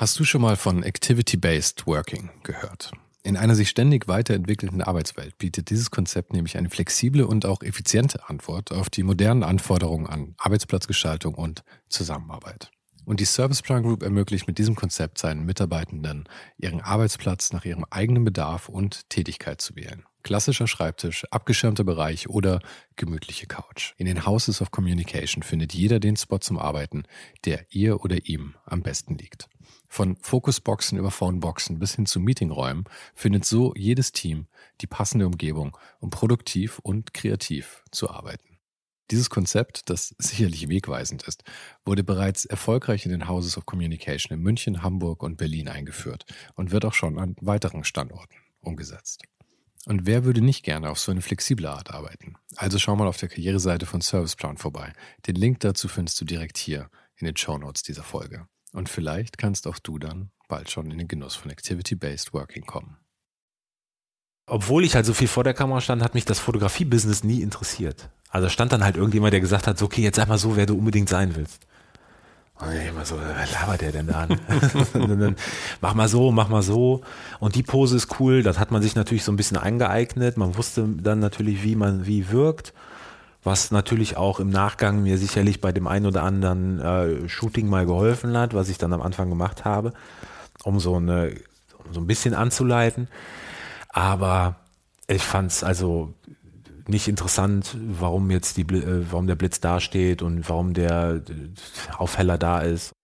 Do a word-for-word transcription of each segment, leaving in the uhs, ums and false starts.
Hast du schon mal von Activity-Based Working gehört? In einer sich ständig weiterentwickelnden Arbeitswelt bietet dieses Konzept nämlich eine flexible und auch effiziente Antwort auf die modernen Anforderungen an Arbeitsplatzgestaltung und Zusammenarbeit. Und die Serviceplan Group ermöglicht mit diesem Konzept seinen Mitarbeitenden, ihren Arbeitsplatz nach ihrem eigenen Bedarf und Tätigkeit zu wählen. Klassischer Schreibtisch, abgeschirmter Bereich oder gemütliche Couch. In den Houses of Communication findet jeder den Spot zum Arbeiten, der ihr oder ihm am besten liegt. Von Fokusboxen über Phoneboxen bis hin zu Meetingräumen findet so jedes Team die passende Umgebung, um produktiv und kreativ zu arbeiten. Dieses Konzept, das sicherlich wegweisend ist, wurde bereits erfolgreich in den Houses of Communication in München, Hamburg und Berlin eingeführt und wird auch schon an weiteren Standorten umgesetzt. Und wer würde nicht gerne auf so eine flexible Art arbeiten? Also schau mal auf der Karriereseite von Serviceplan vorbei. Den Link dazu findest du direkt hier in den Shownotes dieser Folge. Und vielleicht kannst auch du dann bald schon in den Genuss von Activity-Based Working kommen. Obwohl ich halt so viel vor der Kamera stand, hat mich das Fotografie-Business nie interessiert. Also stand dann halt irgendjemand, der gesagt hat, so, okay, jetzt sag mal so, wer du unbedingt sein willst. Und ich immer so, was labert der denn da an? Dann, mach mal so, mach mal so. Und die Pose ist cool, das hat man sich natürlich so ein bisschen eingeeignet. Man wusste dann natürlich, wie man wie wirkt. Was natürlich auch im Nachgang mir sicherlich bei dem einen oder anderen äh, Shooting mal geholfen hat, was ich dann am Anfang gemacht habe, um so, eine, um so ein bisschen anzuleiten. Aber ich fand es also nicht interessant, warum jetzt die, äh, warum der Blitz da steht und warum der äh, Aufheller da ist.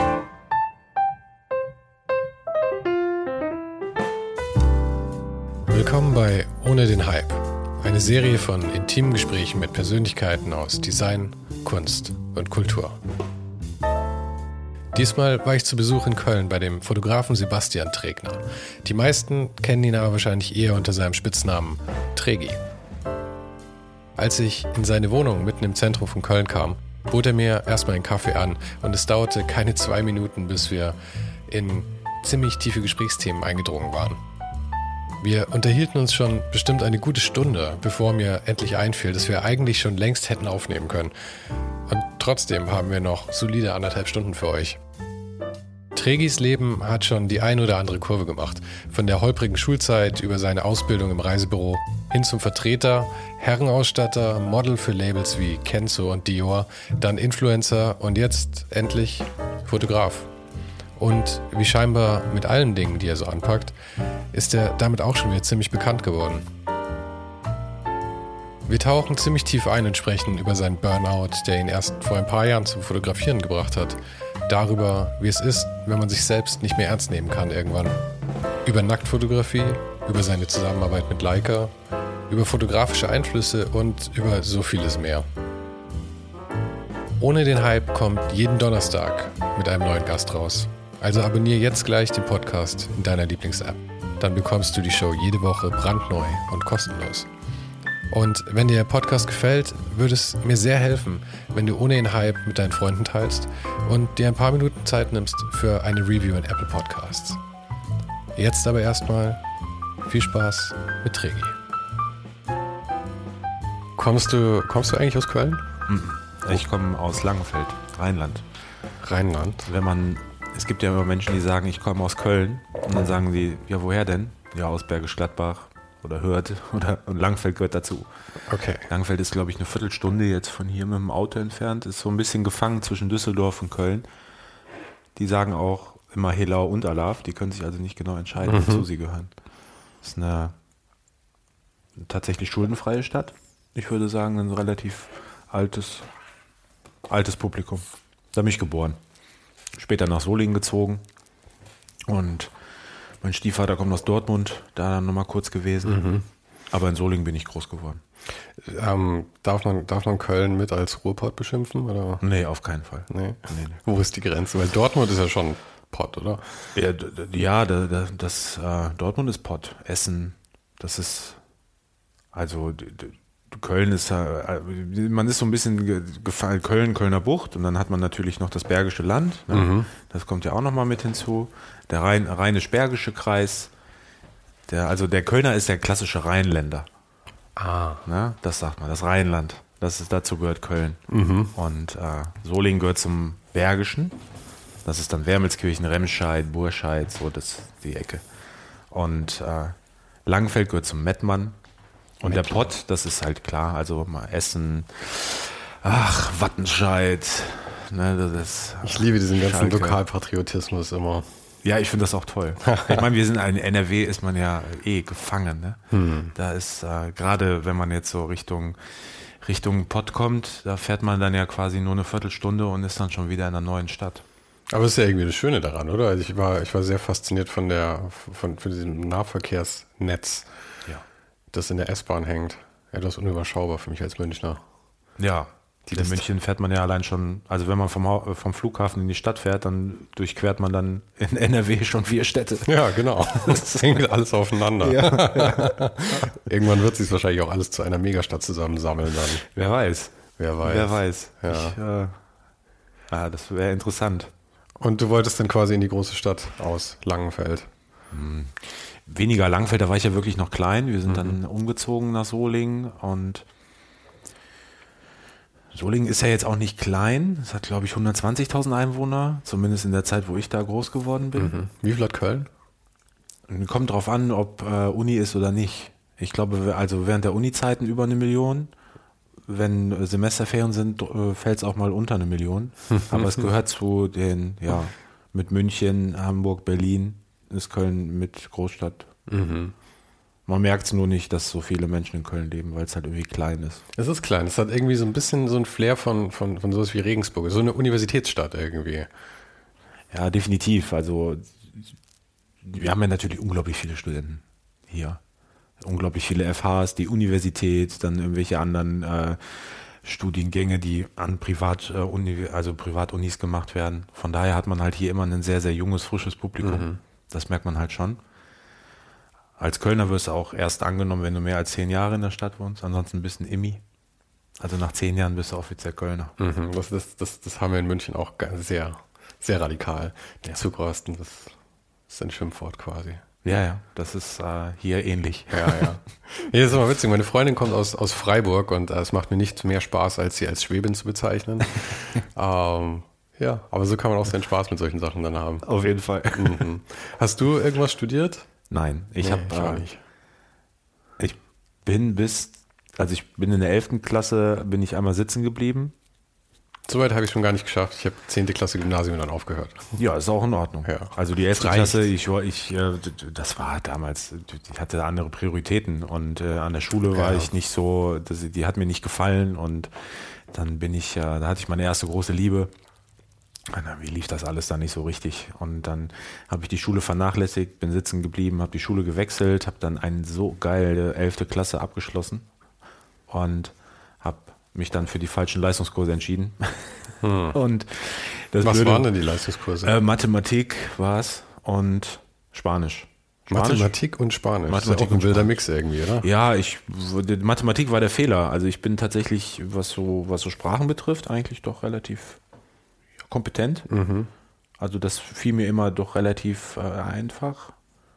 Willkommen bei Ohne den Hype. Eine Serie von intimen Gesprächen mit Persönlichkeiten aus Design, Kunst und Kultur. Diesmal war ich zu Besuch in Köln bei dem Fotografen Sebastian Tregner. Die meisten kennen ihn aber wahrscheinlich eher unter seinem Spitznamen Tregi. Als ich in seine Wohnung mitten im Zentrum von Köln kam, bot er mir erstmal einen Kaffee an und es dauerte keine zwei Minuten, bis wir in ziemlich tiefe Gesprächsthemen eingedrungen waren. Wir unterhielten uns schon bestimmt eine gute Stunde, bevor mir endlich einfiel, dass wir eigentlich schon längst hätten aufnehmen können. Und trotzdem haben wir noch solide anderthalb Stunden für euch. Tregis Leben hat schon die ein oder andere Kurve gemacht. Von der holprigen Schulzeit über seine Ausbildung im Reisebüro hin zum Vertreter, Herrenausstatter, Model für Labels wie Kenzo und Dior, dann Influencer und jetzt endlich Fotograf. Und wie scheinbar mit allen Dingen, die er so anpackt, ist er damit auch schon wieder ziemlich bekannt geworden. Wir tauchen ziemlich tief ein und sprechen über seinen Burnout, der ihn erst vor ein paar Jahren zum Fotografieren gebracht hat. Darüber, wie es ist, wenn man sich selbst nicht mehr ernst nehmen kann irgendwann. Über Nacktfotografie, über seine Zusammenarbeit mit Leica, über fotografische Einflüsse und über so vieles mehr. Ohne den Hype kommt jeden Donnerstag mit einem neuen Gast raus. Also abonniere jetzt gleich den Podcast in deiner Lieblings-App. Dann bekommst du die Show jede Woche brandneu und kostenlos. Und wenn dir der Podcast gefällt, würde es mir sehr helfen, wenn du ohne den Hype mit deinen Freunden teilst und dir ein paar Minuten Zeit nimmst für eine Review in Apple Podcasts. Jetzt aber erstmal viel Spaß mit Tregi. Kommst du, kommst du eigentlich aus Köln? Ich komme aus Langenfeld, Rheinland. Rheinland? Wenn man, es gibt ja immer Menschen, die sagen, ich komme aus Köln. Und dann sagen sie, ja, woher denn? Ja, aus Bergisch Gladbach oder Hürth oder und Langenfeld gehört dazu. Okay. Langenfeld ist, glaube ich, eine Viertelstunde jetzt von hier mit dem Auto entfernt. Ist so ein bisschen gefangen zwischen Düsseldorf und Köln. Die sagen auch immer Helau und Alaf. Die können sich also nicht genau entscheiden, Mhm. wozu sie gehören. Ist eine tatsächlich schuldenfreie Stadt. Ich würde sagen, ein relativ altes, altes Publikum. Da bin ich geboren. Später nach Solingen gezogen. Und mein Stiefvater kommt aus Dortmund, da dann nochmal kurz gewesen. Mhm. Aber in Solingen bin ich groß geworden. Ähm, darf man, darf man Köln mit als Ruhrpott beschimpfen? Oder? Nee, auf keinen Fall. Nee. Nee, nee. Wo ist die Grenze? Weil Dortmund ist ja schon Pott, oder? Ja, d- d- ja da, da, das, äh, Dortmund ist Pott. Essen, das ist, also d- d- Köln ist, äh, man ist so ein bisschen ge- gefallen, Köln, Kölner Bucht und dann hat man natürlich noch das Bergische Land. Ne? Mhm. Das kommt ja auch nochmal mit hinzu. Der Rhein, Rheinisch-Bergische Kreis. Der, also der Kölner ist der klassische Rheinländer. Ah. Ne? Das sagt man, das Rheinland. Das ist, dazu gehört Köln. Mhm. Und äh, Solingen gehört zum Bergischen. Das ist dann Wermelskirchen, Remscheid, Burscheid, so das die Ecke. Und äh, Langenfeld gehört zum Mettmann. Und Mettmann. Der Pott, das ist halt klar, also mal Essen, ach, Wattenscheid. Ne, das, ich liebe diesen ganzen Schalke. Lokalpatriotismus immer. Ja, ich finde das auch toll. Ich meine, wir sind in N R W, ist man ja eh gefangen. Ne? Hm. Da ist äh, gerade, wenn man jetzt so Richtung Richtung Pott kommt, da fährt man dann ja quasi nur eine Viertelstunde und ist dann schon wieder in einer neuen Stadt. Aber das ist ja irgendwie das Schöne daran, oder? Also ich war, ich war sehr fasziniert von der, von, von diesem Nahverkehrsnetz, ja. das in der S-Bahn hängt. Etwas unüberschaubar für mich als Münchner. Ja, in München fährt man ja allein schon, also wenn man vom, vom Flughafen in die Stadt fährt, dann durchquert man dann in N R W schon vier Städte. Ja, genau. Das hängt alles aufeinander. Ja, ja. Irgendwann wird sich wahrscheinlich auch alles zu einer Megastadt zusammensammeln dann. Wer weiß. Wer weiß. Wer weiß. Ja, ich, äh, ja das wäre interessant. Und du wolltest dann quasi in die große Stadt aus Langenfeld? Hm. Weniger Langenfeld, da war ich ja wirklich noch klein. Wir sind mhm. dann umgezogen nach Solingen und Solingen ist ja jetzt auch nicht klein. Es hat, glaube ich, hundertzwanzigtausend Einwohner, zumindest in der Zeit, wo ich da groß geworden bin. Mhm. Wie viel hat Köln? Kommt drauf an, ob äh, Uni ist oder nicht. Ich glaube, also während der Uni-Zeiten über eine Million. Wenn Semesterferien sind, äh, fällt es auch mal unter eine Million. Aber es gehört zu den, ja, mit München, Hamburg, Berlin ist Köln mit Großstadt. Mhm. Man merkt es nur nicht, dass so viele Menschen in Köln leben, weil es halt irgendwie klein ist. Es ist klein. Es hat irgendwie so ein bisschen so ein Flair von, von, von sowas wie Regensburg. So eine Universitätsstadt irgendwie. Ja, definitiv. Also wir haben ja natürlich unglaublich viele Studenten hier. Unglaublich viele F Hs, die Universität, dann irgendwelche anderen äh, Studiengänge, die an Privat, äh, Uni, also Privatunis gemacht werden. Von daher hat man halt hier immer ein sehr, sehr junges, frisches Publikum. Mhm. Das merkt man halt schon. Als Kölner wirst du auch erst angenommen, wenn du mehr als zehn Jahre in der Stadt wohnst. Ansonsten bist du ein Immi. Also nach zehn Jahren bist du offiziell Kölner. Mhm, das, das, das, das haben wir in München auch sehr, sehr radikal. Die ja. Zugrosten, das ist ein Schimpfwort quasi. Ja, ja, das ist äh, hier ähnlich. Ja, ja. Hier ist immer witzig. Meine Freundin kommt aus, aus Freiburg und äh, es macht mir nicht mehr Spaß, als sie als Schwäbin zu bezeichnen. ähm, ja, aber so kann man auch seinen Spaß mit solchen Sachen dann haben. Auf jeden Fall. Mhm. Hast du irgendwas studiert? Nein, ich nee, habe äh, ich bin bis, also ich bin in der elften Klasse, bin ich einmal sitzen geblieben. Soweit habe ich schon gar nicht geschafft. Ich habe zehnte Klasse Gymnasium dann aufgehört. Ja, ist auch in Ordnung. Ja. Also die elfte Klasse, ich, ich, das war damals, ich hatte andere Prioritäten und äh, an der Schule war ja. ich nicht so, das, die hat mir nicht gefallen und dann bin ich, äh, da hatte ich meine erste große Liebe. Wie lief das alles dann nicht so richtig? Und dann habe ich die Schule vernachlässigt, bin sitzen geblieben, habe die Schule gewechselt, habe dann eine so geile elfte Klasse abgeschlossen und habe mich dann für die falschen Leistungskurse entschieden. Hm. Und das Was Blöde, waren denn die Leistungskurse? Äh, Mathematik war es und Spanisch. Spanisch. Mathematik und Spanisch. Mathematik das ist auch ein wilder Mix irgendwie, oder? Ja, ich, Mathematik war der Fehler. Also ich bin tatsächlich, was so, was so Sprachen betrifft, eigentlich doch relativ kompetent. Mhm. Also das fiel mir immer doch relativ äh, einfach.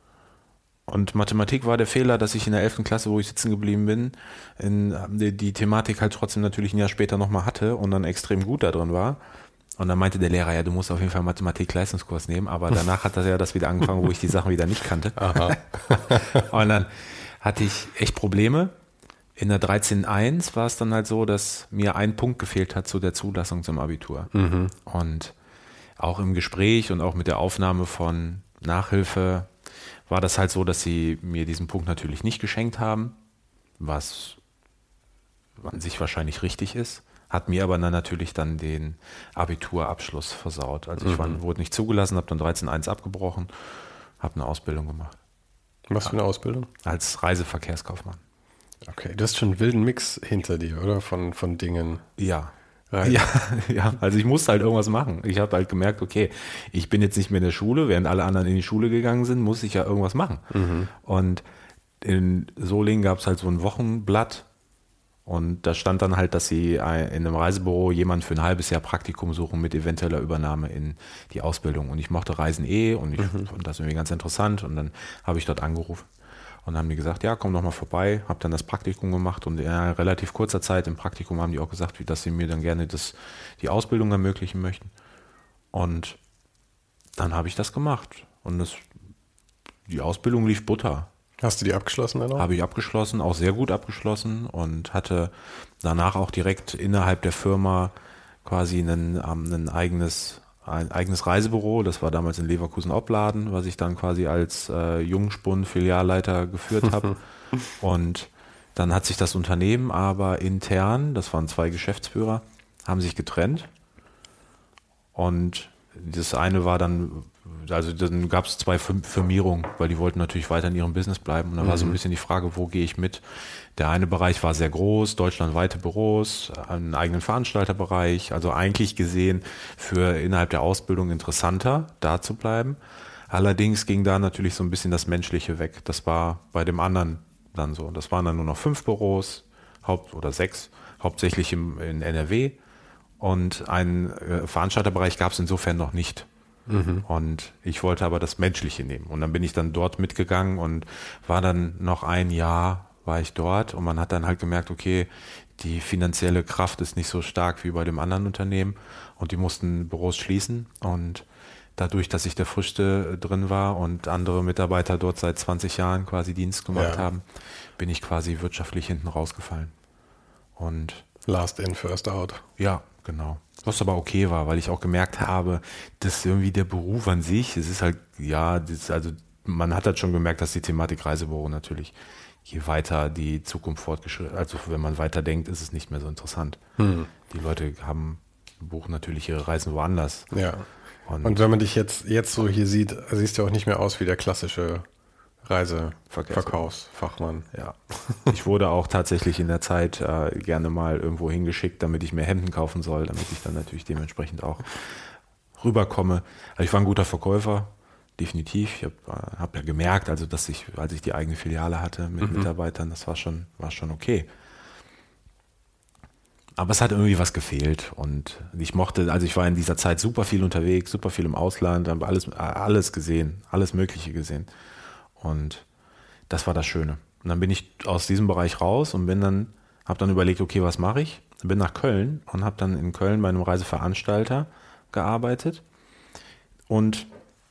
Und Mathematik war der Fehler, dass ich in der elften Klasse, wo ich sitzen geblieben bin, in, die, die Thematik halt trotzdem natürlich ein Jahr später nochmal hatte und dann extrem gut da drin war. Und dann meinte der Lehrer, ja, du musst auf jeden Fall Mathematik-Leistungskurs nehmen, aber danach hat das ja das wieder angefangen, wo ich die Sachen wieder nicht kannte. Aha. Und dann hatte ich echt Probleme. In der dreizehn eins war es dann halt so, dass mir ein Punkt gefehlt hat zu der Zulassung zum Abitur. Mhm. Und auch im Gespräch und auch mit der Aufnahme von Nachhilfe war das halt so, dass sie mir diesen Punkt natürlich nicht geschenkt haben, was an sich wahrscheinlich richtig ist, hat mir aber dann natürlich dann den Abiturabschluss versaut. Also ich war, mhm. wurde nicht zugelassen, habe dann dreizehn eins abgebrochen, habe eine Ausbildung gemacht. Was für eine Ausbildung? Als Reiseverkehrskaufmann. Okay, du hast schon einen wilden Mix hinter dir, oder? Von, von Dingen. Ja. Ja, ja, also ich musste halt irgendwas machen. Ich habe halt gemerkt, okay, ich bin jetzt nicht mehr in der Schule, während alle anderen in die Schule gegangen sind, muss ich ja irgendwas machen. Mhm. Und in Solingen gab es halt so ein Wochenblatt und da stand dann halt, dass sie in einem Reisebüro jemanden für ein halbes Jahr Praktikum suchen mit eventueller Übernahme in die Ausbildung. Und ich mochte Reisen eh und ich mhm. fand das irgendwie ganz interessant und dann habe ich dort angerufen. Und dann haben die gesagt, ja, komm doch mal vorbei, habe dann das Praktikum gemacht und in einer relativ kurzer Zeit im Praktikum haben die auch gesagt, dass sie mir dann gerne das, die Ausbildung ermöglichen möchten. Und dann habe ich das gemacht. Und das, die Ausbildung lief Butter. Hast du die abgeschlossen dann auch? Habe ich abgeschlossen, auch sehr gut abgeschlossen und hatte danach auch direkt innerhalb der Firma quasi ein, ein eigenes ein eigenes Reisebüro. Das war damals in Leverkusen-Opladen, was ich dann quasi als äh, Jungspund-Filialleiter geführt habe. Und dann hat sich das Unternehmen aber intern, das waren zwei Geschäftsführer, haben sich getrennt. Und das eine war dann, also dann gab es zwei Firmierungen, weil die wollten natürlich weiter in ihrem Business bleiben. Und dann mhm. war so ein bisschen die Frage, wo gehe ich mit? Der eine Bereich war sehr groß, deutschlandweite Büros, einen eigenen Veranstalterbereich. Also eigentlich gesehen für innerhalb der Ausbildung interessanter, da zu bleiben. Allerdings ging da natürlich so ein bisschen das Menschliche weg. Das war bei dem anderen dann so. Das waren dann nur noch fünf Büros, Haupt- oder sechs, hauptsächlich im, in N R W. Und einen äh, Veranstalterbereich gab es insofern noch nicht. Mhm. Und ich wollte aber das Menschliche nehmen. Und dann bin ich dann dort mitgegangen und war dann noch ein Jahr, war ich dort. Und man hat dann halt gemerkt, okay, die finanzielle Kraft ist nicht so stark wie bei dem anderen Unternehmen. Und die mussten Büros schließen. Und dadurch, dass ich der Frischste drin war und andere Mitarbeiter dort seit zwanzig Jahren quasi Dienst gemacht ja. haben, bin ich quasi wirtschaftlich hinten rausgefallen. Und Last in, first out. Ja, genau. Was aber okay war, weil ich auch gemerkt habe, dass irgendwie der Beruf an sich, es ist halt, ja, das, also man hat halt schon gemerkt, dass die Thematik Reisebüro natürlich, je weiter die Zukunft fortgeschritten, also wenn man weiter denkt, ist es nicht mehr so interessant. Hm. Die Leute haben, buchen natürlich ihre Reisen woanders. Ja. Und, Und wenn man dich jetzt, jetzt so hier sieht, siehst du auch nicht mehr aus wie der klassische Reiseverkaufsfachmann. Ja. Ich wurde auch tatsächlich in der Zeit äh, gerne mal irgendwo hingeschickt, damit ich mir Hemden kaufen soll, damit ich dann natürlich dementsprechend auch rüberkomme. Also ich war ein guter Verkäufer, definitiv. Ich habe äh, hab ja gemerkt, also dass ich, als ich die eigene Filiale hatte mit mhm. Mitarbeitern, das war schon, war schon okay. Aber es hat irgendwie was gefehlt und ich mochte, also ich war in dieser Zeit super viel unterwegs, super viel im Ausland, habe alles, alles gesehen, alles Mögliche gesehen. Und das war das Schöne. Und dann bin ich aus diesem Bereich raus und bin dann, habe dann überlegt, okay, was mache ich? Bin nach Köln und habe dann in Köln bei einem Reiseveranstalter gearbeitet und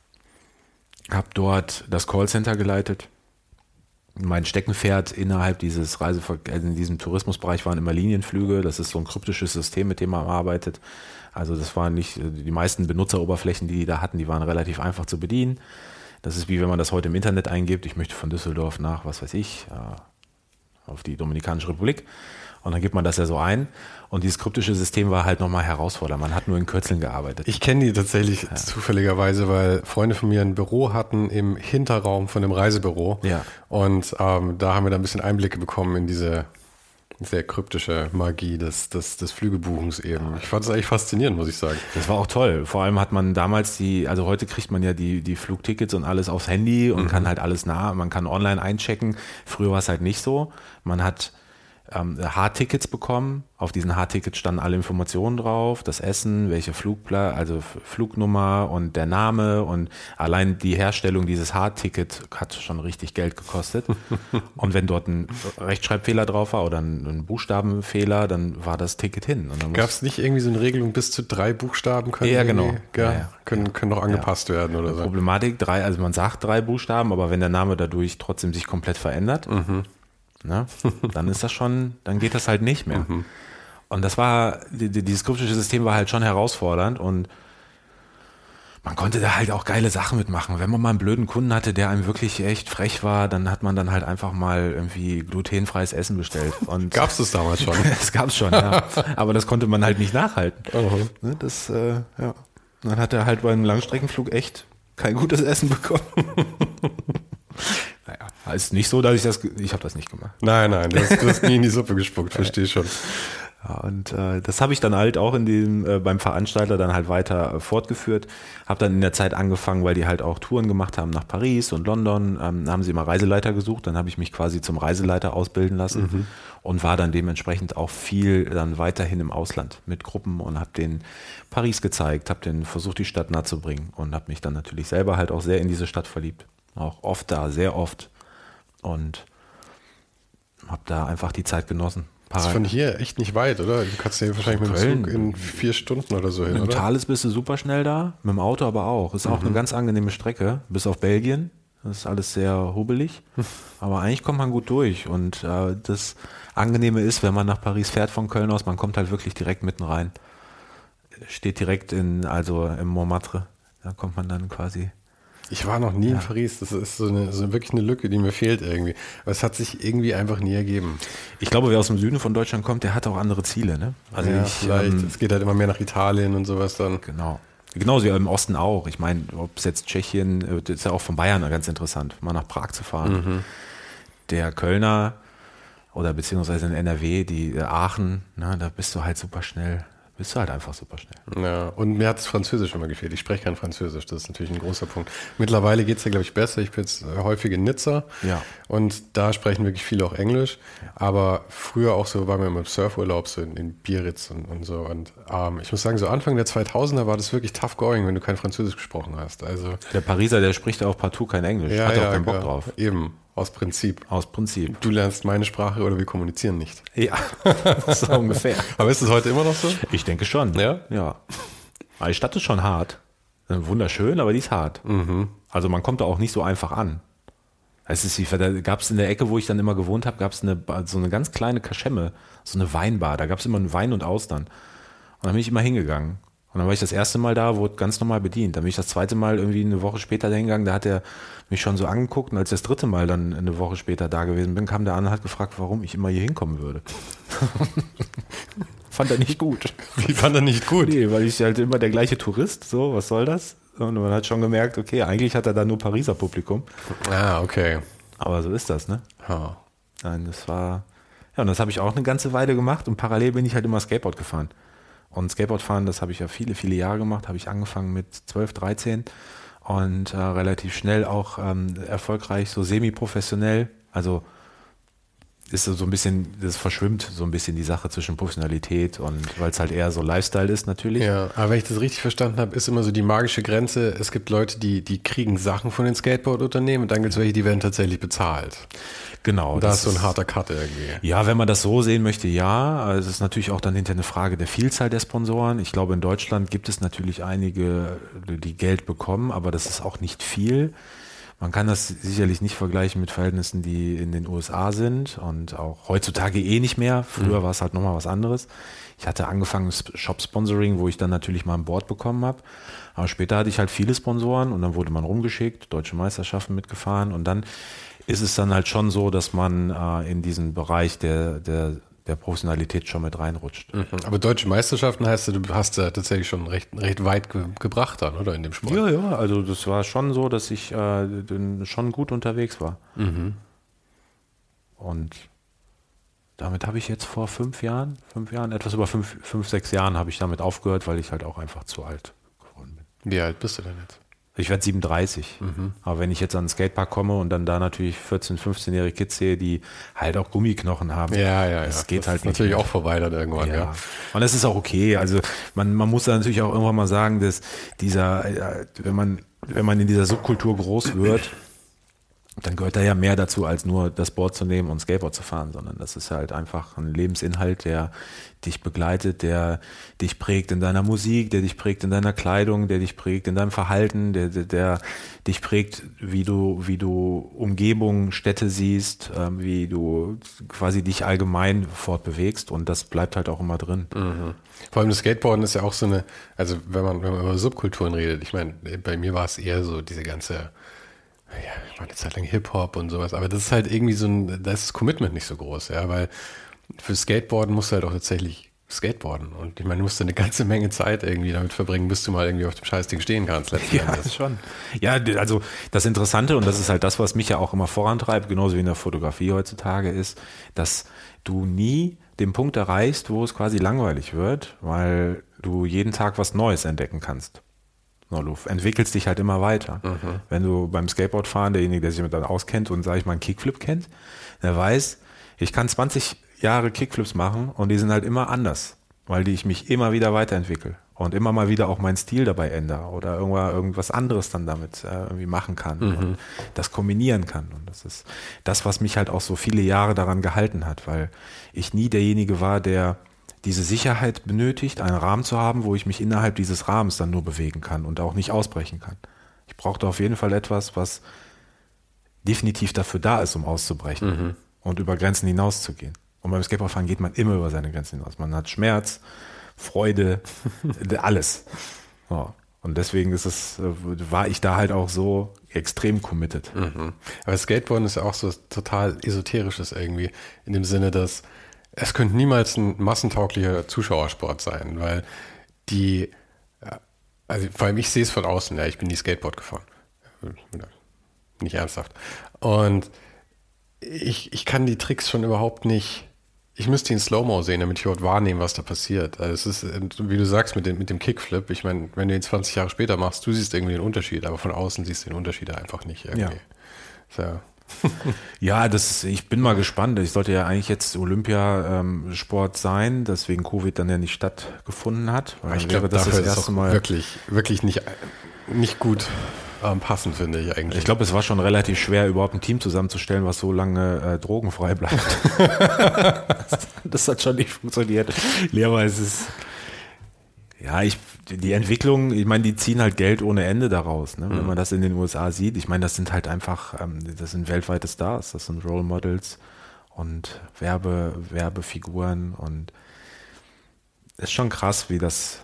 habe dort das Callcenter geleitet. Mein Steckenpferd innerhalb dieses Reisever- also in diesem Tourismusbereich waren immer Linienflüge. Das ist so ein kryptisches System, mit dem man arbeitet. Also das waren nicht, die meisten Benutzeroberflächen, die die da hatten, die waren relativ einfach zu bedienen. Das ist wie wenn man das heute im Internet eingibt, ich möchte von Düsseldorf nach, was weiß ich, auf die Dominikanische Republik. Und dann gibt man das ja so ein. Und dieses kryptische System war halt nochmal herausfordernd. Man hat nur in Kürzeln gearbeitet. Ich kenne die tatsächlich ja. zufälligerweise, weil Freunde von mir ein Büro hatten im Hinterraum von dem Reisebüro. Ja. Und ähm, da haben wir da ein bisschen Einblicke bekommen in diese sehr kryptische Magie des, des, des Flügebuchens eben. Ich fand es eigentlich faszinierend, muss ich sagen. Das war auch toll. Vor allem hat man damals die, also heute kriegt man ja die, die Flugtickets und alles aufs Handy und mhm. kann halt alles nah, man kann online einchecken. Früher war es halt nicht so. Man hat ähm, Hardtickets bekommen. Auf diesen Hardtickets standen alle Informationen drauf, das Essen, welche Flugplatz, also Flugnummer und der Name und allein die Herstellung dieses Hardticket hat schon richtig Geld gekostet. Und wenn dort ein Rechtschreibfehler drauf war oder ein, ein Buchstabenfehler, dann war das Ticket hin. Gab es nicht irgendwie so eine Regelung, bis zu drei Buchstaben können, ja, genau. ja, ja, können, können noch angepasst ja. werden oder so? Problematik, drei, also man sagt drei Buchstaben, aber wenn der Name dadurch trotzdem sich komplett verändert, mhm. ne, dann ist das schon, dann geht das halt nicht mehr. Mhm. Und das war, dieses kryptische System war halt schon herausfordernd und man konnte da halt auch geile Sachen mitmachen. Wenn man mal einen blöden Kunden hatte, der einem wirklich echt frech war, dann hat man dann halt einfach mal irgendwie glutenfreies Essen bestellt. Gab es das damals schon? Das gab es schon, ja. Aber das konnte man halt nicht nachhalten. Uh-huh. Das, äh, ja. Dann hat er halt bei einem Langstreckenflug echt kein gutes Essen bekommen. Naja, ist nicht so, dass ich das, ich habe das nicht gemacht. Nein, nein, du hast, du hast nie in die Suppe gespuckt, verstehe schon. Ja, und äh, das habe ich dann halt auch in dem, äh, beim Veranstalter dann halt weiter äh, fortgeführt. Habe dann in der Zeit angefangen, weil die halt auch Touren gemacht haben nach Paris und London, ähm, haben sie mal Reiseleiter gesucht. Dann habe ich mich quasi zum Reiseleiter ausbilden lassen mhm. und war dann dementsprechend auch viel dann weiterhin im Ausland mit Gruppen und habe denen Paris gezeigt, habe denen versucht, die Stadt nahe zu bringen und habe mich dann natürlich selber halt auch sehr in diese Stadt verliebt. Auch oft da, sehr oft. Und habe da einfach die Zeit genossen. Das ist von hier echt nicht weit, oder? Du kannst ja wahrscheinlich mit dem Zug in vier Stunden oder so hin, oder? Mit dem Thales bist du super schnell da, mit dem Auto aber auch. Ist auch mhm. eine ganz angenehme Strecke, bis auf Belgien. Das ist alles sehr hubbelig, aber eigentlich kommt man gut durch. Und äh, das Angenehme ist, wenn man nach Paris fährt von Köln aus, man kommt halt wirklich direkt mitten rein. Steht direkt in, also im Montmartre. Da kommt man dann quasi... Ich war noch nie ja. in Paris. Das ist so, eine, so wirklich eine Lücke, die mir fehlt irgendwie. Aber es hat sich irgendwie einfach nie ergeben. Ich glaube, wer aus dem Süden von Deutschland kommt, der hat auch andere Ziele. Ne? Also ja, ich, vielleicht. Ähm, es geht halt immer mehr nach Italien und sowas dann. Genau. Genauso wie im Osten auch. Ich meine, ob es jetzt Tschechien, das ist ja auch von Bayern ganz interessant, mal nach Prag zu fahren. Mhm. Der Kölner oder beziehungsweise in N R W, die Aachen, na, da bist du halt super schnell. Bist du halt einfach super schnell. Ja, und mir hat das Französisch immer gefehlt. Ich spreche kein Französisch, das ist natürlich ein großer Punkt. Mittlerweile geht es ja, glaube ich, besser. Ich bin jetzt häufig in Nizza ja. und da sprechen wirklich viele auch Englisch. Ja. Aber früher auch so, waren wir immer im Surfurlaub, so in, in Biarritz und, und so. Und ähm, ich muss sagen, so Anfang der zweitausender war das wirklich tough going, wenn du kein Französisch gesprochen hast. Also der Pariser, der spricht auch partout kein Englisch. Ja, hat ja, auch keinen Bock ja, drauf. Eben. Aus Prinzip. Aus Prinzip. Du lernst meine Sprache oder wir kommunizieren nicht. Ja, so ungefähr. Aber ist das heute immer noch so? Ich denke schon. Ja? Ja. Aber die Stadt ist schon hart. Wunderschön, aber die ist hart. Mhm. Also man kommt da auch nicht so einfach an. Es ist, da gab es in der Ecke, wo ich dann immer gewohnt habe, gab es eine, so eine ganz kleine Kaschemme, so eine Weinbar. Da gab es immer einen Wein und Austern. Und dann bin ich immer hingegangen. Und dann war ich das erste Mal da, wurde ganz normal bedient. Dann bin ich das zweite Mal irgendwie eine Woche später da hingegangen, da hat er mich schon so angeguckt. Und als ich das dritte Mal dann eine Woche später da gewesen bin, kam der an und hat gefragt, warum ich immer hier hinkommen würde. Fand er nicht gut. Wie fand er nicht gut? Nee, weil ich halt immer der gleiche Tourist, so, was soll das? Und man hat schon gemerkt, okay, eigentlich hat er da nur Pariser Publikum. Ah, okay. Aber so ist das, ne? Oh. Nein, das war, ja, und das habe ich auch eine ganze Weile gemacht und parallel bin ich halt immer Skateboard gefahren. Und Skateboardfahren, das habe ich ja viele, viele Jahre gemacht, habe ich angefangen mit zwölf, dreizehn und äh, relativ schnell auch ähm, erfolgreich, so semi-professionell, also ist so ein bisschen, das verschwimmt so ein bisschen die Sache zwischen Professionalität und weil es halt eher so Lifestyle ist natürlich. Ja, aber wenn ich das richtig verstanden habe, ist immer so die magische Grenze, es gibt Leute, die, die kriegen Sachen von den Skateboard-Unternehmen und dann gibt es welche, die werden tatsächlich bezahlt. Genau. Da ist so ein harter Cut irgendwie. Ja, wenn man das so sehen möchte, ja. Also es ist natürlich auch dann hinter eine Frage der Vielzahl der Sponsoren. Ich glaube, in Deutschland gibt es natürlich einige, die Geld bekommen, aber das ist auch nicht viel. Man kann das sicherlich nicht vergleichen mit Verhältnissen, die in den U S A sind und auch heutzutage eh nicht mehr. Früher mhm. war es halt nochmal was anderes. Ich hatte angefangen mit Shop-Sponsoring, wo ich dann natürlich mal ein Board bekommen habe. Aber später hatte ich halt viele Sponsoren und dann wurde man rumgeschickt, deutsche Meisterschaften mitgefahren und dann ist es dann halt schon so, dass man äh, in diesen Bereich der, der, der Professionalität schon mit reinrutscht. Mhm. Aber deutsche Meisterschaften heißt, du hast ja tatsächlich schon recht, recht weit ge- gebracht dann, oder, in dem Sport? Ja, ja, also das war schon so, dass ich äh, schon gut unterwegs war. Mhm. Und damit habe ich jetzt vor fünf Jahren, fünf Jahren, etwas über fünf, fünf, sechs Jahren habe ich damit aufgehört, weil ich halt auch einfach zu alt geworden bin. Wie alt bist du denn jetzt? Ich werde siebenunddreißig, mhm. aber wenn ich jetzt an den Skatepark komme und dann da natürlich vierzehn-, fünfzehnjährige Kids sehe, die halt auch Gummiknochen haben, ja, ja, das ja. geht das halt ist nicht natürlich mehr. auch vorbei dann irgendwann, ja. ja. Und das ist auch okay, also man, man muss da natürlich auch irgendwann mal sagen, dass dieser, wenn man, wenn man in dieser Subkultur groß wird, dann gehört da ja mehr dazu, als nur das Board zu nehmen und Skateboard zu fahren, sondern das ist halt einfach ein Lebensinhalt, der dich begleitet, der dich prägt in deiner Musik, der dich prägt in deiner Kleidung, der dich prägt in deinem Verhalten, der, der, der dich prägt, wie du, wie du Umgebung, Städte siehst, äh, wie du quasi dich allgemein fortbewegst und das bleibt halt auch immer drin. Mhm. Vor allem das Skateboarden ist ja auch so eine, also wenn man, wenn man über Subkulturen redet, ich meine, bei mir war es eher so diese ganze, ja, ich war eine Zeit lang Hip-Hop und sowas, aber das ist halt irgendwie so ein, da ist das Commitment nicht so groß, ja, weil für Skateboarden musst du halt auch tatsächlich Skateboarden und ich meine, du musst eine ganze Menge Zeit irgendwie damit verbringen, bis du mal irgendwie auf dem Scheißding stehen kannst. Letzten ja, das schon. Ja, also das Interessante und das ist halt das, was mich ja auch immer vorantreibt, genauso wie in der Fotografie heutzutage ist, dass du nie den Punkt erreichst, wo es quasi langweilig wird, weil du jeden Tag was Neues entdecken kannst. Du entwickelst dich halt immer weiter. Mhm. Wenn du beim Skateboardfahren, derjenige, der sich damit dann auskennt und, sage ich mal, einen Kickflip kennt, der weiß, ich kann zwanzig Jahre Kickflips machen und die sind halt immer anders, weil die ich mich immer wieder weiterentwickle. und immer mal wieder auch meinen Stil dabei ändere oder irgendwas, irgendwas anderes dann damit äh, irgendwie machen kann mhm. und das kombinieren kann. Und das ist das, was mich halt auch so viele Jahre daran gehalten hat, weil ich nie derjenige war, der diese Sicherheit benötigt, einen Rahmen zu haben, wo ich mich innerhalb dieses Rahmens dann nur bewegen kann und auch nicht ausbrechen kann. Ich brauchte auf jeden Fall etwas, was definitiv dafür da ist, um auszubrechen mhm. und über Grenzen hinauszugehen. Und beim Skateboardfahren geht man immer über seine Grenzen hinaus. Man hat Schmerz, Freude, alles. Ja. Und deswegen ist es, war ich da halt auch so extrem committed. Mhm. Aber Skateboarden ist ja auch so total esoterisches irgendwie, in dem Sinne, dass es könnte niemals ein massentauglicher Zuschauersport sein, weil die, also vor allem ich sehe es von außen, ja, ich bin nie Skateboard gefahren. Nicht ernsthaft. Und ich, ich kann die Tricks schon überhaupt nicht, ich müsste ihn Slow-Mo sehen, damit ich überhaupt wahrnehme, was da passiert. Also es ist, wie du sagst, mit dem, mit dem Kickflip, ich meine, wenn du ihn zwanzig Jahre später machst, du siehst irgendwie den Unterschied, aber von außen siehst du den Unterschied einfach nicht irgendwie. Ja. So. Ja, das, ich bin mal gespannt. Ich sollte ja eigentlich jetzt Olympiasport ähm, sein, das wegen Covid dann ja nicht stattgefunden hat. Weil ich glaube, das, das ist erste Mal wirklich, wirklich nicht, nicht gut ähm, passend, finde ich eigentlich. Ich glaube, es war schon relativ schwer, überhaupt ein Team zusammenzustellen, was so lange äh, drogenfrei bleibt. das, das hat schon nicht funktioniert. Lehrweise ist ja, ich, die Entwicklung, ich meine, die ziehen halt Geld ohne Ende daraus, ne? Wenn mhm. man das in den U S A sieht. Ich meine, das sind halt einfach, ähm, das sind weltweite Stars, das sind Role Models und Werbe, Werbefiguren und es ist schon krass, wie das,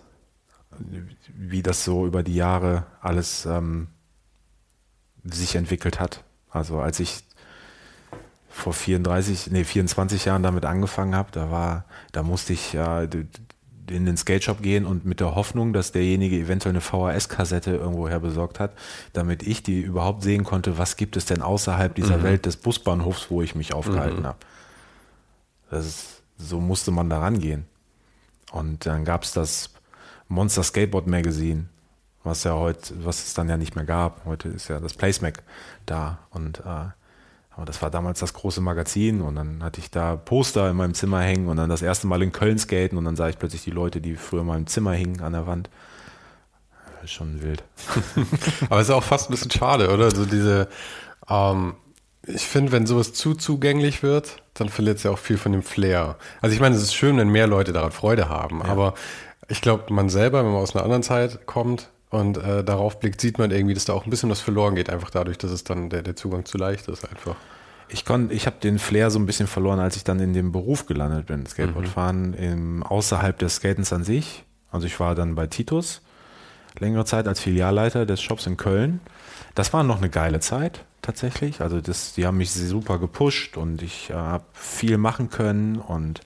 wie das so über die Jahre alles ähm, sich entwickelt hat. Also als ich vor vierunddreißig, nee, vierundzwanzig Jahren damit angefangen habe, da war, da musste ich ja in den Skate-Shop gehen und mit der Hoffnung, dass derjenige eventuell eine V H S-Kassette irgendwoher besorgt hat, damit ich die überhaupt sehen konnte, was gibt es denn außerhalb dieser mhm. Welt des Busbahnhofs, wo ich mich aufgehalten mhm. habe. Das ist, so musste man da rangehen. Und dann gab es das Monster Skateboard Magazine, was ja heute, was es dann ja nicht mehr gab. Heute ist ja das Placemac da und äh, aber das war damals das große Magazin und dann hatte ich da Poster in meinem Zimmer hängen und dann das erste Mal in Köln skaten und dann sah ich plötzlich die Leute, die früher in meinem Zimmer hingen an der Wand. Das ist schon wild. Aber es ist auch fast ein bisschen schade, oder? Also diese, ähm, ich finde, wenn sowas zu zugänglich wird, dann verliert es ja auch viel von dem Flair. Also ich meine, es ist schön, wenn mehr Leute daran Freude haben, ja. aber ich glaube, man selber, wenn man aus einer anderen Zeit kommt, und äh, darauf blickt, sieht man irgendwie, dass da auch ein bisschen was verloren geht, einfach dadurch, dass es dann der, der Zugang zu leicht ist einfach. Ich konnte, ich habe den Flair so ein bisschen verloren, als ich dann in dem Beruf gelandet bin, Skateboardfahren, mhm. im, außerhalb des Skatens an sich. Also ich war dann bei Titus längere Zeit als Filialleiter des Shops in Köln. Das war noch eine geile Zeit tatsächlich. Also das, die haben mich super gepusht und ich äh, habe viel machen können und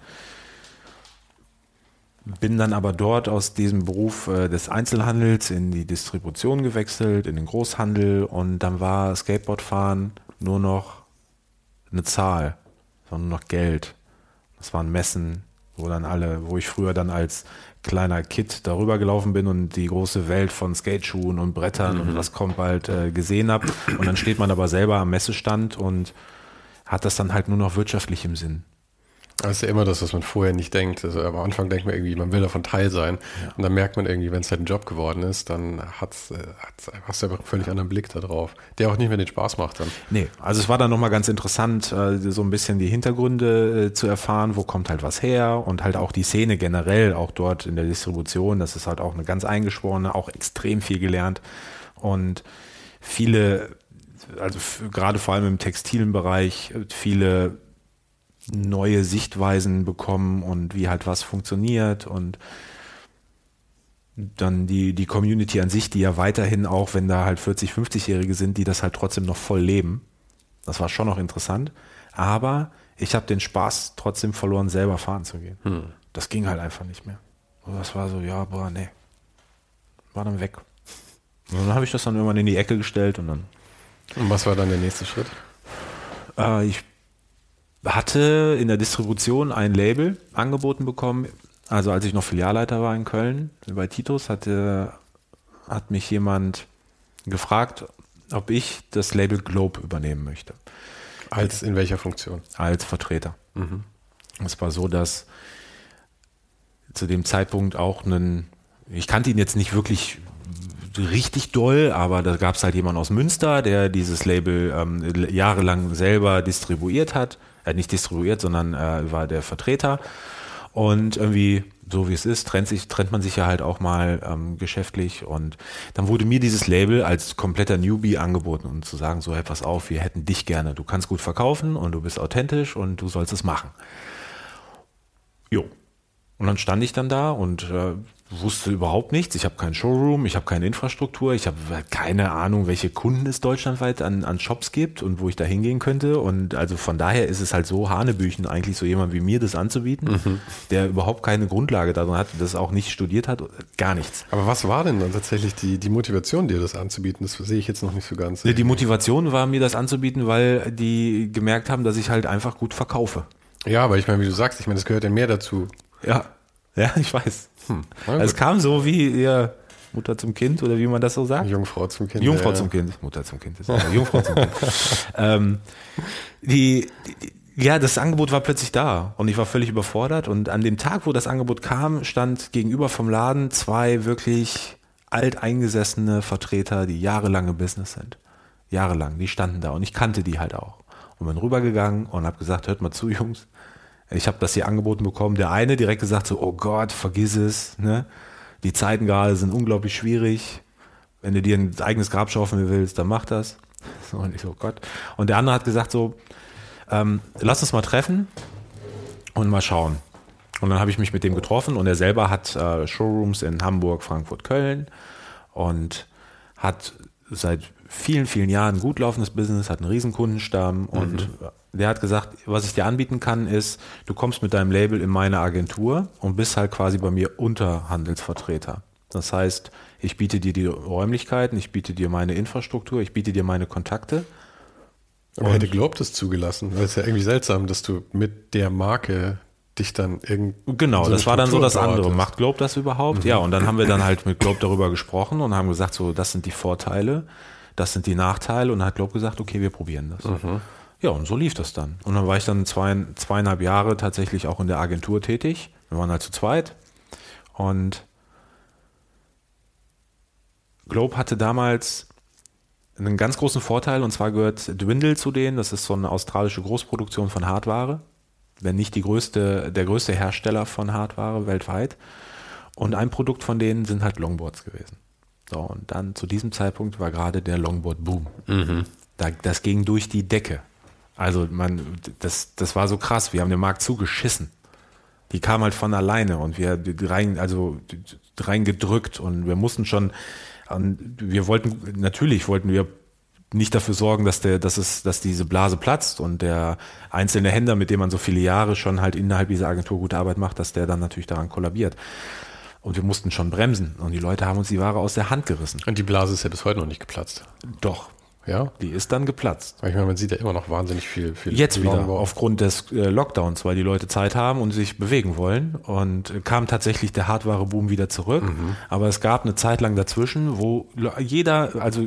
bin dann aber dort aus diesem Beruf äh, des Einzelhandels in die Distribution gewechselt, in den Großhandel und dann war Skateboardfahren nur noch eine Zahl, sondern nur noch Geld. Das waren Messen, wo dann alle, wo ich früher dann als kleiner Kid darüber gelaufen bin und die große Welt von Skateschuhen und Brettern mhm. und was kommt bald äh, gesehen habe und dann steht man aber selber am Messestand und hat das dann halt nur noch wirtschaftlich im Sinn. Das ist ja immer das, was man vorher nicht denkt. Also am Anfang denkt man irgendwie, man will davon Teil sein. Ja. Und dann merkt man irgendwie, wenn es halt ein Job geworden ist, dann hat's, hat's, hast du einfach einen völlig anderen Blick da drauf, der auch nicht mehr den Spaß macht dann. Nee, also es war dann nochmal ganz interessant, so ein bisschen die Hintergründe zu erfahren, wo kommt halt was her und halt auch die Szene generell, auch dort in der Distribution, das ist halt auch eine ganz eingeschworene, auch extrem viel gelernt und viele, also gerade vor allem im textilen Bereich, viele neue Sichtweisen bekommen und wie halt was funktioniert und dann die, die Community an sich, die ja weiterhin auch, wenn da halt vierzig-, fünfzigjährige sind, die das halt trotzdem noch voll leben. Das war schon noch interessant, aber ich habe den Spaß trotzdem verloren, selber fahren zu gehen. Hm. Das ging halt einfach nicht mehr. Und das war so, ja, boah, nee. War dann weg. Und dann habe ich das dann irgendwann in die Ecke gestellt und dann... Und was war dann der nächste Schritt? Äh, ich hatte in der Distribution ein Label angeboten bekommen, also als ich noch Filialleiter war in Köln, bei Titus, hatte, hat mich jemand gefragt, ob ich das Label Globe übernehmen möchte. Als in welcher Funktion? Als Vertreter. Mhm. Es war so, dass zu dem Zeitpunkt auch ein ich kannte ihn jetzt nicht wirklich richtig doll, aber da gab es halt jemanden aus Münster, der dieses Label ähm, jahrelang selber distribuiert hat. Äh, nicht distribuiert, sondern äh, war der Vertreter. Und irgendwie, so wie es ist, trennt, sich, trennt man sich ja halt auch mal ähm, geschäftlich. Und dann wurde mir dieses Label als kompletter Newbie angeboten, um zu sagen, so, hey, pass auf, wir hätten dich gerne. Du kannst gut verkaufen und du bist authentisch und du sollst es machen. Jo. Und dann stand ich dann da und äh, wusste überhaupt nichts. Ich habe keinen Showroom, ich habe keine Infrastruktur, ich habe keine Ahnung, welche Kunden es deutschlandweit an, an Shops gibt und wo ich da hingehen könnte. Und also von daher ist es halt so Hanebüchen, eigentlich so jemand wie mir das anzubieten, mhm. der überhaupt keine Grundlage darin hat, das auch nicht studiert hat, gar nichts. Aber was war denn dann tatsächlich die, die Motivation, dir das anzubieten? Das sehe ich jetzt noch nicht so ganz. Die Motivation war, mir das anzubieten, weil die gemerkt haben, dass ich halt einfach gut verkaufe. Ja, aber ich meine, wie du sagst, ich meine, das gehört ja mehr dazu. Ja, ja, ich weiß. Hm, also es kam so wie ihr Mutter zum Kind oder wie man das so sagt. Jungfrau zum Kind. Jungfrau ja. zum Kind. Mutter zum Kind ist ja Jungfrau zum Kind. ähm, die, die, ja, das Angebot war plötzlich da und ich war völlig überfordert. Und an dem Tag, wo das Angebot kam, stand gegenüber vom Laden zwei wirklich alteingesessene Vertreter, die jahrelang im Business sind. Jahrelang, die standen da und ich kannte die halt auch. Und bin rübergegangen und habe gesagt, hört mal zu, Jungs. Ich habe das hier angeboten bekommen. Der eine direkt gesagt so, oh Gott, vergiss es. Ne? Die Zeiten gerade sind unglaublich schwierig. Wenn du dir ein eigenes Grab schaufeln willst, dann mach das. Und ich so, oh Gott. Und der andere hat gesagt so, ähm, lass uns mal treffen und mal schauen. Und dann habe ich mich mit dem getroffen und er selber hat äh, Showrooms in Hamburg, Frankfurt, Köln und hat seit vielen, vielen Jahren ein gut laufendes Business, hat einen riesen Kundenstamm und mhm. der hat gesagt, was ich dir anbieten kann, ist, du kommst mit deinem Label in meine Agentur und bist halt quasi bei mir Unterhandelsvertreter. Das heißt, ich biete dir die Räumlichkeiten, ich biete dir meine Infrastruktur, ich biete dir meine Kontakte. Aber und hätte Globe das zugelassen? Weil es ist ja irgendwie seltsam, dass du mit der Marke dich dann irgendwie... Genau, so das war dann so das andere. Ist. Macht Globe das überhaupt? Mhm. Ja, und dann haben wir dann halt mit Globe darüber gesprochen und haben gesagt, so, das sind die Vorteile, das sind die Nachteile und dann hat Globe gesagt, okay, wir probieren das. Mhm. Ja, und so lief das dann. Und dann war ich dann zwei, zweieinhalb Jahre tatsächlich auch in der Agentur tätig. Wir waren halt zu zweit. Und Globe hatte damals einen ganz großen Vorteil, und zwar gehört Dwindle zu denen. Das ist so eine australische Großproduktion von Hardware. Wenn nicht die größte, der größte Hersteller von Hardware weltweit. Und ein Produkt von denen sind halt Longboards gewesen. So, und dann zu diesem Zeitpunkt war gerade der Longboard-Boom. Mhm. Da, das ging durch die Decke. Also man, das, das war so krass. Wir haben den Markt zugeschissen. Die kam halt von alleine und wir rein, also reingedrückt und wir mussten schon, wir wollten, natürlich wollten wir nicht dafür sorgen, dass der, dass es, dass diese Blase platzt und der einzelne Händler, mit dem man so viele Jahre schon halt innerhalb dieser Agentur gute Arbeit macht, dass der dann natürlich daran kollabiert. Und wir mussten schon bremsen und die Leute haben uns die Ware aus der Hand gerissen. Und die Blase ist ja bis heute noch nicht geplatzt. Doch. Ja? Die ist dann geplatzt. Ich meine, man sieht ja immer noch wahnsinnig viel. viel Jetzt wieder, Longboard. Aufgrund des äh, Lockdowns, weil die Leute Zeit haben und sich bewegen wollen. Und äh, kam tatsächlich der Hardware-Boom wieder zurück. Mhm. Aber es gab eine Zeit lang dazwischen, wo jeder, also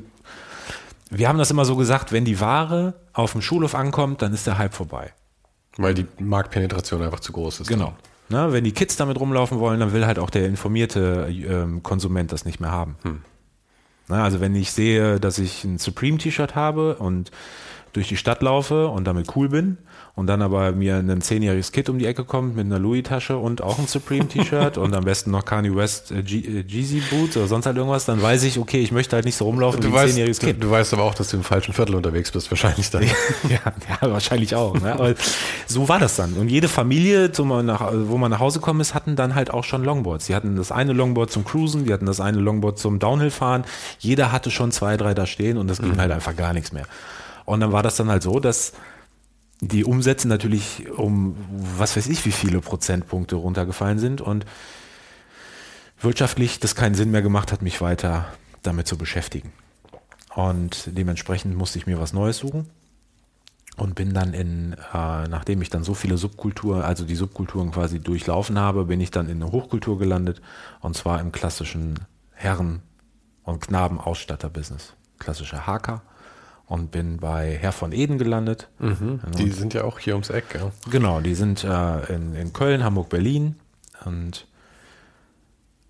wir haben das immer so gesagt, wenn die Ware auf dem Schulhof ankommt, dann ist der Hype vorbei. Weil die Marktpenetration einfach zu groß ist. Genau. Na, wenn die Kids damit rumlaufen wollen, dann will halt auch der informierte ähm, Konsument das nicht mehr haben. Hm. Na, also wenn ich sehe, dass ich ein Supreme-T-Shirt habe und durch die Stadt laufe und damit cool bin und dann aber mir ein zehnjähriges Kid um die Ecke kommt mit einer Louis-Tasche und auch ein Supreme-T-Shirt und am besten noch Kanye West äh, Yeezy-Boots oder sonst halt irgendwas, dann weiß ich, okay, ich möchte halt nicht so rumlaufen du wie ein weißt, zehnjähriges Kind. Du, du weißt aber auch, dass du im falschen Viertel unterwegs bist, wahrscheinlich dann. ja, ja, wahrscheinlich auch. Ne? Aber so war das dann. Und jede Familie, wo man nach, wo man nach Hause gekommen ist, hatten dann halt auch schon Longboards. Die hatten das eine Longboard zum Cruisen, die hatten das eine Longboard zum Downhill-Fahren. Jeder hatte schon zwei, drei da stehen und das ging mhm. halt einfach gar nichts mehr. Und dann war das dann halt so, dass die Umsätze natürlich um was weiß ich wie viele Prozentpunkte runtergefallen sind und wirtschaftlich das keinen Sinn mehr gemacht hat, mich weiter damit zu beschäftigen. Und dementsprechend musste ich mir was Neues suchen und bin dann in, äh, nachdem ich dann so viele Subkulturen, also die Subkulturen quasi durchlaufen habe, bin ich dann in eine Hochkultur gelandet und zwar im klassischen Herren- und Knaben-Ausstatter-Business. Klassischer Haker. Und bin bei Herr von Eden gelandet. Mhm. Die sind ja auch hier ums Eck, ja. Genau, die sind äh, in, in Köln, Hamburg, Berlin. Und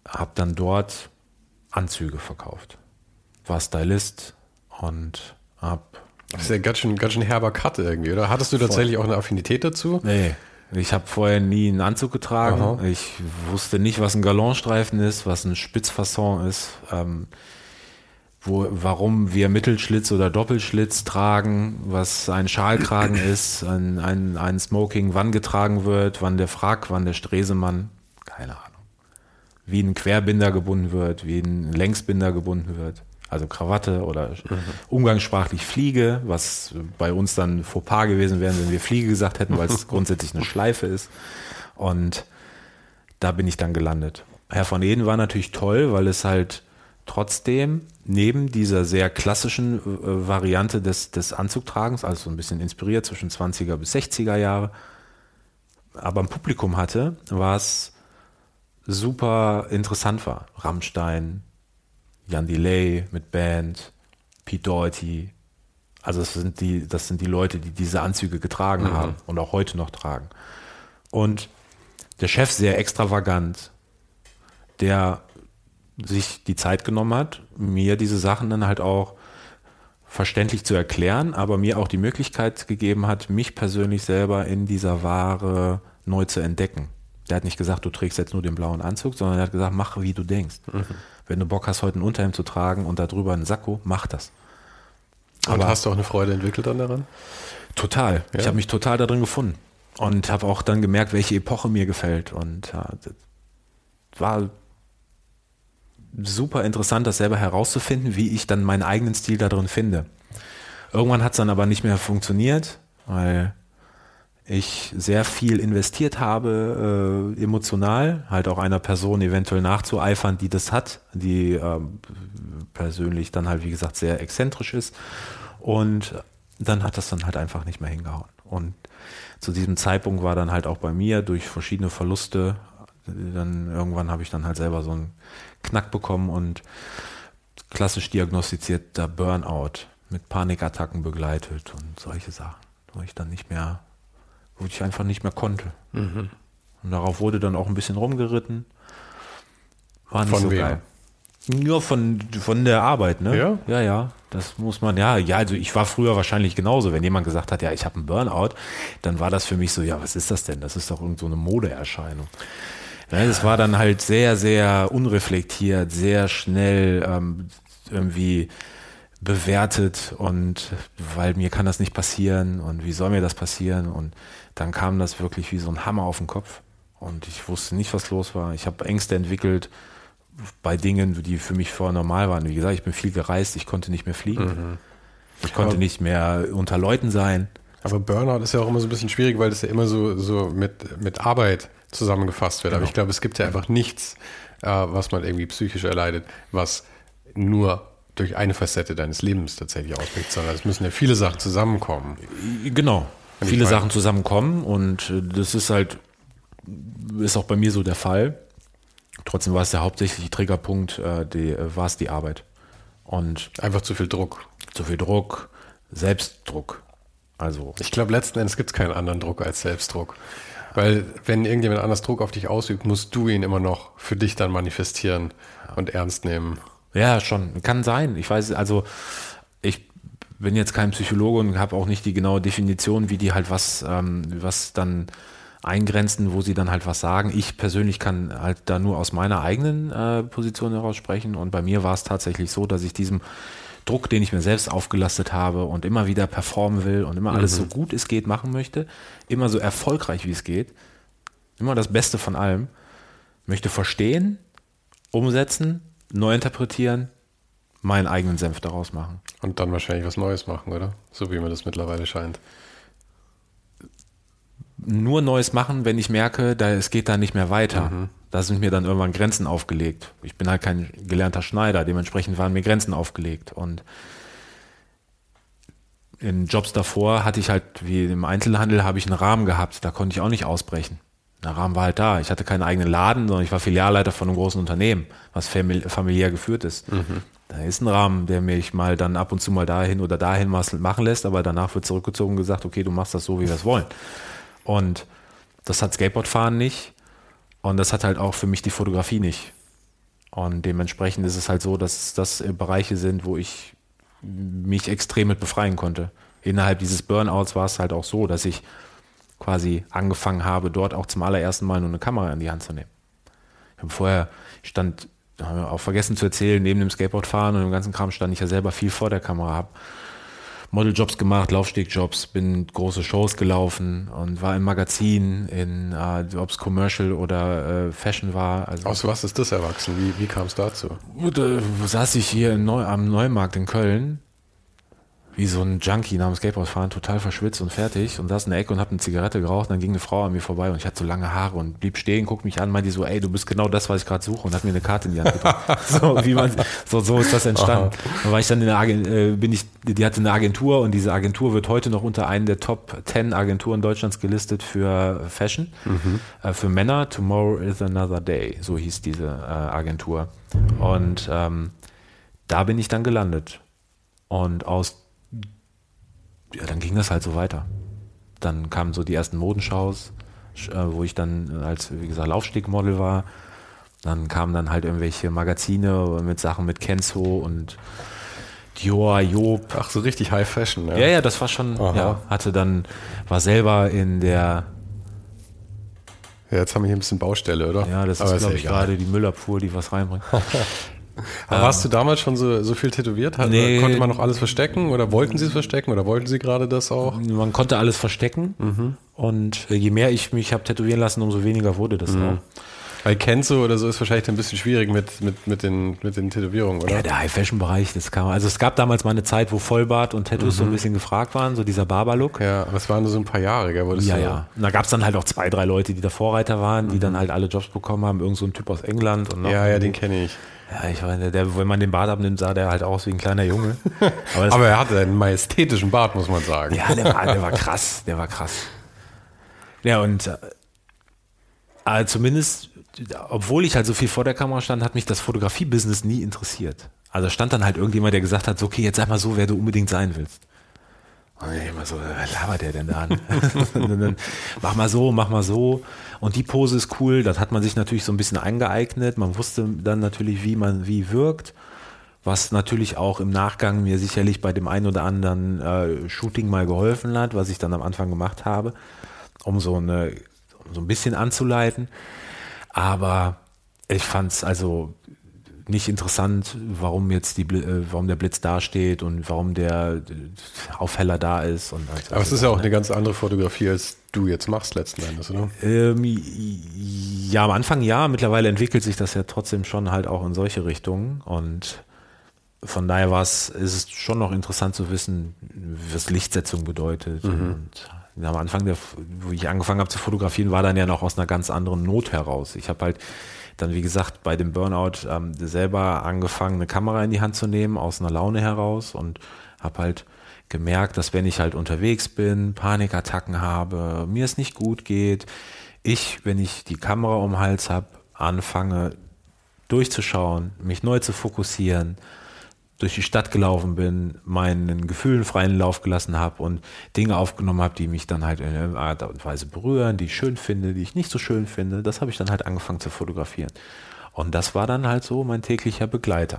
habe dann dort Anzüge verkauft. War Stylist und hab. Das ist ja ganz schön, ganz schön herber Cut irgendwie, oder? Hattest du tatsächlich auch eine Affinität dazu? Nee. Ich habe vorher nie einen Anzug getragen. Aha. Ich wusste nicht, was ein Galonstreifen ist, was ein Spitzfasson ist, ähm, wo, warum wir Mittelschlitz oder Doppelschlitz tragen, was ein Schalkragen ist, ein, ein, ein Smoking, wann getragen wird, wann der Frack, wann der Stresemann, keine Ahnung. Wie ein Querbinder gebunden wird, wie ein Längsbinder gebunden wird. Also Krawatte oder mhm. umgangssprachlich Fliege, was bei uns dann Fauxpas gewesen wäre, wenn wir Fliege gesagt hätten, weil es grundsätzlich eine Schleife ist. Und da bin ich dann gelandet. Herr von Eden war natürlich toll, weil es halt trotzdem neben dieser sehr klassischen äh, Variante des, des Anzugtragens, also so ein bisschen inspiriert zwischen zwanziger bis sechziger Jahre, aber ein Publikum hatte, was super interessant war. Rammstein, Jan Delay mit Band, Pete Doherty. Also das sind die, das sind die Leute, die diese Anzüge getragen mhm. haben und auch heute noch tragen. Und der Chef sehr extravagant, der sich die Zeit genommen hat, mir diese Sachen dann halt auch verständlich zu erklären, aber mir auch die Möglichkeit gegeben hat, mich persönlich selber in dieser Ware neu zu entdecken. Der hat nicht gesagt, du trägst jetzt nur den blauen Anzug, sondern er hat gesagt, mach wie du denkst. Mhm. Wenn du Bock hast, heute ein Unterhemd zu tragen und darüber einen Sakko, mach das. Aber und hast du auch eine Freude entwickelt dann daran? Total. Ja. Ich habe mich total darin gefunden und habe auch dann gemerkt, welche Epoche mir gefällt. Und ja, das war super interessant, das selber herauszufinden, wie ich dann meinen eigenen Stil da drin finde. Irgendwann hat es dann aber nicht mehr funktioniert, weil ich sehr viel investiert habe, äh, emotional, halt auch einer Person eventuell nachzueifern, die das hat, die äh, persönlich dann halt, wie gesagt, sehr exzentrisch ist. Und dann hat das dann halt einfach nicht mehr hingehauen. Und zu diesem Zeitpunkt war dann halt auch bei mir durch verschiedene Verluste, dann irgendwann habe ich dann halt selber so einen Knack bekommen und klassisch diagnostizierter Burnout mit Panikattacken begleitet und solche Sachen, wo ich dann nicht mehr wo ich einfach nicht mehr konnte. Mhm. Und darauf wurde dann auch ein bisschen rumgeritten. War nicht von so wem? Geil. Ja, von, von der Arbeit, ne? Ja? Ja, ja. Das muss man, ja, ja, also ich war früher wahrscheinlich genauso. Wenn jemand gesagt hat, ja, ich habe einen Burnout, dann war das für mich so, ja, was ist das denn? Das ist doch irgend so eine Modeerscheinung. Ja, das war dann halt sehr, sehr unreflektiert, sehr schnell ähm, irgendwie bewertet und weil mir kann das nicht passieren und wie soll mir das passieren und dann kam das wirklich wie so ein Hammer auf den Kopf und ich wusste nicht, was los war. Ich habe Ängste entwickelt bei Dingen, die für mich vorher normal waren. Wie gesagt, ich bin viel gereist, ich konnte nicht mehr fliegen. Mhm. Ich konnte aber nicht mehr unter Leuten sein. Aber Burnout ist ja auch immer so ein bisschen schwierig, weil das ja immer so, so mit, mit Arbeit zusammengefasst wird. Genau. Aber ich glaube, es gibt ja einfach nichts, äh, was man irgendwie psychisch erleidet, was nur durch eine Facette deines Lebens tatsächlich auswirkt, sondern es müssen ja viele Sachen zusammenkommen. Genau, wenn viele Sachen zusammenkommen und das ist halt, ist auch bei mir so der Fall. Trotzdem war es der hauptsächliche Triggerpunkt, äh, die, war es die Arbeit. Und einfach zu viel Druck. Zu viel Druck, Selbstdruck. Also ich glaube, letzten Endes gibt es keinen anderen Druck als Selbstdruck. Weil wenn irgendjemand anders Druck auf dich ausübt, musst du ihn immer noch für dich dann manifestieren und ernst nehmen. Ja, schon. Kann sein. Ich weiß, also ich bin jetzt kein Psychologe und habe auch nicht die genaue Definition, wie die halt was, ähm, was dann eingrenzen, wo sie dann halt was sagen. Ich persönlich kann halt da nur aus meiner eigenen äh, Position heraus sprechen und bei mir war es tatsächlich so, dass ich diesem Druck, den ich mir selbst aufgelastet habe und immer wieder performen will und immer alles mhm. so gut es geht machen möchte, immer so erfolgreich wie es geht, immer das Beste von allem, möchte verstehen, umsetzen, neu interpretieren, meinen eigenen Senf daraus machen. Und dann wahrscheinlich was Neues machen, oder? So wie mir das mittlerweile scheint. Nur Neues machen, wenn ich merke, da, es geht da nicht mehr weiter. Mhm. Da sind mir dann irgendwann Grenzen aufgelegt. Ich bin halt kein gelernter Schneider, dementsprechend waren mir Grenzen aufgelegt. Und in Jobs davor hatte ich halt, wie im Einzelhandel, habe ich einen Rahmen gehabt. Da konnte ich auch nicht ausbrechen. Der Rahmen war halt da. Ich hatte keinen eigenen Laden, sondern ich war Filialleiter von einem großen Unternehmen, was familiär geführt ist. Mhm. Da ist ein Rahmen, der mich mal dann ab und zu mal dahin oder dahin machen lässt, aber danach wird zurückgezogen und gesagt, okay, du machst das so, wie wir es wollen. Und das hat Skateboardfahren nicht und das hat halt auch für mich die Fotografie nicht. Und dementsprechend ist es halt so, dass das Bereiche sind, wo ich mich extrem mit befreien konnte. Innerhalb dieses Burnouts war es halt auch so, dass ich quasi angefangen habe, dort auch zum allerersten Mal nur eine Kamera in die Hand zu nehmen. Ich habe vorher, stand, haben wir auch vergessen zu erzählen, neben dem Skateboardfahren und dem ganzen Kram stand ich ja selber viel vor der Kamera, habe Modeljobs gemacht, Laufstegjobs, bin große Shows gelaufen und war im Magazin, in äh, ob es Commercial oder äh, Fashion war. Also, aus was ist das erwachsen? Wie, wie kam es dazu? Da saß ich hier in Neu, am Neumarkt in Köln, wie so ein Junkie nach dem Skateboardfahren, total verschwitzt und fertig und saß in der Ecke und hab eine Zigarette geraucht. Und dann ging eine Frau an mir vorbei und ich hatte so lange Haare und blieb stehen, guckt mich an, meinte so, ey, du bist genau das, was ich gerade suche, und hat mir eine Karte in die Hand gedrückt. so, wie man, so, so ist das entstanden. Da war ich dann in der Agentur, äh, bin ich, die hatte eine Agentur und diese Agentur wird heute noch unter einen der Top zehn Agenturen Deutschlands gelistet für Fashion, mhm. äh, für Männer. Tomorrow is another day, so hieß diese äh, Agentur. Und ähm, da bin ich dann gelandet. Und aus ja, dann ging das halt so weiter. Dann kamen so die ersten Modenshows, wo ich dann als, wie gesagt, Laufstegmodel war. Dann kamen dann halt irgendwelche Magazine mit Sachen mit Kenzo und Dior, Job. Ach, so richtig High Fashion, ja. Ja, ja, das war schon, Aha. ja, hatte dann, war selber in der... Ja, jetzt haben wir hier ein bisschen Baustelle, oder? Ja, das Aber ist, glaube ich, gerade die Müllabfuhr, die was reinbringt. Aber warst du damals schon so, so viel tätowiert? Hat, nee. Konnte man noch alles verstecken oder wollten sie es verstecken oder wollten sie gerade das auch? Man konnte alles verstecken mhm. und je mehr ich mich habe tätowieren lassen, umso weniger wurde das mhm. auch. Weil Kenzo oder so ist wahrscheinlich ein bisschen schwierig mit, mit, mit, den, mit den Tätowierungen, oder? Ja, der High-Fashion-Bereich, das kam. Also es gab damals mal eine Zeit, wo Vollbart und Tattoos mhm. so ein bisschen gefragt waren, so dieser Barber-Look. Ja, aber es waren nur so ein paar Jahre, gell? Ja, so ja. Und da gab es dann halt auch zwei, drei Leute, die da Vorreiter waren, die mhm. dann halt alle Jobs bekommen haben. Irgend so ein Typ aus England. Und noch ja, ja, den kenne ich. Ja, ich meine, der, wenn man den Bart abnimmt, sah der halt aus wie ein kleiner Junge. Aber, Aber er hatte einen majestätischen Bart, muss man sagen. Ja, der war, der war krass, der war krass. Ja, und äh, zumindest, obwohl ich halt so viel vor der Kamera stand, hat mich das Fotografie-Business nie interessiert. Also stand dann halt irgendjemand, der gesagt hat, so, okay, jetzt sag mal so, wer du unbedingt sein willst. Und ich immer so, was labert der denn da an? dann, mach mal so, mach mal so. Und die Pose ist cool, das hat man sich natürlich so ein bisschen eingeeignet. Man wusste dann natürlich, wie man wie wirkt. Was natürlich auch im Nachgang mir sicherlich bei dem einen oder anderen äh, Shooting mal geholfen hat, was ich dann am Anfang gemacht habe, um so, eine, um so ein bisschen anzuleiten. Aber ich fand es also nicht interessant, warum jetzt die, äh, warum der Blitz dasteht und warum der Aufheller da ist. Und also Aber es ist ja auch eine ganz andere Fotografie, als du jetzt machst letzten Endes, oder? Ähm, ja, am Anfang ja. Mittlerweile entwickelt sich das ja trotzdem schon halt auch in solche Richtungen. Und von daher war es, ist es schon noch interessant zu wissen, was Lichtsetzung bedeutet. Mhm. Und am Anfang, der, wo ich angefangen habe zu fotografieren, war dann ja noch aus einer ganz anderen Not heraus. Ich habe halt dann, wie gesagt, bei dem Burnout ähm, selber angefangen, eine Kamera in die Hand zu nehmen, aus einer Laune heraus, und habe halt gemerkt, dass wenn ich halt unterwegs bin, Panikattacken habe, mir es nicht gut geht, ich, wenn ich die Kamera um den Hals habe, anfange durchzuschauen, mich neu zu fokussieren, durch die Stadt gelaufen bin, meinen Gefühlen freien Lauf gelassen habe und Dinge aufgenommen habe, die mich dann halt in einer Art und Weise berühren, die ich schön finde, die ich nicht so schön finde. Das habe ich dann halt angefangen zu fotografieren. Und das war dann halt so mein täglicher Begleiter.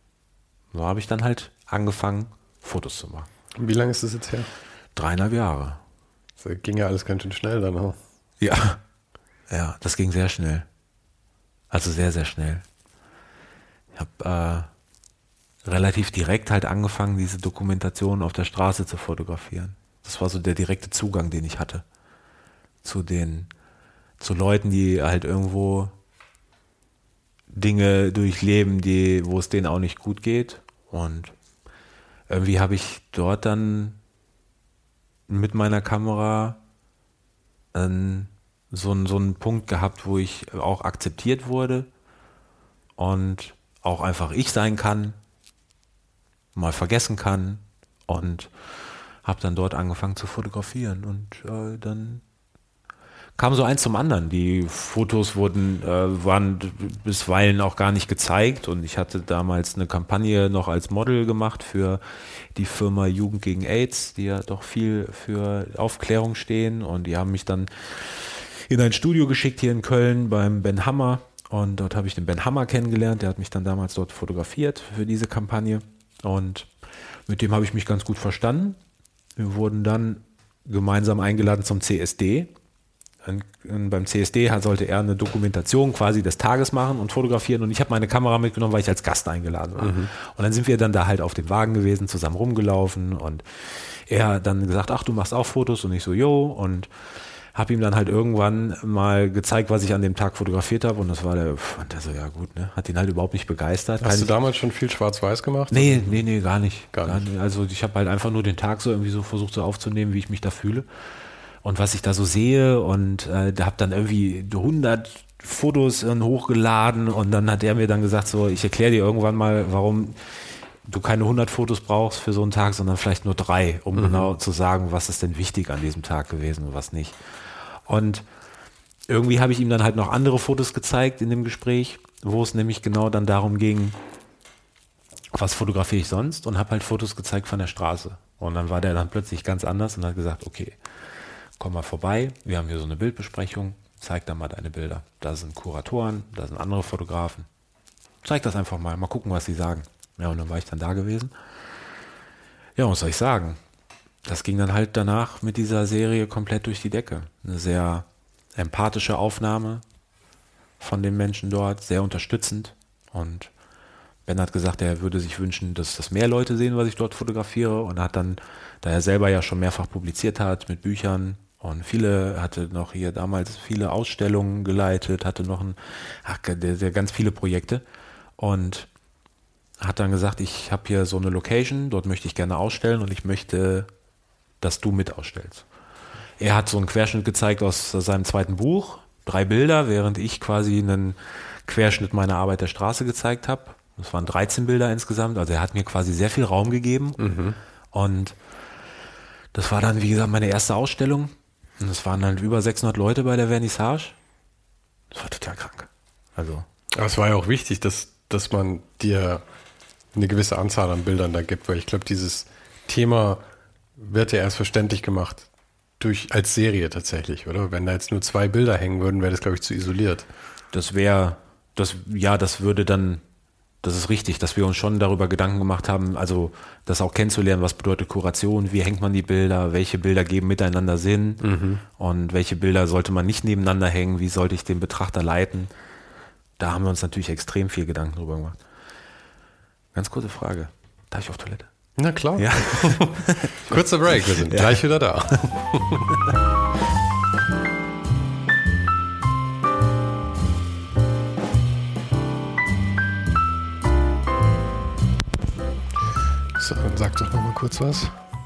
So habe ich dann halt angefangen, Fotos zu machen. Und wie lange ist das jetzt her? Dreieinhalb Jahre. Das ging ja alles ganz schön schnell dann auch. Ja, ja, das ging sehr schnell. Also sehr, sehr schnell. Ich habe äh, relativ direkt halt angefangen, diese Dokumentation auf der Straße zu fotografieren. Das war so der direkte Zugang, den ich hatte zu den, zu Leuten, die halt irgendwo Dinge durchleben, die, wo es denen auch nicht gut geht. Und irgendwie habe ich dort dann mit meiner Kamera ähm, so, so einen Punkt gehabt, wo ich auch akzeptiert wurde und auch einfach ich sein kann, mal vergessen kann, und habe dann dort angefangen zu fotografieren, und äh, dann kam so eins zum anderen. Die Fotos wurden, äh, waren bisweilen auch gar nicht gezeigt, und ich hatte damals eine Kampagne noch als Model gemacht für die Firma Jugend gegen AIDS, die ja doch viel für Aufklärung stehen, und die haben mich dann in ein Studio geschickt hier in Köln beim Ben Hammer. Und dort habe ich den Ben Hammer kennengelernt, der hat mich dann damals dort fotografiert für diese Kampagne. Und mit dem habe ich mich ganz gut verstanden. Wir wurden dann gemeinsam eingeladen zum C S D. Und, und beim C S D sollte er eine Dokumentation quasi des Tages machen und fotografieren. Und ich habe meine Kamera mitgenommen, weil ich als Gast eingeladen war. Mhm. Und dann sind wir dann da halt auf dem Wagen gewesen, zusammen rumgelaufen. Und er hat dann gesagt, ach, du machst auch Fotos? Und ich so, jo. Und habe ihm dann halt irgendwann mal gezeigt, was ich an dem Tag fotografiert habe. Und das war der, und der so, ja gut, ne? Hat ihn halt überhaupt nicht begeistert. Hast Kann du ich, damals schon viel Schwarz-Weiß gemacht? Nee, nee, nee, gar nicht. Gar gar nicht. nicht. Also ich habe halt einfach nur den Tag so irgendwie so versucht so aufzunehmen, wie ich mich da fühle. Und was ich da so sehe. Und äh, da habe dann irgendwie hundert Fotos äh, hochgeladen. Und dann hat er mir dann gesagt, so, ich erkläre dir irgendwann mal, warum du keine hundert Fotos brauchst für so einen Tag, sondern vielleicht nur drei, um mhm. genau zu sagen, was ist denn wichtig an diesem Tag gewesen und was nicht. Und irgendwie habe ich ihm dann halt noch andere Fotos gezeigt in dem Gespräch, wo es nämlich genau dann darum ging, was fotografiere ich sonst, und habe halt Fotos gezeigt von der Straße. Und dann war der dann plötzlich ganz anders und hat gesagt, okay, komm mal vorbei, wir haben hier so eine Bildbesprechung, zeig da mal deine Bilder. Da sind Kuratoren, da sind andere Fotografen. Zeig das einfach mal, mal gucken, was sie sagen. Ja, und dann war ich dann da gewesen. Ja, was soll ich sagen? Das ging dann halt danach mit dieser Serie komplett durch die Decke. Eine sehr empathische Aufnahme von den Menschen dort, sehr unterstützend. Und Ben hat gesagt, er würde sich wünschen, dass das mehr Leute sehen, was ich dort fotografiere. Und hat dann, da er selber ja schon mehrfach publiziert hat mit Büchern und viele, hatte noch hier damals viele Ausstellungen geleitet, hatte noch ein, ach, der, der ganz viele Projekte. Und hat dann gesagt, ich habe hier so eine Location, dort möchte ich gerne ausstellen und ich möchte, dass du mit ausstellst. Er hat so einen Querschnitt gezeigt aus seinem zweiten Buch, drei Bilder, während ich quasi einen Querschnitt meiner Arbeit der Straße gezeigt habe. Das waren dreizehn Bilder insgesamt, also er hat mir quasi sehr viel Raum gegeben. Mhm. Und das war dann, wie gesagt, meine erste Ausstellung. Und es waren dann über sechshundert Leute bei der Vernissage. Das war total krank. Also. Aber es war ja auch wichtig, dass, dass man dir eine gewisse Anzahl an Bildern da gibt, weil ich glaube, dieses Thema wird ja erst verständlich gemacht durch als Serie tatsächlich, oder? Wenn da jetzt nur zwei Bilder hängen würden, wäre das, glaube ich, zu isoliert. Das wäre, das, ja, das würde dann, das ist richtig, dass wir uns schon darüber Gedanken gemacht haben, also das auch kennenzulernen, was bedeutet Kuration, wie hängt man die Bilder, welche Bilder geben miteinander Sinn mhm. und welche Bilder sollte man nicht nebeneinander hängen, wie sollte ich den Betrachter leiten. Da haben wir uns natürlich extrem viel Gedanken drüber gemacht. Ganz kurze Frage. Darf ich auf Toilette? Na klar. Ja. Kurzer Break, wir sind ja. gleich wieder da. So, dann sag doch noch mal kurz was.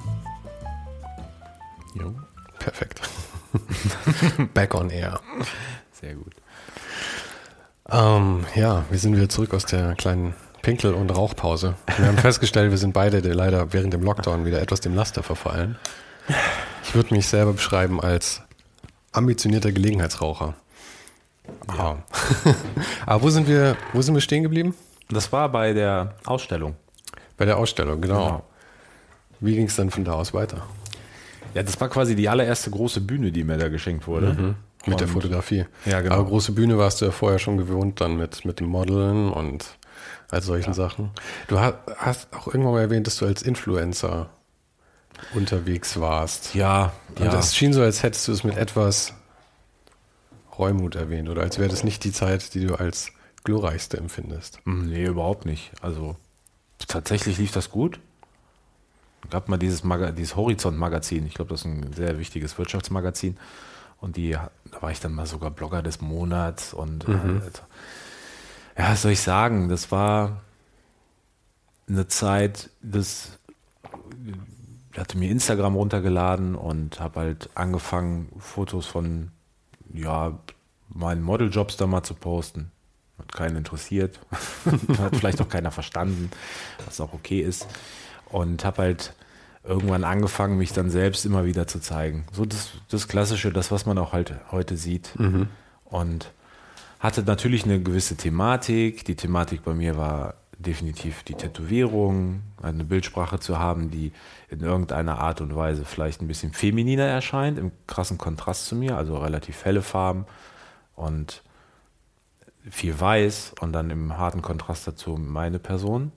Jo, perfekt. Back on air. Sehr gut. Ähm, ja, wir sind wieder zurück aus der kleinen Pinkel- und Rauchpause. Wir haben festgestellt, wir sind beide leider während dem Lockdown wieder etwas dem Laster verfallen. Ich würde mich selber beschreiben als ambitionierter Gelegenheitsraucher. Ja. Aber wo sind wir, wo sind wir stehen geblieben? Das war bei der Ausstellung. Bei der Ausstellung, genau. genau. Wie ging es dann von da aus weiter? Ja, das war quasi die allererste große Bühne, die mir da geschenkt wurde. Mhm. Mit und der Fotografie. Ja, genau. Aber große Bühne warst du ja vorher schon gewohnt, dann mit, mit dem Modeln und all solchen ja. Sachen. Du hast, hast auch irgendwann mal erwähnt, dass du als Influencer unterwegs warst. Ja. Und ja. das schien so, als hättest du es mit etwas Reumut erwähnt oder als wäre das nicht die Zeit, die du als glorreichste empfindest. Nee, überhaupt nicht. Also tatsächlich lief das gut. Es gab mal dieses, Maga- dieses Horizont-Magazin. Ich glaube, das ist ein sehr wichtiges Wirtschaftsmagazin. Und die, da war ich dann mal sogar Blogger des Monats. Und mhm. äh, ja, was soll ich sagen? Das war eine Zeit, das ich hatte mir Instagram runtergeladen und habe halt angefangen, Fotos von ja, meinen Modeljobs da mal zu posten. Hat keinen interessiert. Hat vielleicht auch keiner verstanden, was auch okay ist. Und habe halt irgendwann angefangen, mich dann selbst immer wieder zu zeigen. So das, das Klassische, das, was man auch halt heute sieht. Mhm. Und hatte natürlich eine gewisse Thematik. Die Thematik bei mir war definitiv die Tätowierung, eine Bildsprache zu haben, die in irgendeiner Art und Weise vielleicht ein bisschen femininer erscheint, im krassen Kontrast zu mir, also relativ helle Farben. Und viel weiß und dann im harten Kontrast dazu meine Person.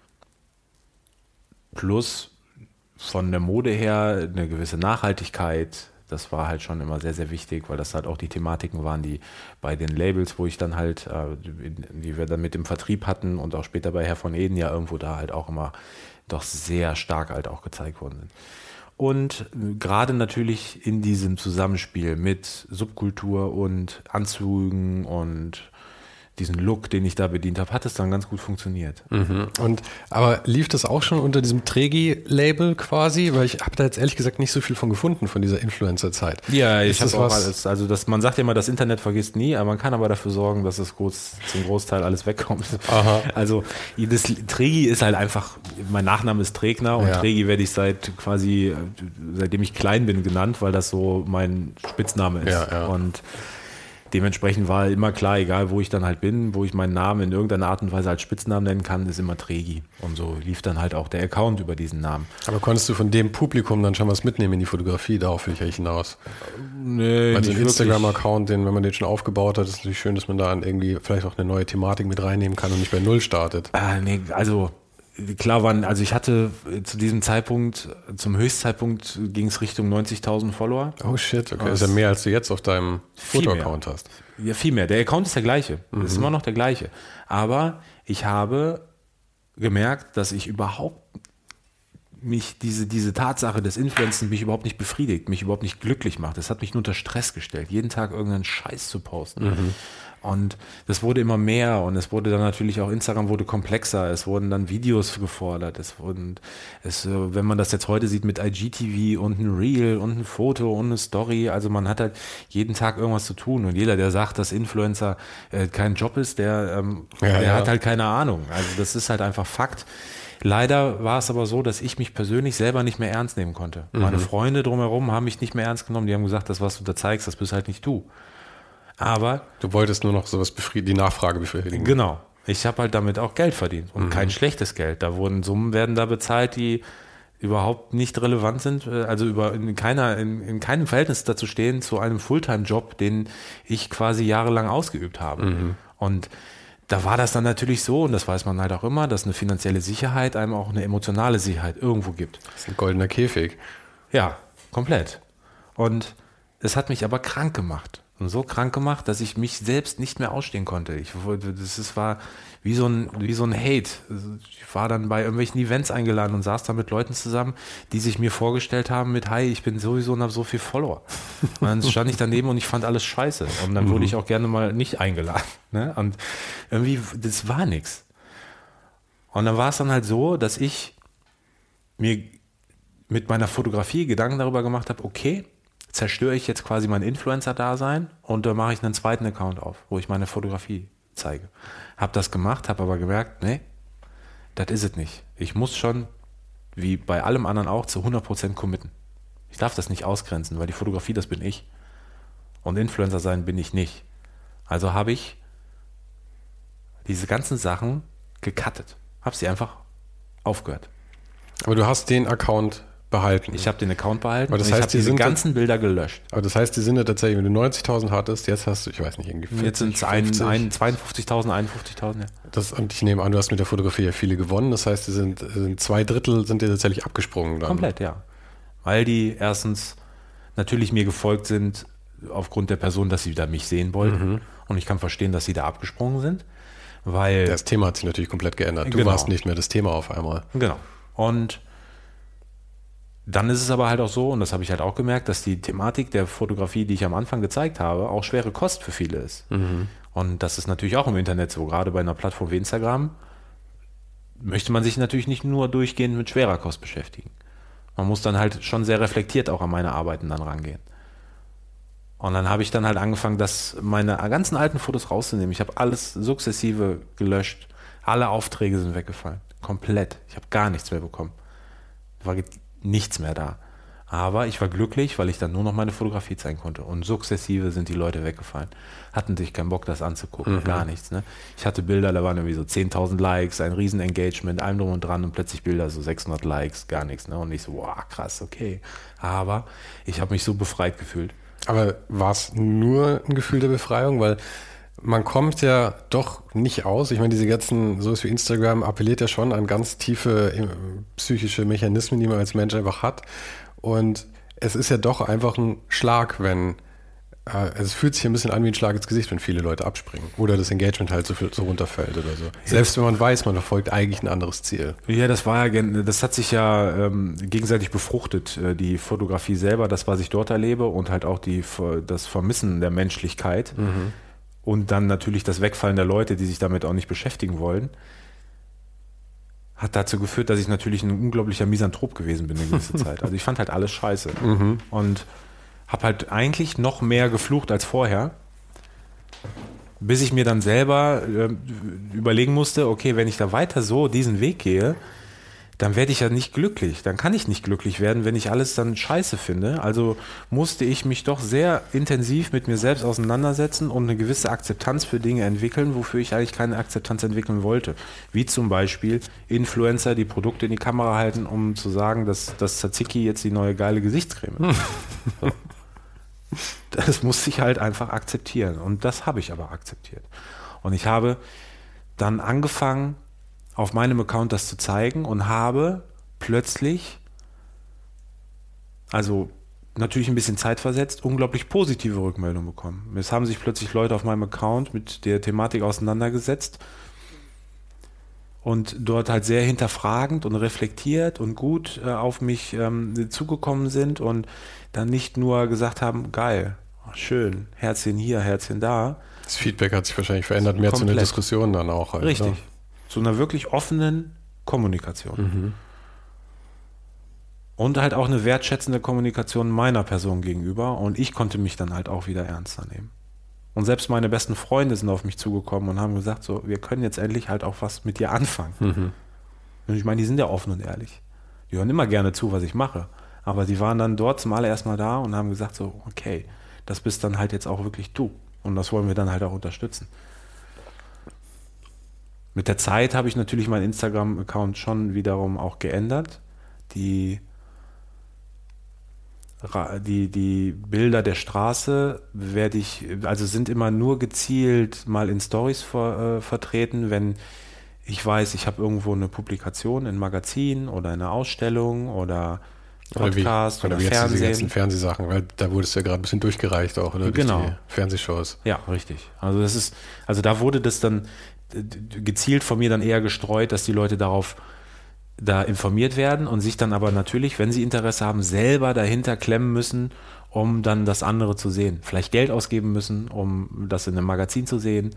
Plus von der Mode her eine gewisse Nachhaltigkeit. Das war halt schon immer sehr, sehr wichtig, weil das halt auch die Thematiken waren, die bei den Labels, wo ich dann halt, äh, die wir dann mit dem Vertrieb hatten und auch später bei Herr von Eden ja irgendwo da halt auch immer doch sehr stark halt auch gezeigt worden sind. Und gerade natürlich in diesem Zusammenspiel mit Subkultur und Anzügen und diesen Look, den ich da bedient habe, hat es dann ganz gut funktioniert. Mhm. Und aber lief das auch schon unter diesem Tregi-Label quasi? Weil ich habe da jetzt ehrlich gesagt nicht so viel von gefunden, von dieser Influencer-Zeit. Ja, ich habe auch alles. Also das, man sagt ja immer, das Internet vergisst nie, aber man kann aber dafür sorgen, dass es groß, zum Großteil alles wegkommt. Aha. Also das Tregi ist halt einfach, mein Nachname ist Tregner und ja. Tregi werde ich seit quasi, seitdem ich klein bin, genannt, weil das so mein Spitzname ist. Ja, ja. Und dementsprechend war immer klar, egal wo ich dann halt bin, wo ich meinen Namen in irgendeiner Art und Weise als Spitznamen nennen kann, ist immer Tregi. Und so lief dann halt auch der Account über diesen Namen. Aber konntest du von dem Publikum dann schon was mitnehmen in die Fotografie? Darauf will ich eigentlich hinaus. Nee, also nicht ein Instagram-Account, den, wenn man den schon aufgebaut hat, ist natürlich schön, dass man da irgendwie vielleicht auch eine neue Thematik mit reinnehmen kann und nicht bei Null startet. Ah, nee, also klar waren, also ich hatte zu diesem Zeitpunkt, zum Höchstzeitpunkt ging es Richtung neunzigtausend Follower. Oh shit, okay. Das ist ja mehr, als du jetzt auf deinem Foto-Account hast. Ja, viel mehr. Der Account ist der gleiche. Mhm. Ist immer noch der gleiche. Aber ich habe gemerkt, dass ich überhaupt mich, diese, diese Tatsache des Influencens mich überhaupt nicht befriedigt, mich überhaupt nicht glücklich macht. Das hat mich nur unter Stress gestellt, jeden Tag irgendeinen Scheiß zu posten. Mhm. Und das wurde immer mehr und es wurde dann natürlich auch, Instagram wurde komplexer, es wurden dann Videos gefordert, es wurden, es, wenn man das jetzt heute sieht mit I G T V und ein Reel und ein Foto und eine Story, also man hat halt jeden Tag irgendwas zu tun und jeder, der sagt, dass Influencer äh, kein Job ist, der, ähm, ja, der ja. hat halt keine Ahnung. Also das ist halt einfach Fakt. Leider war es aber so, dass ich mich persönlich selber nicht mehr ernst nehmen konnte. Mhm. Meine Freunde drumherum haben mich nicht mehr ernst genommen, die haben gesagt, das, was du da zeigst, das bist halt nicht du. Aber du wolltest nur noch sowas befriedigen, die Nachfrage befriedigen. Genau. Ich habe halt damit auch Geld verdient und mhm. kein schlechtes Geld. Da wurden Summen werden da bezahlt, die überhaupt nicht relevant sind, also über in keiner in, in keinem Verhältnis dazu stehen zu einem Fulltime-Job, den ich quasi jahrelang ausgeübt habe. Mhm. Und da war das dann natürlich so, und das weiß man halt auch immer, dass eine finanzielle Sicherheit einem auch eine emotionale Sicherheit irgendwo gibt. Das ist ein goldener Käfig. Ja, komplett. Und es hat mich aber krank gemacht. Und so krank gemacht, dass ich mich selbst nicht mehr ausstehen konnte. Ich, das ist, war wie so, ein, wie so ein Hate. Ich war dann bei irgendwelchen Events eingeladen und saß da mit Leuten zusammen, die sich mir vorgestellt haben mit, hi, ich bin sowieso und habe so viel Follower. Und dann stand ich daneben und ich fand alles scheiße. Und dann wurde ich auch gerne mal nicht eingeladen. Ne? Und irgendwie, das war nichts. Und dann war es dann halt so, dass ich mir mit meiner Fotografie Gedanken darüber gemacht habe, okay, zerstöre ich jetzt quasi mein Influencer-Dasein und da mache ich einen zweiten Account auf, wo ich meine Fotografie zeige. Habe das gemacht, habe aber gemerkt, nee, das ist es nicht. Ich muss schon, wie bei allem anderen auch, zu hundert Prozent committen. Ich darf das nicht ausgrenzen, weil die Fotografie, das bin ich. Und Influencer sein bin ich nicht. Also habe ich diese ganzen Sachen gecuttet. Habe sie einfach aufgehört. Aber du hast den Account behalten. Ich habe den Account behalten aber das und heißt, ich habe die diese sind ganzen Bilder gelöscht. Aber das heißt, die sind ja tatsächlich, wenn du neunzigtausend hattest, jetzt hast du, ich weiß nicht, irgendwie vierzig, jetzt sind es zweiundfünfzigtausend, einundfünfzigtausend, ja. Das, und ich nehme an, du hast mit der Fotografie ja viele gewonnen. Das heißt, die sind, sind zwei Drittel sind dir tatsächlich abgesprungen dann. Komplett, ja. Weil die erstens natürlich mir gefolgt sind, aufgrund der Person, dass sie da mich sehen wollten. Mhm. Und ich kann verstehen, dass sie da abgesprungen sind. Weil das Thema hat sich natürlich komplett geändert. Du genau. warst nicht mehr das Thema auf einmal. Genau. Und dann ist es aber halt auch so, und das habe ich halt auch gemerkt, dass die Thematik der Fotografie, die ich am Anfang gezeigt habe, auch schwere Kost für viele ist. Mhm. Und das ist natürlich auch im Internet so, gerade bei einer Plattform wie Instagram möchte man sich natürlich nicht nur durchgehend mit schwerer Kost beschäftigen. Man muss dann halt schon sehr reflektiert auch an meine Arbeiten dann rangehen. Und dann habe ich dann halt angefangen, das, meine ganzen alten Fotos rauszunehmen. Ich habe alles sukzessive gelöscht. Alle Aufträge sind weggefallen. Komplett. Ich habe gar nichts mehr bekommen. War nichts mehr da. Aber ich war glücklich, weil ich dann nur noch meine Fotografie zeigen konnte. Und sukzessive sind die Leute weggefallen. Hatten sich keinen Bock, das anzugucken. Mhm. Gar nichts. Ne? Ich hatte Bilder, da waren irgendwie so zehntausend Likes, ein riesen Engagement, allem drum und dran und plötzlich Bilder, so sechshundert Likes, gar nichts. Ne? Und ich so, wow, krass, okay. Aber ich habe mich so befreit gefühlt. Aber war es nur ein Gefühl der Befreiung? Weil man kommt ja doch nicht aus. Ich meine, diese ganzen, sowas wie Instagram appelliert ja schon an ganz tiefe äh, psychische Mechanismen, die man als Mensch einfach hat. Und es ist ja doch einfach ein Schlag, wenn, äh, also es fühlt sich ein bisschen an wie ein Schlag ins Gesicht, wenn viele Leute abspringen. Oder das Engagement halt so, viel, so runterfällt oder so. Selbst wenn man weiß, man verfolgt eigentlich ein anderes Ziel. Ja, das war ja, das hat sich ja ähm, gegenseitig befruchtet, äh, die Fotografie selber, das, was ich dort erlebe und halt auch die, das Vermissen der Menschlichkeit. Mhm. Und dann natürlich das Wegfallen der Leute, die sich damit auch nicht beschäftigen wollen, hat dazu geführt, dass ich natürlich ein unglaublicher Misanthrop gewesen bin eine gewisse Zeit. Also ich fand halt alles scheiße. Mhm. Und habe halt eigentlich noch mehr geflucht als vorher, bis ich mir dann selber äh, überlegen musste, okay, wenn ich da weiter so diesen Weg gehe, dann werde ich ja nicht glücklich. Dann kann ich nicht glücklich werden, wenn ich alles dann scheiße finde. Also musste ich mich doch sehr intensiv mit mir selbst auseinandersetzen und eine gewisse Akzeptanz für Dinge entwickeln, wofür ich eigentlich keine Akzeptanz entwickeln wollte. Wie zum Beispiel Influencer, die Produkte in die Kamera halten, um zu sagen, dass das Tzatziki jetzt die neue geile Gesichtscreme ist. So. Das musste ich halt einfach akzeptieren. Und das habe ich aber akzeptiert. Und ich habe dann angefangen, auf meinem Account das zu zeigen und habe plötzlich, also natürlich ein bisschen zeitversetzt, unglaublich positive Rückmeldungen bekommen. Es haben sich plötzlich Leute auf meinem Account mit der Thematik auseinandergesetzt und dort halt sehr hinterfragend und reflektiert und gut äh, auf mich ähm, zugekommen sind und dann nicht nur gesagt haben, geil, schön, Herzchen hier, Herzchen da. Das Feedback hat sich wahrscheinlich verändert, mehr komplett zu einer Diskussion dann auch. Halt, richtig. Oder? Zu einer wirklich offenen Kommunikation. Mhm. Und halt auch eine wertschätzende Kommunikation meiner Person gegenüber. Und ich konnte mich dann halt auch wieder ernster nehmen. Und selbst meine besten Freunde sind auf mich zugekommen und haben gesagt, so, wir können jetzt endlich halt auch was mit dir anfangen. Mhm. Und ich meine, die sind ja offen und ehrlich. Die hören immer gerne zu, was ich mache. Aber die waren dann dort zum allerersten Mal da und haben gesagt, so, okay, das bist dann halt jetzt auch wirklich du. Und das wollen wir dann halt auch unterstützen. Mit der Zeit habe ich natürlich meinen Instagram-Account schon wiederum auch geändert. Die, die, die Bilder der Straße werde ich, also sind immer nur gezielt mal in Stories ver, äh, vertreten, wenn ich weiß, ich habe irgendwo eine Publikation in einem Magazin oder in einer Ausstellung oder Podcast oder, wie, oder, oder wie Fernsehen. Jetzt diese ganzen Fernsehsachen, weil da wurde es ja gerade ein bisschen durchgereicht auch, oder? Genau. Durch die Fernsehshows. Ja, richtig. Also das ist, also da wurde das dann gezielt von mir dann eher gestreut, dass die Leute darauf da informiert werden und sich dann aber natürlich, wenn sie Interesse haben, selber dahinter klemmen müssen, um dann das andere zu sehen. Vielleicht Geld ausgeben müssen, um das in einem Magazin zu sehen.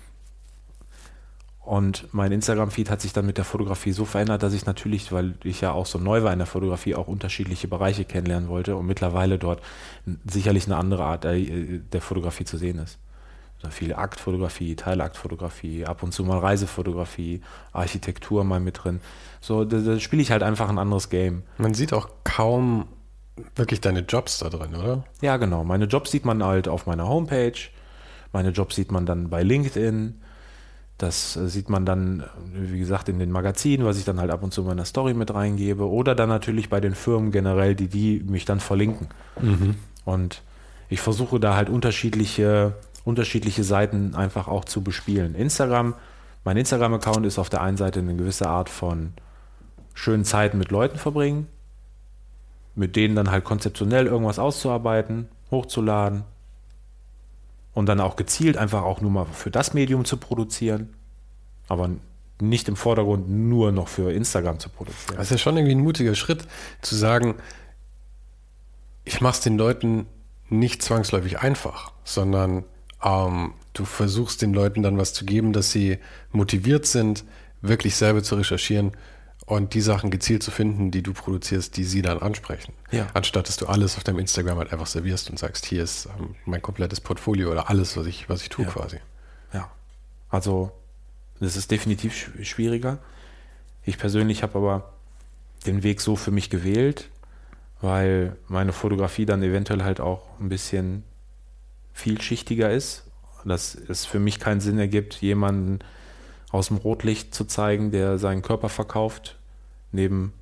Und mein Instagram-Feed hat sich dann mit der Fotografie so verändert, dass ich natürlich, weil ich ja auch so neu war in der Fotografie, auch unterschiedliche Bereiche kennenlernen wollte und mittlerweile dort sicherlich eine andere Art der Fotografie zu sehen ist. Viel Aktfotografie, Teilaktfotografie, ab und zu mal Reisefotografie, Architektur mal mit drin. So, da, da spiele ich halt einfach ein anderes Game. Man sieht auch kaum wirklich deine Jobs da drin, oder? Ja, genau. Meine Jobs sieht man halt auf meiner Homepage. Meine Jobs sieht man dann bei LinkedIn. Das sieht man dann, wie gesagt, in den Magazinen, was ich dann halt ab und zu in meiner Story mit reingebe. Oder dann natürlich bei den Firmen generell, die, die mich dann verlinken. Mhm. Und ich versuche da halt unterschiedliche... unterschiedliche Seiten einfach auch zu bespielen. Instagram, mein Instagram-Account ist auf der einen Seite eine gewisse Art von schönen Zeiten mit Leuten verbringen, mit denen dann halt konzeptionell irgendwas auszuarbeiten, hochzuladen und dann auch gezielt einfach auch nur mal für das Medium zu produzieren, aber nicht im Vordergrund nur noch für Instagram zu produzieren. Das ist ja schon irgendwie ein mutiger Schritt, zu sagen, ich mache es den Leuten nicht zwangsläufig einfach, sondern Ähm, du versuchst den Leuten dann was zu geben, dass sie motiviert sind, wirklich selber zu recherchieren und die Sachen gezielt zu finden, die du produzierst, die sie dann ansprechen. Ja. Anstatt, dass du alles auf deinem Instagram halt einfach servierst und sagst, hier ist ähm, mein komplettes Portfolio oder alles, was ich, was ich tue ja. quasi. Ja, also das ist definitiv schwieriger. Ich persönlich habe aber den Weg so für mich gewählt, weil meine Fotografie dann eventuell halt auch ein bisschen vielschichtiger ist, dass es für mich keinen Sinn ergibt, jemanden aus dem Rotlicht zu zeigen, der seinen Körper verkauft, neben,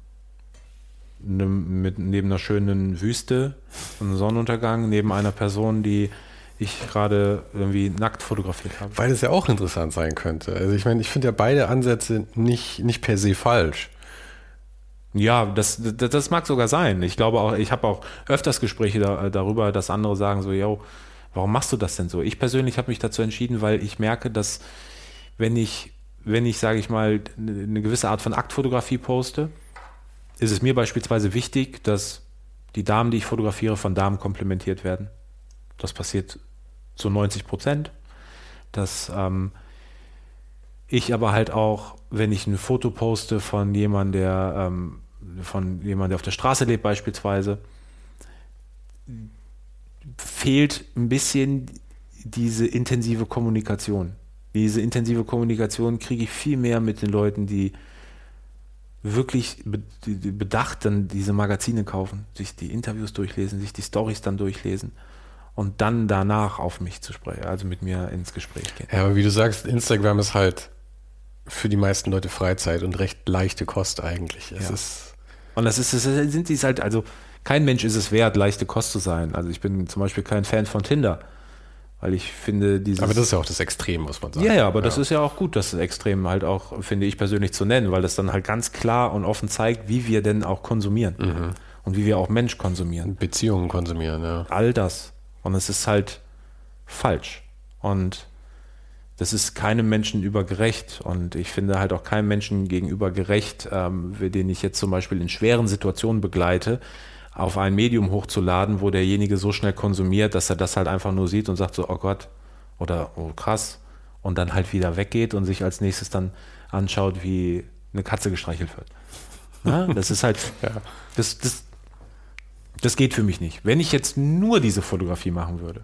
einem, mit, neben einer schönen Wüste, einem Sonnenuntergang, neben einer Person, die ich gerade irgendwie nackt fotografiert habe. Weil es ja auch interessant sein könnte. Also ich meine, ich finde ja beide Ansätze nicht, nicht per se falsch. Ja, das, das, das mag sogar sein. Ich glaube auch, ich habe auch öfters Gespräche da, darüber, dass andere sagen so, yo, warum machst du das denn so? Ich persönlich habe mich dazu entschieden, weil ich merke, dass wenn ich, wenn ich, sage ich mal, eine gewisse Art von Aktfotografie poste, ist es mir beispielsweise wichtig, dass die Damen, die ich fotografiere, von Damen komplimentiert werden. Das passiert zu neunzig Prozent. Dass ähm, ich aber halt auch, wenn ich ein Foto poste von jemandem, der ähm, von jemandem, der auf der Straße lebt beispielsweise, fehlt ein bisschen diese intensive Kommunikation. Diese intensive Kommunikation kriege ich viel mehr mit den Leuten, die wirklich bedacht dann diese Magazine kaufen, sich die Interviews durchlesen, sich die Storys dann durchlesen und dann danach auf mich zu sprechen, also mit mir ins Gespräch gehen. Ja, aber wie du sagst, Instagram ist halt für die meisten Leute Freizeit und recht leichte Kost eigentlich. Es ja. ist und das ist, das sind die halt, also kein Mensch ist es wert, leichte Kost zu sein. Also ich bin zum Beispiel kein Fan von Tinder, weil ich finde dieses... Aber das ist ja auch das Extrem, muss man sagen. Ja, ja, aber ja. das ist ja auch gut, das Extrem halt auch, finde ich persönlich, zu nennen, weil das dann halt ganz klar und offen zeigt, wie wir denn auch konsumieren Mhm. und wie wir auch Mensch konsumieren. Beziehungen konsumieren, ja. All das. Und es ist halt falsch. Und das ist keinem Menschen über gerecht. Und ich finde halt auch keinem Menschen gegenüber gerecht, ähm, den ich jetzt zum Beispiel in schweren Situationen begleite, auf ein Medium hochzuladen, wo derjenige so schnell konsumiert, dass er das halt einfach nur sieht und sagt so, oh Gott, oder oh krass, und dann halt wieder weggeht und sich als nächstes dann anschaut, wie eine Katze gestreichelt wird. Na, das ist halt, ja. das, das, das geht für mich nicht. Wenn ich jetzt nur diese Fotografie machen würde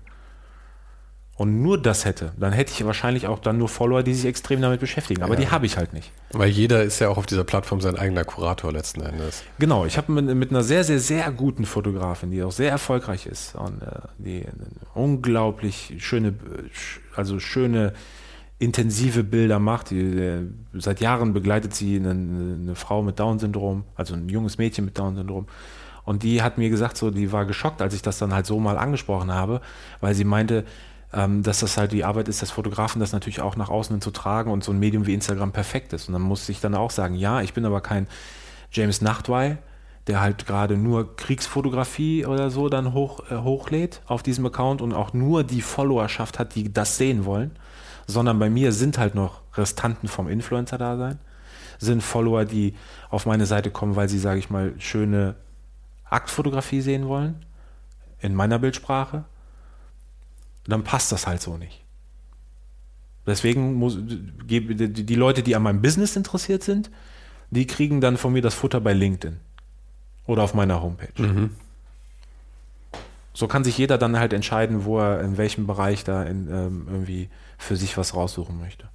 und nur das hätte, dann hätte ich wahrscheinlich auch dann nur Follower, die sich extrem damit beschäftigen. Aber ja. die habe ich halt nicht. Weil jeder ist ja auch auf dieser Plattform sein eigener Kurator letzten Endes. Genau, ich habe mit, mit einer sehr, sehr, sehr guten Fotografin, die auch sehr erfolgreich ist und äh, die unglaublich schöne, also schöne, intensive Bilder macht. Die, die, seit Jahren begleitet sie eine, eine Frau mit Down-Syndrom, also ein junges Mädchen mit Down-Syndrom. Und die hat mir gesagt, so, die war geschockt, als ich das dann halt so mal angesprochen habe, weil sie meinte, ähm, dass das halt die Arbeit ist des Fotografen, das natürlich auch nach außen hin zu tragen und so ein Medium wie Instagram perfekt ist. Und dann musste ich dann auch sagen, ja, ich bin aber kein James Nachtwey, der halt gerade nur Kriegsfotografie oder so dann hoch, äh, hochlädt auf diesem Account und auch nur die Followerschaft hat, die das sehen wollen, sondern bei mir sind halt noch Restanten vom Influencer-Dasein, sind Follower, die auf meine Seite kommen, weil sie, sage ich mal, schöne Aktfotografie sehen wollen, in meiner Bildsprache, dann passt das halt so nicht. Deswegen muss die Leute, die an meinem Business interessiert sind, die kriegen dann von mir das Futter bei LinkedIn oder auf meiner Homepage. Mhm. So kann sich jeder dann halt entscheiden, wo er in welchem Bereich da in, ähm, irgendwie für sich was raussuchen möchte.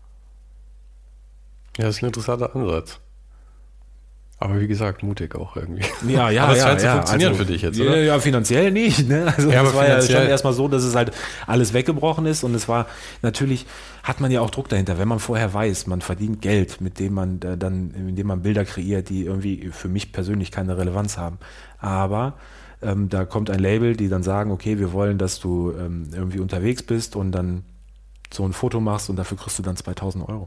Ja, das ist ein interessanter Ansatz. Aber wie gesagt, mutig auch irgendwie. Ja, ja, aber es ja, scheint zu ja, funktionieren also, für dich jetzt, ja, oder? Ja, finanziell nicht. Ne? Also ja, es aber war ja schon finanziell erstmal so, dass es halt alles weggebrochen ist und es war, natürlich hat man ja auch Druck dahinter, wenn man vorher weiß, man verdient Geld, mit dem man äh, dann, indem man Bilder kreiert, die irgendwie für mich persönlich keine Relevanz haben. Aber ähm, da kommt ein Label, die dann sagen, okay, wir wollen, dass du ähm, irgendwie unterwegs bist und dann so ein Foto machst und dafür kriegst du dann zweitausend Euro.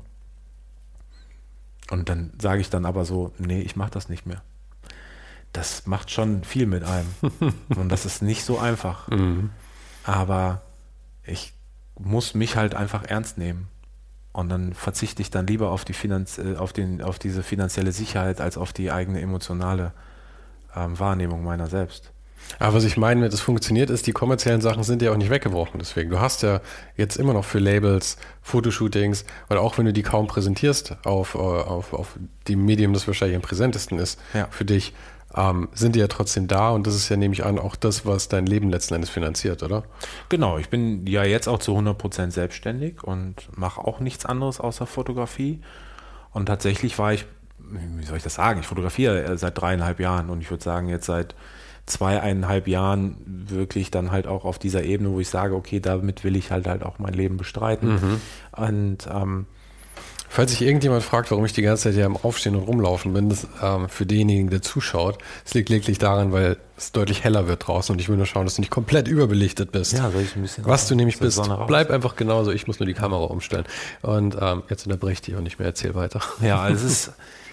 Und dann sage ich dann aber so, nee, ich mache das nicht mehr. Das macht schon viel mit einem. Und das ist nicht so einfach. Mhm. Aber ich muss mich halt einfach ernst nehmen. Und dann verzichte ich dann lieber auf die Finanz, auf den, auf diese finanzielle Sicherheit als auf die eigene emotionale ähm, Wahrnehmung meiner selbst. Aber was ich meine mit, es funktioniert, ist, die kommerziellen Sachen sind ja auch nicht weggebrochen. Deswegen, du hast ja jetzt immer noch für Labels Fotoshootings, oder auch wenn du die kaum präsentierst auf, auf, auf dem Medium, das wahrscheinlich am präsentesten ist ja. für dich, ähm, sind die ja trotzdem da. Und das ist ja, nehme ich an, auch das, was dein Leben letzten Endes finanziert, oder? Genau, ich bin ja jetzt auch zu hundert Prozent selbstständig und mache auch nichts anderes außer Fotografie. Und tatsächlich war ich, wie soll ich das sagen, ich fotografiere seit dreieinhalb Jahren und ich würde sagen, jetzt seit zweieinhalb Jahren wirklich dann halt auch auf dieser Ebene, wo ich sage, okay, damit will ich halt halt auch mein Leben bestreiten. Mhm. Und ähm, Falls sich irgendjemand fragt, warum ich die ganze Zeit hier am Aufstehen und Rumlaufen bin, das ähm, für denjenigen, der zuschaut, es liegt lediglich daran, weil es deutlich heller wird draußen und ich will nur schauen, dass du nicht komplett überbelichtet bist. Ja, soll ich ein bisschen Was du nämlich bist, Sonne raus? bleib einfach genauso, ich muss nur die Kamera umstellen. Und ähm, jetzt unterbreche ich dich und nicht mehr, erzähl weiter. Ja, es ist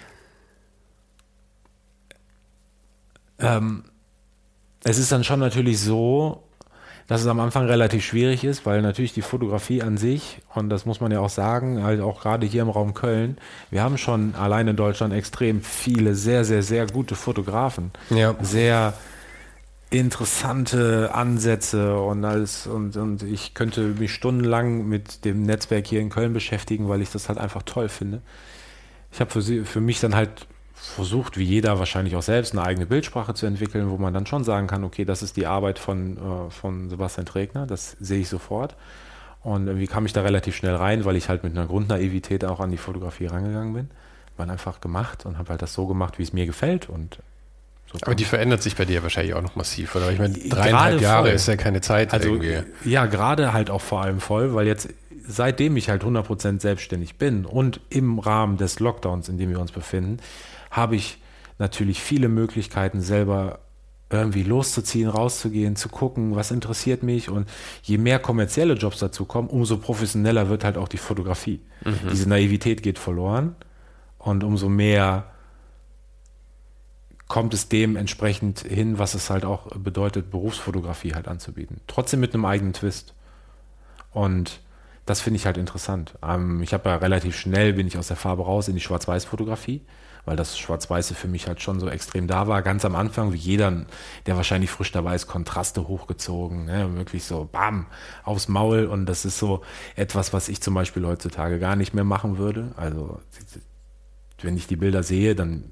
ähm, es ist dann schon natürlich so, dass es am Anfang relativ schwierig ist, weil natürlich die Fotografie an sich, und das muss man ja auch sagen, halt auch gerade hier im Raum Köln, wir haben schon allein in Deutschland extrem viele sehr, sehr, sehr gute Fotografen. Ja. Sehr interessante Ansätze und alles und, und ich könnte mich stundenlang mit dem Netzwerk hier in Köln beschäftigen, weil ich das halt einfach toll finde. Ich habe für sie, für mich dann halt versucht, wie jeder wahrscheinlich auch selbst, eine eigene Bildsprache zu entwickeln, wo man dann schon sagen kann, okay, das ist die Arbeit von, äh, von Sebastian Trägner, das sehe ich sofort. Und irgendwie kam ich da relativ schnell rein, weil ich halt mit einer Grundnaivität auch an die Fotografie rangegangen bin. War einfach gemacht und habe halt das so gemacht, wie es mir gefällt. Und so Aber die verändert sich bei dir wahrscheinlich auch noch massiv, oder? Ich meine, Gerade dreieinhalb Jahre voll. ist ja keine Zeit Also irgendwie. ja, gerade halt auch vor allem voll, weil jetzt, seitdem ich halt hundert Prozent selbstständig bin und im Rahmen des Lockdowns, in dem wir uns befinden, habe ich natürlich viele Möglichkeiten, selber irgendwie loszuziehen, rauszugehen, zu gucken, was interessiert mich. Und je mehr kommerzielle Jobs dazu kommen, umso professioneller wird halt auch die Fotografie. Mhm. Diese Naivität geht verloren und umso mehr kommt es dem entsprechend hin, was es halt auch bedeutet, Berufsfotografie halt anzubieten. Trotzdem mit einem eigenen Twist. Und das finde ich halt interessant. Ähm, ich habe ja relativ schnell, bin ich aus der Farbe raus in die Schwarz-Weiß-Fotografie, weil das Schwarz-Weiße für mich halt schon so extrem da war. Ganz am Anfang, wie jeder, der wahrscheinlich frisch dabei ist, Kontraste hochgezogen, ne? Wirklich so bam, aufs Maul. Und das ist so etwas, was ich zum Beispiel heutzutage gar nicht mehr machen würde. Also wenn ich die Bilder sehe, dann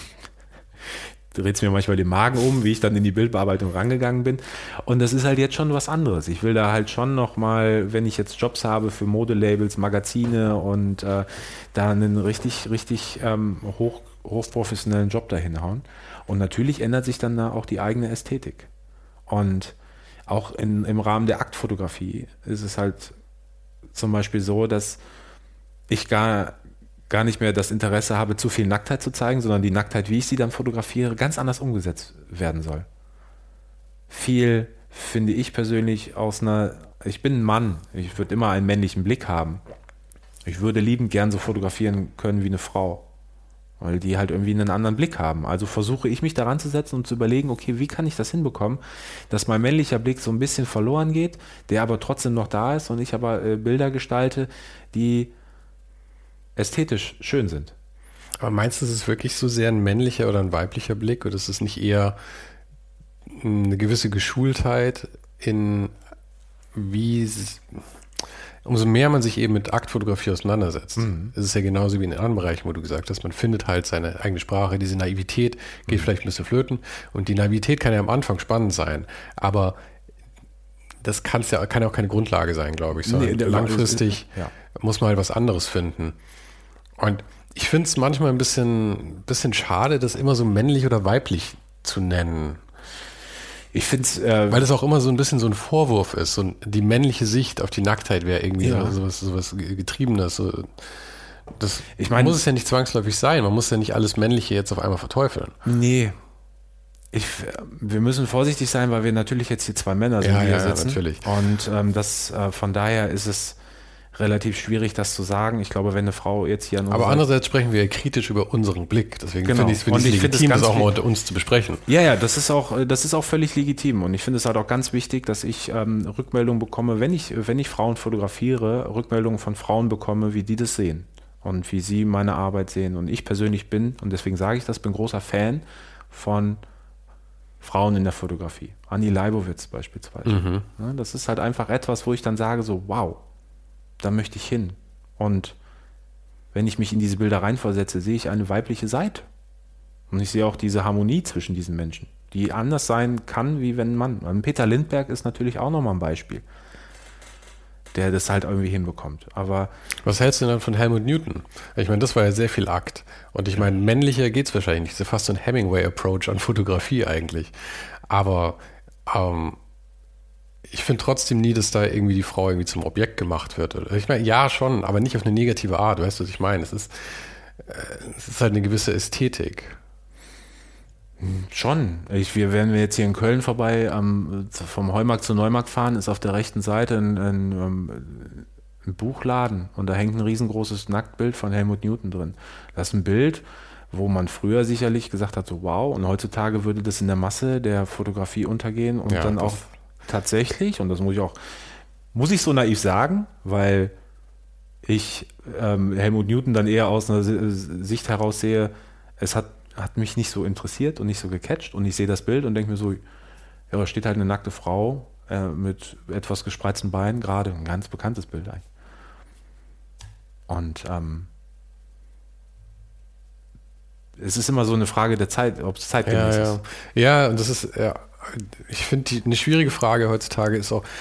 dreht es mir manchmal den Magen um, wie ich dann in die Bildbearbeitung rangegangen bin. Und das ist halt jetzt schon was anderes. Ich will da halt schon nochmal, wenn ich jetzt Jobs habe für Modelabels, Magazine und äh, da einen richtig, richtig ähm, hoch, hochprofessionellen Job dahin hauen. Und natürlich ändert sich dann da auch die eigene Ästhetik. Und auch in, im Rahmen der Aktfotografie ist es halt zum Beispiel so, dass ich gar gar nicht mehr das Interesse habe, zu viel Nacktheit zu zeigen, sondern die Nacktheit, wie ich sie dann fotografiere, ganz anders umgesetzt werden soll. Viel, finde ich persönlich, aus einer, ich bin ein Mann, ich würde immer einen männlichen Blick haben. Ich würde liebend gern so fotografieren können wie eine Frau, weil die halt irgendwie einen anderen Blick haben. Also versuche ich mich daran zu setzen und zu überlegen, okay, wie kann ich das hinbekommen, dass mein männlicher Blick so ein bisschen verloren geht, der aber trotzdem noch da ist und ich aber äh, Bilder gestalte, die ästhetisch schön sind. Aber meinst du, es ist wirklich so sehr ein männlicher oder ein weiblicher Blick oder ist es nicht eher eine gewisse Geschultheit in wie es, umso mehr man sich eben mit Aktfotografie auseinandersetzt, mhm. ist es ja genauso wie in anderen Bereichen, wo du gesagt hast, man findet halt seine eigene Sprache, diese Naivität geht mhm. vielleicht ein bisschen flöten und die Naivität kann ja am Anfang spannend sein, aber das kann's ja, kann ja auch keine Grundlage sein, glaube ich, sondern nee, langfristig ist, ja. muss man halt was anderes finden. Und ich finde es manchmal ein bisschen, bisschen schade, das immer so männlich oder weiblich zu nennen. Ich finde es, äh, weil das auch immer so ein bisschen so ein Vorwurf ist. Und die männliche Sicht auf die Nacktheit wäre irgendwie ja. sowas, sowas Getriebenes. So. Das ich mein, muss es ja nicht zwangsläufig sein. Man muss ja nicht alles Männliche jetzt auf einmal verteufeln. Nee. Ich, wir müssen vorsichtig sein, weil wir natürlich jetzt hier zwei Männer sind, ja, die hier ja, sitzen. Natürlich. Und ähm, das, äh, von daher ist es relativ schwierig, das zu sagen. Ich glaube, wenn eine Frau jetzt hier... Aber andererseits sprechen wir ja kritisch über unseren Blick. Deswegen genau. finde ich es find legitim, das auch mal unter uns zu besprechen. Ja, ja, das ist auch, das ist auch völlig legitim. Und ich finde es halt auch ganz wichtig, dass ich ähm, Rückmeldungen bekomme, wenn ich, wenn ich Frauen fotografiere, Rückmeldungen von Frauen bekomme, wie die das sehen und wie sie meine Arbeit sehen. Und ich persönlich bin, und deswegen sage ich das, bin großer Fan von Frauen in der Fotografie. Anni Leibowitz beispielsweise. Mhm. Ja, das ist halt einfach etwas, wo ich dann sage so, wow, da möchte ich hin. Und wenn ich mich in diese Bilder reinversetze, sehe ich eine weibliche Seite. Und ich sehe auch diese Harmonie zwischen diesen Menschen, die anders sein kann, wie wenn ein Mann. Und Peter Lindbergh ist natürlich auch nochmal ein Beispiel, der das halt irgendwie hinbekommt. Aber was hältst du denn dann von Helmut Newton? Ich meine, das war ja sehr viel Akt. Und ich meine, männlicher geht es wahrscheinlich nicht. Das ist ja fast so ein Hemingway-Approach an Fotografie eigentlich. Aber ähm, ich finde trotzdem nie, dass da irgendwie die Frau irgendwie zum Objekt gemacht wird. Ich meine, ja schon, aber nicht auf eine negative Art. Du weißt, was ich meine. Es ist, es ist halt eine gewisse Ästhetik. Schon. Ich, wir, wenn wir jetzt hier in Köln vorbei am, vom Heumarkt zu Neumarkt fahren, ist auf der rechten Seite ein, ein, ein Buchladen und da hängt ein riesengroßes Nacktbild von Helmut Newton drin. Das ist ein Bild, wo man früher sicherlich gesagt hat, so wow, und heutzutage würde das in der Masse der Fotografie untergehen und Ja, dann das- auch tatsächlich, und das muss ich auch, muss ich so naiv sagen, weil ich ähm, Helmut Newton dann eher aus einer Si- Sicht heraus sehe, es hat, hat mich nicht so interessiert und nicht so gecatcht und ich sehe das Bild und denke mir so, ja, da steht halt eine nackte Frau äh, mit etwas gespreizten Beinen, gerade ein ganz bekanntes Bild eigentlich. Und ähm, es ist immer so eine Frage der Zeit, ob es zeitgemäß Ja, ja. ist. Ja, und das ist, ja, ich finde, eine schwierige Frage heutzutage ist auch,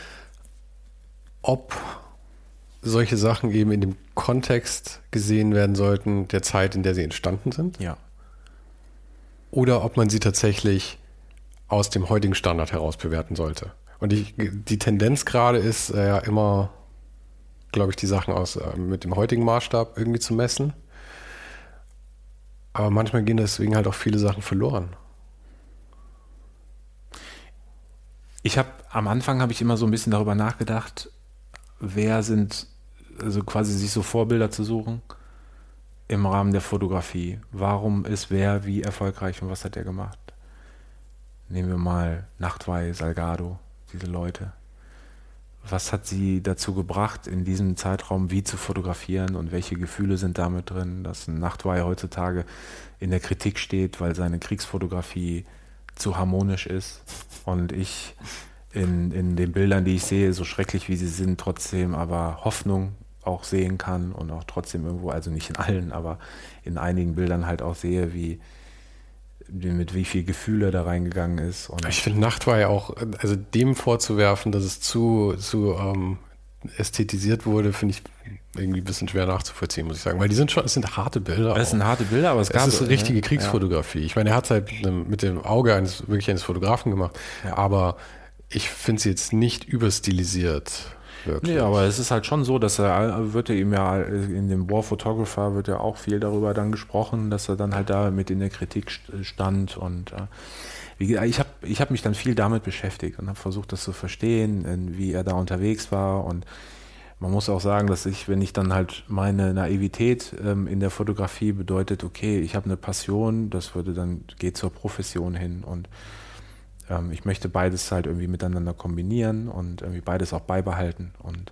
ob solche Sachen eben in dem Kontext gesehen werden sollten der Zeit, in der sie entstanden sind, Ja. oder ob man sie tatsächlich aus dem heutigen Standard heraus bewerten sollte. Und ich, die Tendenz gerade ist äh, ja immer, glaube ich, die Sachen aus äh, mit dem heutigen Maßstab irgendwie zu messen. Aber manchmal gehen deswegen halt auch viele Sachen verloren. Ich habe am Anfang habe ich immer so ein bisschen darüber nachgedacht, wer sind, also quasi sich so Vorbilder zu suchen im Rahmen der Fotografie. Warum ist wer wie erfolgreich und was hat er gemacht? Nehmen wir mal Nachtwey, Salgado, diese Leute. Was hat sie dazu gebracht, in diesem Zeitraum wie zu fotografieren und welche Gefühle sind damit drin, dass ein Nachtwey heutzutage in der Kritik steht, weil seine Kriegsfotografie zu harmonisch ist und ich in, in den Bildern, die ich sehe, so schrecklich wie sie sind, trotzdem aber Hoffnung auch sehen kann und auch trotzdem irgendwo, also nicht in allen, aber in einigen Bildern halt auch sehe, wie mit wie viel Gefühle da reingegangen ist. Und Ich finde, Nacht war ja auch, also dem vorzuwerfen, dass es zu, zu ähm, ästhetisiert wurde, finde ich irgendwie ein bisschen schwer nachzuvollziehen, muss ich sagen. Weil die sind schon, es sind harte Bilder. das sind harte Bilder, aber es, Es gab ist eine richtige ne? Kriegsfotografie. Ich meine, er hat es halt mit dem Auge eines, wirklich eines Fotografen gemacht, Ja. aber ich finde sie jetzt nicht überstilisiert. Wirklich. Nee, aber es ist halt schon so, dass er, wird er ihm ja in dem War Photographer wird ja auch viel darüber dann gesprochen, dass er dann halt da mit in der Kritik stand und äh, wie, gesagt, ich habe ich hab mich dann viel damit beschäftigt und habe versucht, das zu verstehen, wie er da unterwegs war und man muss auch sagen, dass ich, wenn ich dann halt meine Naivität ähm, in der Fotografie bedeutet, okay, ich habe eine Passion, das würde dann, geht zur Profession hin und ähm, ich möchte beides halt irgendwie miteinander kombinieren und irgendwie beides auch beibehalten und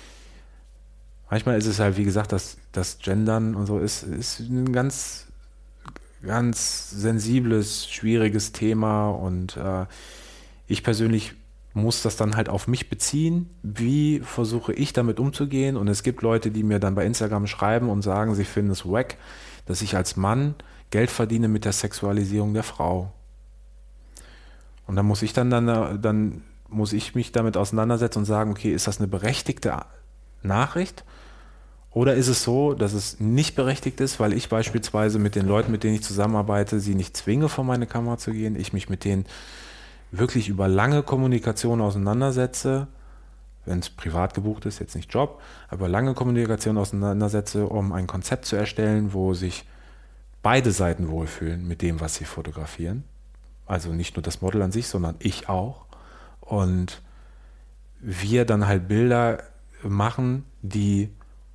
manchmal ist es halt, wie gesagt, dass das Gendern und so ist, ist ein ganz, ganz sensibles, schwieriges Thema und äh, ich persönlich muss das dann halt auf mich beziehen. Wie versuche ich damit umzugehen? Und es gibt Leute, die mir dann bei Instagram schreiben und sagen, sie finden es wack, dass ich als Mann Geld verdiene mit der Sexualisierung der Frau. Und dann muss ich dann, dann, dann muss ich mich damit auseinandersetzen und sagen, okay, ist das eine berechtigte Nachricht? Oder ist es so, dass es nicht berechtigt ist, weil ich beispielsweise mit den Leuten, mit denen ich zusammenarbeite, sie nicht zwinge, vor meine Kamera zu gehen, ich mich mit denen wirklich über lange Kommunikation auseinandersetze, wenn es privat gebucht ist, jetzt nicht Job, aber lange Kommunikation auseinandersetze, um ein Konzept zu erstellen, wo sich beide Seiten wohlfühlen mit dem, was sie fotografieren. Also nicht nur das Model an sich, sondern ich auch. Und wir dann halt Bilder machen, die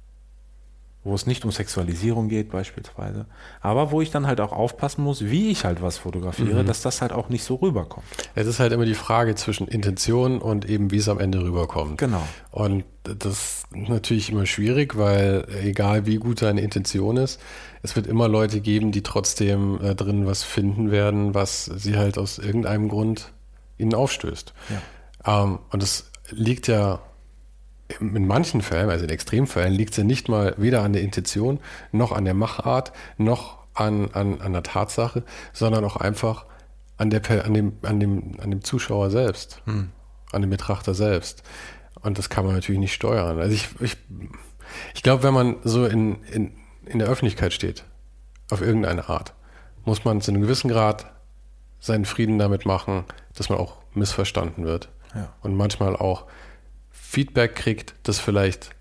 wo es nicht um Sexualisierung geht beispielsweise, aber wo ich dann halt auch aufpassen muss, wie ich halt was fotografiere, mhm. dass das halt auch nicht so rüberkommt. Es ist halt immer die Frage zwischen Intention und eben, wie es am Ende rüberkommt. Genau. Und das ist natürlich immer schwierig, weil egal wie gut deine Intention ist, es wird immer Leute geben, die trotzdem äh, drin was finden werden, was sie halt aus irgendeinem Grund ihnen aufstößt. Ja. Ähm, und das liegt ja in manchen Fällen, also in Extremfällen, liegt es ja nicht mal weder an der Intention, noch an der Machart, noch an, an, an der Tatsache, sondern auch einfach an, der, an, dem, an, dem, an dem Zuschauer selbst, hm. an dem Betrachter selbst. Und das kann man natürlich nicht steuern. Also ich, ich, ich glaube, wenn man so in, in, in der Öffentlichkeit steht, auf irgendeine Art, muss man zu einem gewissen Grad seinen Frieden damit machen, dass man auch missverstanden wird. Ja. Und manchmal auch Feedback kriegt, das vielleicht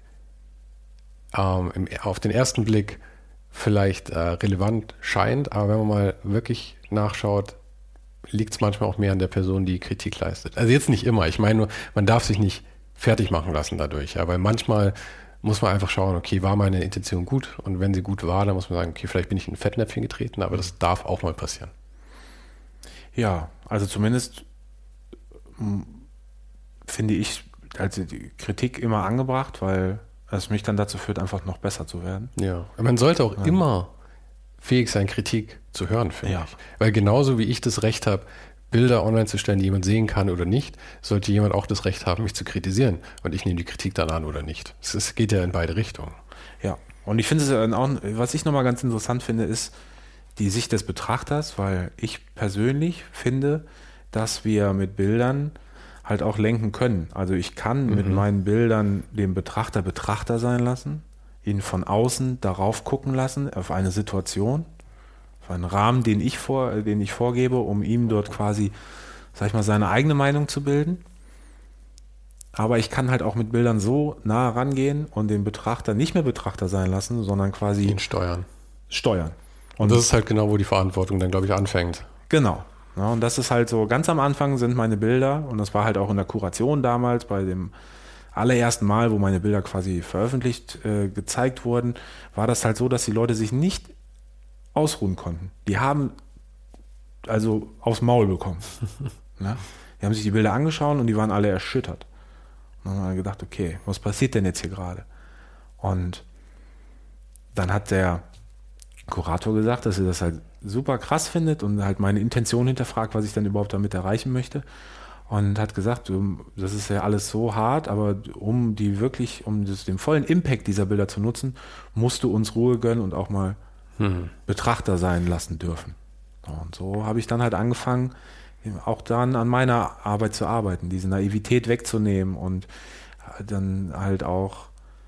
ähm, im, auf den ersten Blick vielleicht äh, relevant scheint, aber wenn man mal wirklich nachschaut, liegt es manchmal auch mehr an der Person, die Kritik leistet. Also jetzt nicht immer. Ich meine nur, man darf sich nicht fertig machen lassen dadurch. Ja, weil manchmal muss man einfach schauen, okay, war meine Intention gut? Und wenn sie gut war, dann muss man sagen, okay, vielleicht bin ich in ein Fettnäpfchen getreten, aber das darf auch mal passieren. Ja, also zumindest m, finde ich also die Kritik immer angebracht, weil es mich dann dazu führt, einfach noch besser zu werden. Ja, man sollte auch Ja. immer fähig sein, Kritik zu hören, finde Ja. ich. Weil genauso wie ich das Recht habe, Bilder online zu stellen, die jemand sehen kann oder nicht, sollte jemand auch das Recht haben, mich zu kritisieren. Und ich nehme die Kritik dann an oder nicht. Es ist, geht ja in beide Richtungen. Ja, und ich finde es dann auch, was ich nochmal ganz interessant finde, ist die Sicht des Betrachters, weil ich persönlich finde, dass wir mit Bildern halt auch lenken können. Also ich kann mhm. mit meinen Bildern den Betrachter Betrachter sein lassen, ihn von außen darauf gucken lassen, auf eine Situation, auf einen Rahmen, den ich, vor, den ich vorgebe, um ihm dort quasi, sag ich mal, seine eigene Meinung zu bilden. Aber ich kann halt auch mit Bildern so nah rangehen und den Betrachter nicht mehr Betrachter sein lassen, sondern quasi Ihn steuern. steuern. Und das ist halt genau, wo die Verantwortung dann, glaube ich, anfängt. Genau. Ja, und das ist halt so, ganz am Anfang sind meine Bilder, und das war halt auch in der Kuration damals, bei dem allerersten Mal, wo meine Bilder quasi veröffentlicht, äh, gezeigt wurden, war das halt so, dass die Leute sich nicht ausruhen konnten. Die haben also aufs Maul bekommen. Ja? Die haben sich die Bilder angeschaut und die waren alle erschüttert. Und dann haben wir gedacht, okay, was passiert denn jetzt hier gerade? Und dann hat der Kurator gesagt, dass er das halt super krass findet und halt meine Intention hinterfragt, was ich dann überhaupt damit erreichen möchte. Und hat gesagt, das ist ja alles so hart, aber um die wirklich, um das, den vollen Impact dieser Bilder zu nutzen, musst du uns Ruhe gönnen und auch mal hm. Betrachter sein lassen dürfen. Und so habe ich dann halt angefangen, auch dann an meiner Arbeit zu arbeiten, diese Naivität wegzunehmen und dann halt auch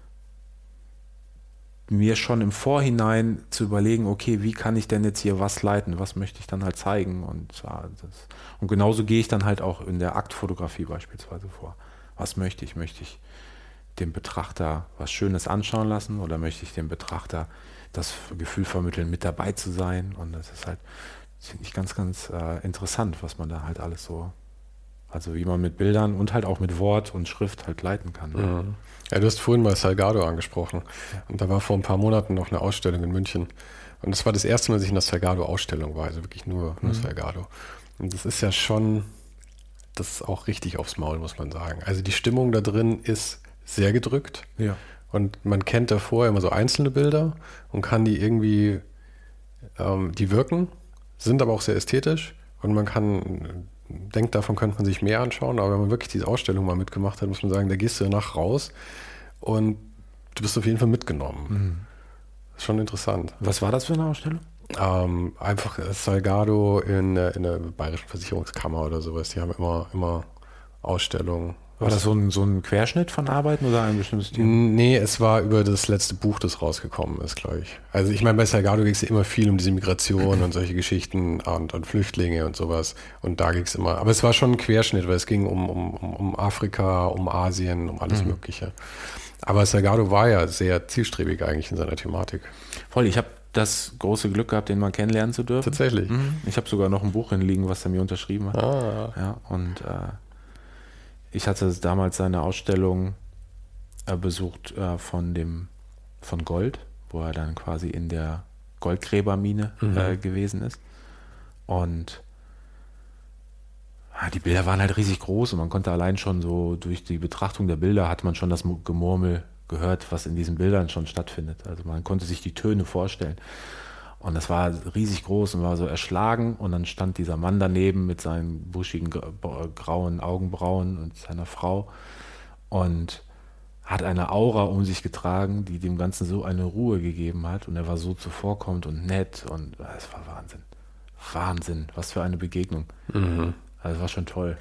mir schon im Vorhinein zu überlegen, okay, wie kann ich denn jetzt hier was leiten, was möchte ich dann halt zeigen und, ja, das, und genauso gehe ich dann halt auch in der Aktfotografie beispielsweise vor. Was möchte ich? Möchte ich dem Betrachter was Schönes anschauen lassen oder möchte ich dem Betrachter das Gefühl vermitteln, mit dabei zu sein? Und das ist halt, das finde ich ganz, ganz äh, interessant, was man da halt alles so, also wie man mit Bildern und halt auch mit Wort und Schrift halt leiten kann. Mhm. Ja, du hast vorhin mal Salgado angesprochen. Ja. Und da war vor ein paar Monaten noch eine Ausstellung in München. Und das war das erste Mal, dass ich in der Salgado-Ausstellung war, also wirklich nur, nur mhm. Salgado. Und das ist ja schon, das ist auch richtig aufs Maul, muss man sagen. Also die Stimmung da drin ist sehr gedrückt. Ja. Und man kennt davor immer so einzelne Bilder und kann die irgendwie, ähm, die wirken, sind aber auch sehr ästhetisch. Und man kann, denkt, davon könnte man sich mehr anschauen, aber wenn man wirklich diese Ausstellung mal mitgemacht hat, muss man sagen, da gehst du danach raus und du bist auf jeden Fall mitgenommen. Mhm. Das ist schon interessant. Was war das für eine Ausstellung? Ähm, einfach Salgado in, in der Bayerischen Versicherungskammer oder sowas. Die haben immer, immer Ausstellungen. War das so ein, so ein Querschnitt von Arbeiten oder ein bestimmtes Thema? Nee, es war über das letzte Buch, das rausgekommen ist, glaube ich. Also ich meine, bei Salgado ging es ja immer viel um diese Migration und solche Geschichten und, und Flüchtlinge und sowas. Und da ging es immer. Aber es war schon ein Querschnitt, weil es ging um, um, um Afrika, um Asien, um alles mhm. Mögliche. Aber Salgado war ja sehr zielstrebig eigentlich in seiner Thematik. Voll, ich habe das große Glück gehabt, den mal kennenlernen zu dürfen. Tatsächlich. Mhm. Ich habe sogar noch ein Buch hinliegen, was er mir unterschrieben hat. Ah. Ja, und äh, ich hatte damals seine Ausstellung äh, besucht äh, von dem von Gold, wo er dann quasi in der Goldgräbermine mhm. äh, gewesen ist. Und ja, die Bilder waren halt riesig groß und man konnte allein schon so durch die Betrachtung der Bilder hat man schon das Gemurmel gehört, was in diesen Bildern schon stattfindet. Also man konnte sich die Töne vorstellen. Und das war riesig groß und war so erschlagen. Und dann stand dieser Mann daneben mit seinen buschigen grauen Augenbrauen und seiner Frau und hat eine Aura um sich getragen, die dem Ganzen so eine Ruhe gegeben hat. Und er war so zuvorkommend und nett. Und es war Wahnsinn. Wahnsinn. Was für eine Begegnung. Mhm. Also es war schon toll.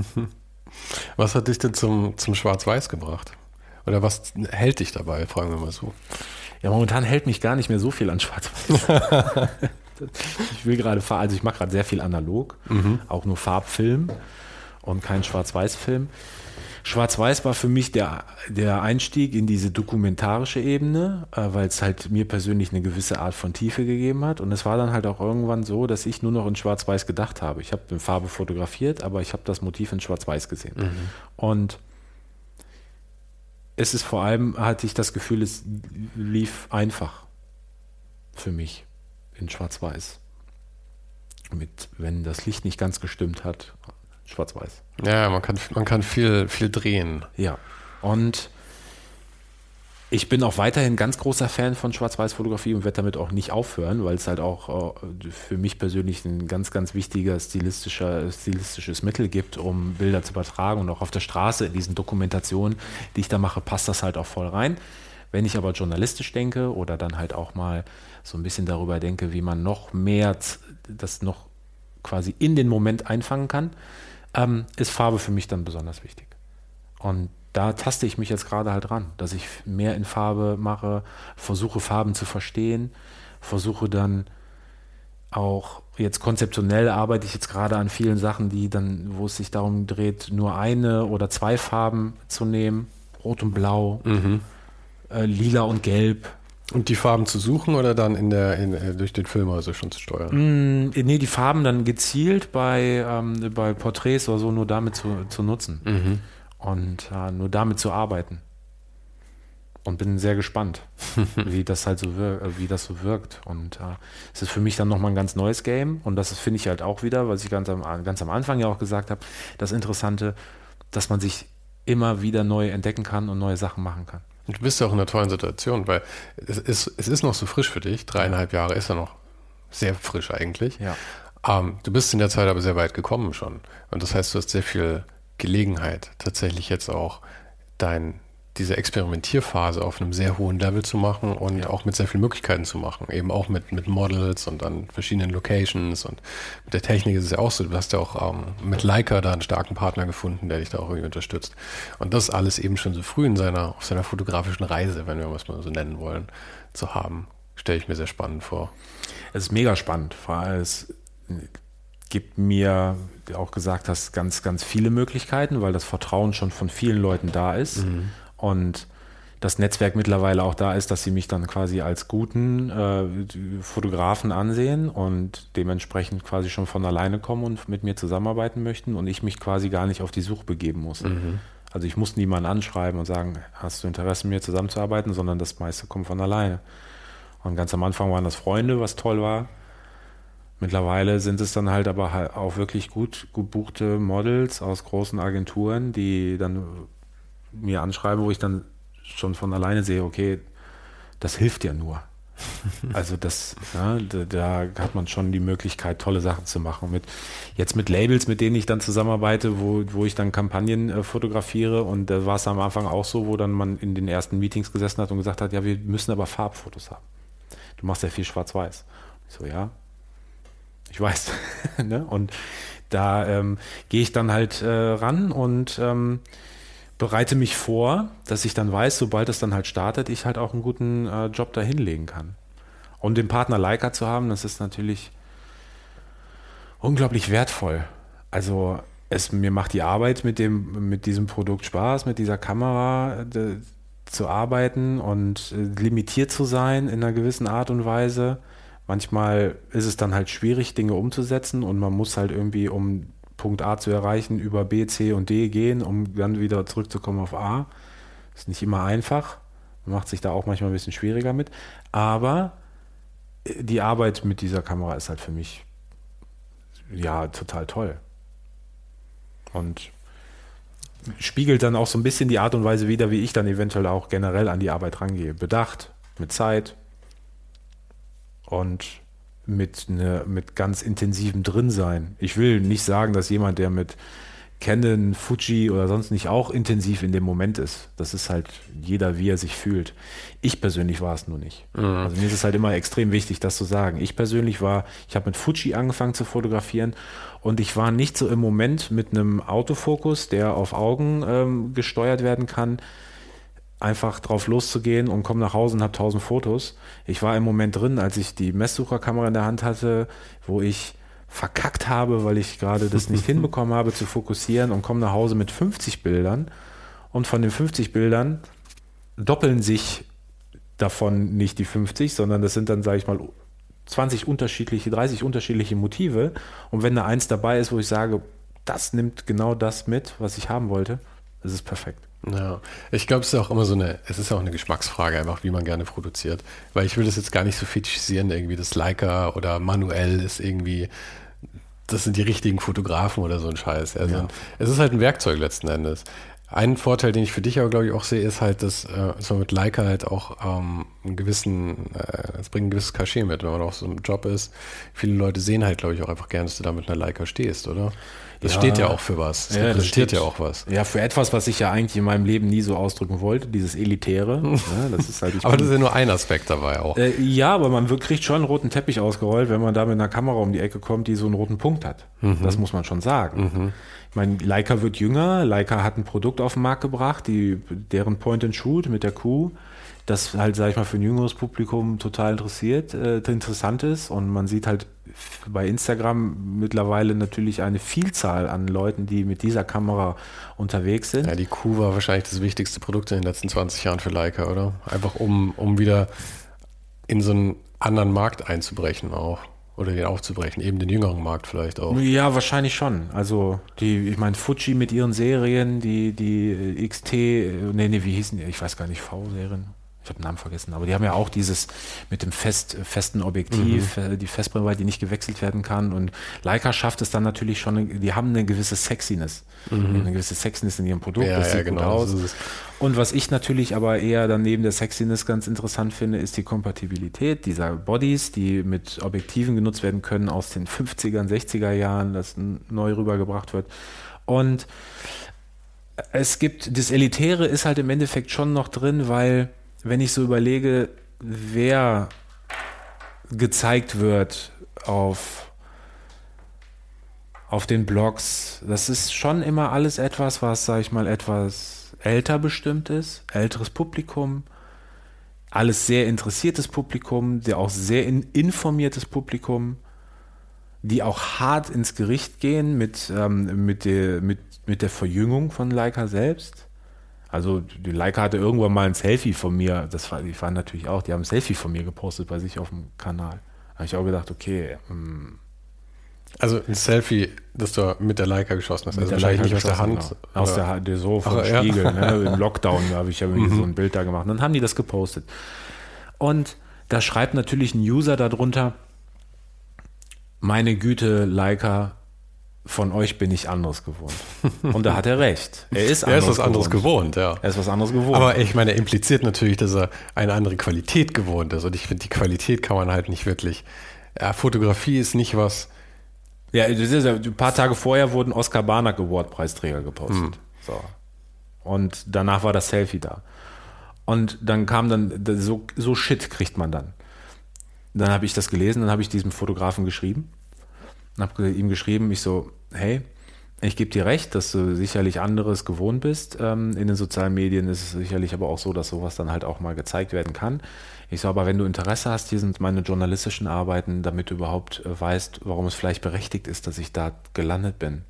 Was hat dich denn zum, zum Schwarz-Weiß gebracht? Oder was hält dich dabei, fragen wir mal so. Ja, momentan hält mich gar nicht mehr so viel an Schwarz-Weiß. Ich will gerade, also ich mache gerade sehr viel analog, mhm. auch nur Farbfilm. und kein Schwarz-Weiß-Film. Schwarz-Weiß war für mich der, der Einstieg in diese dokumentarische Ebene, äh, weil es halt mir persönlich eine gewisse Art von Tiefe gegeben hat. Und es war dann halt auch irgendwann so, dass ich nur noch in Schwarz-Weiß gedacht habe. Ich habe in Farbe fotografiert, aber ich habe das Motiv in Schwarz-Weiß gesehen. Mhm. Und es ist vor allem, hatte ich das Gefühl, es lief einfach für mich in Schwarz-Weiß. Mit, wenn das Licht nicht ganz gestimmt hat, Schwarz-Weiß. Ja, man kann, man kann viel, viel drehen. Ja, und ich bin auch weiterhin ganz großer Fan von Schwarz-Weiß-Fotografie und werde damit auch nicht aufhören, weil es halt auch für mich persönlich ein ganz, ganz wichtiger stilistischer, stilistisches Mittel gibt, um Bilder zu übertragen. Und auch auf der Straße in diesen Dokumentationen, die ich da mache, passt das halt auch voll rein. Wenn ich aber journalistisch denke oder dann halt auch mal so ein bisschen darüber denke, wie man noch mehr das noch quasi in den Moment einfangen kann, ähm, ist Farbe für mich dann besonders wichtig. Und da taste ich mich jetzt gerade halt ran, dass ich mehr in Farbe mache, versuche Farben zu verstehen, versuche dann auch, jetzt konzeptionell arbeite ich jetzt gerade an vielen Sachen, die dann, wo es sich darum dreht, nur eine oder zwei Farben zu nehmen, Rot und Blau, mhm. äh, Lila und Gelb. Und die Farben zu suchen oder dann in der in, äh, durch den Film also schon zu steuern? Mm, nee, die Farben dann gezielt bei, ähm, bei Porträts oder so nur damit zu, zu nutzen. Mhm. Und äh, nur damit zu arbeiten. Und bin sehr gespannt, wie das halt so wirkt, wie das so wirkt. Und äh, es ist für mich dann nochmal ein ganz neues Game. Und das finde ich halt auch wieder, was ich ganz am, ganz am Anfang ja auch gesagt habe, das Interessante, dass man sich immer wieder neu entdecken kann und neue Sachen machen kann. Und du bist ja auch in einer tollen Situation, weil es ist, es ist noch so frisch für dich. Dreieinhalb Jahre ist ja noch sehr frisch eigentlich. Ja. Ähm, du bist in der Zeit aber sehr weit gekommen schon. Und das heißt, du hast sehr viel Gelegenheit, tatsächlich jetzt auch dein, diese Experimentierphase auf einem sehr hohen Level zu machen und ja. auch mit sehr vielen Möglichkeiten zu machen. Eben auch mit, mit Models und an verschiedenen Locations und mit der Technik ist es ja auch so. Du hast ja auch ähm, mit Leica da einen starken Partner gefunden, der dich da auch irgendwie unterstützt. Und das alles eben schon so früh in seiner, auf seiner fotografischen Reise, wenn wir es mal so nennen wollen, zu haben, stelle ich mir sehr spannend vor. Es ist mega spannend, weil es gibt mir, wie du auch gesagt hast, ganz, ganz viele Möglichkeiten, weil das Vertrauen schon von vielen Leuten da ist mhm. und das Netzwerk mittlerweile auch da ist, dass sie mich dann quasi als guten äh, Fotografen ansehen und dementsprechend quasi schon von alleine kommen und mit mir zusammenarbeiten möchten und ich mich quasi gar nicht auf die Suche begeben muss. Mhm. Also ich muss niemanden anschreiben und sagen, hast du Interesse, mit mir zusammenzuarbeiten, sondern das meiste kommt von alleine. Und ganz am Anfang waren das Freunde, was toll war. Mittlerweile sind es dann halt aber halt auch wirklich gut gebuchte Models aus großen Agenturen, die dann mir anschreiben, wo ich dann schon von alleine sehe, okay, das hilft ja nur. Also das, ja, da, da hat man schon die Möglichkeit, tolle Sachen zu machen. Mit, jetzt mit Labels, mit denen ich dann zusammenarbeite, wo, wo ich dann Kampagnen äh, fotografiere und da war es am Anfang auch so, wo dann man in den ersten Meetings gesessen hat und gesagt hat, ja, wir müssen aber Farbfotos haben. Du machst ja viel Schwarz-Weiß. Ich so, ja, ich weiß. ne? Und da ähm, gehe ich dann halt äh, ran und ähm, bereite mich vor, dass ich dann weiß, sobald es dann halt startet, ich halt auch einen guten äh, Job da hinlegen kann. Und den Partner Leica zu haben, das ist natürlich unglaublich wertvoll. Also es, mir macht die Arbeit mit dem, mit diesem Produkt Spaß, mit dieser Kamera de, zu arbeiten und äh, limitiert zu sein in einer gewissen Art und Weise. Manchmal ist es dann halt schwierig, Dinge umzusetzen und man muss halt irgendwie, um Punkt A zu erreichen, über B, C und D gehen, um dann wieder zurückzukommen auf A. Ist nicht immer einfach. Man macht sich da auch manchmal ein bisschen schwieriger mit. Aber die Arbeit mit dieser Kamera ist halt für mich ja total toll. Und spiegelt dann auch so ein bisschen die Art und Weise wider, wie ich dann eventuell auch generell an die Arbeit rangehe. Bedacht, mit Zeit und mit, ne, mit ganz intensivem Drinsein. Ich will nicht sagen, dass jemand, der mit Canon, Fuji oder sonst nicht auch intensiv in dem Moment ist. Das ist halt jeder, wie er sich fühlt. Ich persönlich war es nur nicht. Mhm. Also mir ist es halt immer extrem wichtig, das zu sagen. Ich persönlich war, ich habe mit Fuji angefangen zu fotografieren und ich war nicht so im Moment mit einem Autofokus, der auf Augen ähm, gesteuert werden kann, einfach drauf loszugehen und komme nach Hause und habe tausend Fotos. Ich war im Moment drin, als ich die Messsucherkamera in der Hand hatte, wo ich verkackt habe, weil ich gerade das nicht hinbekommen habe zu fokussieren und komme nach Hause mit fünfzig Bildern und von den fünfzig Bildern doppeln sich davon nicht die fünfzig, sondern das sind dann, sage ich mal, zwanzig unterschiedliche, dreißig unterschiedliche Motive und wenn da eins dabei ist, wo ich sage, das nimmt genau das mit, was ich haben wollte, das ist perfekt. Ja, ich glaube, es ist auch immer so eine, es ist auch eine Geschmacksfrage, einfach wie man gerne produziert. Weil ich will das jetzt gar nicht so fetischisieren, irgendwie das Leica oder manuell ist irgendwie, das sind die richtigen Fotografen oder so ein Scheiß. Also Ja. es ist halt ein Werkzeug letzten Endes. Ein Vorteil, den ich für dich aber, glaube ich, auch sehe, ist halt, dass äh, so mit Leica halt auch ähm, einen gewissen, äh, es bringt ein gewisses Cachet mit, wenn man auch so im Job ist. Viele Leute sehen halt, glaube ich, auch einfach gern, dass du da mit einer Leica stehst, oder? Das Ja. steht ja auch für was. Das Ja, das repräsentiert steht- ja auch was. Ja, für etwas, was ich ja eigentlich in meinem Leben nie so ausdrücken wollte, dieses Elitäre. Ne, das ist halt, ich Aber bin- das ist ja nur ein Aspekt dabei auch. Äh, ja, aber man wird- kriegt schon einen roten Teppich ausgerollt, wenn man da mit einer Kamera um die Ecke kommt, die so einen roten Punkt hat. Das muss man schon sagen. Ich meine, Leica wird jünger, Leica hat ein Produkt auf den Markt gebracht, die, deren Point-and-Shoot mit der Kuh, das halt, sag ich mal, für ein jüngeres Publikum total interessiert, äh, interessant ist und man sieht halt bei Instagram mittlerweile natürlich eine Vielzahl an Leuten, die mit dieser Kamera unterwegs sind. Ja, die Kuh war wahrscheinlich das wichtigste Produkt in den letzten zwanzig Jahren für Leica, oder? Einfach um, um wieder in so einen anderen Markt einzubrechen auch. Oder den aufzubrechen, eben den jüngeren Markt vielleicht auch. Ja, wahrscheinlich schon. Also die, ich meine, Fuji mit ihren Serien, die, die X T, äh, nee, nee, wie hießen die? Ich weiß gar nicht, V-Serien. Ich habe den Namen vergessen, aber die haben ja auch dieses mit dem fest, festen Objektiv, äh, die Festbrennweite, die nicht gewechselt werden kann. Und Leica schafft es dann natürlich schon, die haben eine gewisse Sexiness. Eine gewisse Sexiness in ihrem Produkt, Ja, das ja, sieht genau, gut aus. das ist es. Und was ich natürlich aber eher dann neben der Sexiness ganz interessant finde, ist die Kompatibilität dieser Bodies, die mit Objektiven genutzt werden können aus den fünfziger, sechziger Jahren, das neu rübergebracht wird. Und es gibt, das Elitäre ist halt im Endeffekt schon noch drin, weil wenn ich so überlege, wer gezeigt wird auf, auf den Blogs, das ist schon immer alles etwas, was, sag ich mal, etwas älter bestimmt ist, älteres Publikum, alles sehr interessiertes Publikum, der auch sehr in, informiertes Publikum, die auch hart ins Gericht gehen mit, ähm, mit, der, mit, mit der Verjüngung von Leica selbst. Also die Leica hatte irgendwann mal ein Selfie von mir, das war, die waren natürlich auch, die haben ein Selfie von mir gepostet bei sich auf dem Kanal. Da habe ich auch gedacht, okay, ähm, Also ein Selfie, das du mit der Leica geschossen hast. mit Also der wahrscheinlich Leica nicht aus der Hand. geschossen, genau. Aus der Hand, der so vom Ach, ja. Spiegel, ne? Im Lockdown habe ich ja irgendwie so ein Bild da gemacht. Und dann haben die das gepostet. Und da schreibt natürlich ein User darunter, meine Güte, Leica, von euch bin ich anderes gewohnt. Und da hat er recht. Er ist Er anderes ist was anderes gewohnt, ja. Er ist was anderes gewohnt. Aber ich meine, er impliziert natürlich, dass er eine andere Qualität gewohnt ist. Und ich finde, die Qualität kann man halt nicht wirklich. Ja, Fotografie ist nicht was. Ja, das ist ja, ein paar Tage vorher wurden Oscar Barnack Award Preisträger gepostet. So. Und danach war das Selfie da. Und dann kam dann, so, so Shit kriegt man dann. Dann habe ich das gelesen, dann habe ich diesem Fotografen geschrieben. Und habe ihm geschrieben, ich so, hey, ich gebe dir recht, dass du sicherlich anderes gewohnt bist. Ähm, in den sozialen Medien ist es sicherlich aber auch so, dass sowas dann halt auch mal gezeigt werden kann. Ich so, aber wenn du Interesse hast, hier sind meine journalistischen Arbeiten, damit du überhaupt äh, weißt, warum es vielleicht berechtigt ist, dass ich da gelandet bin.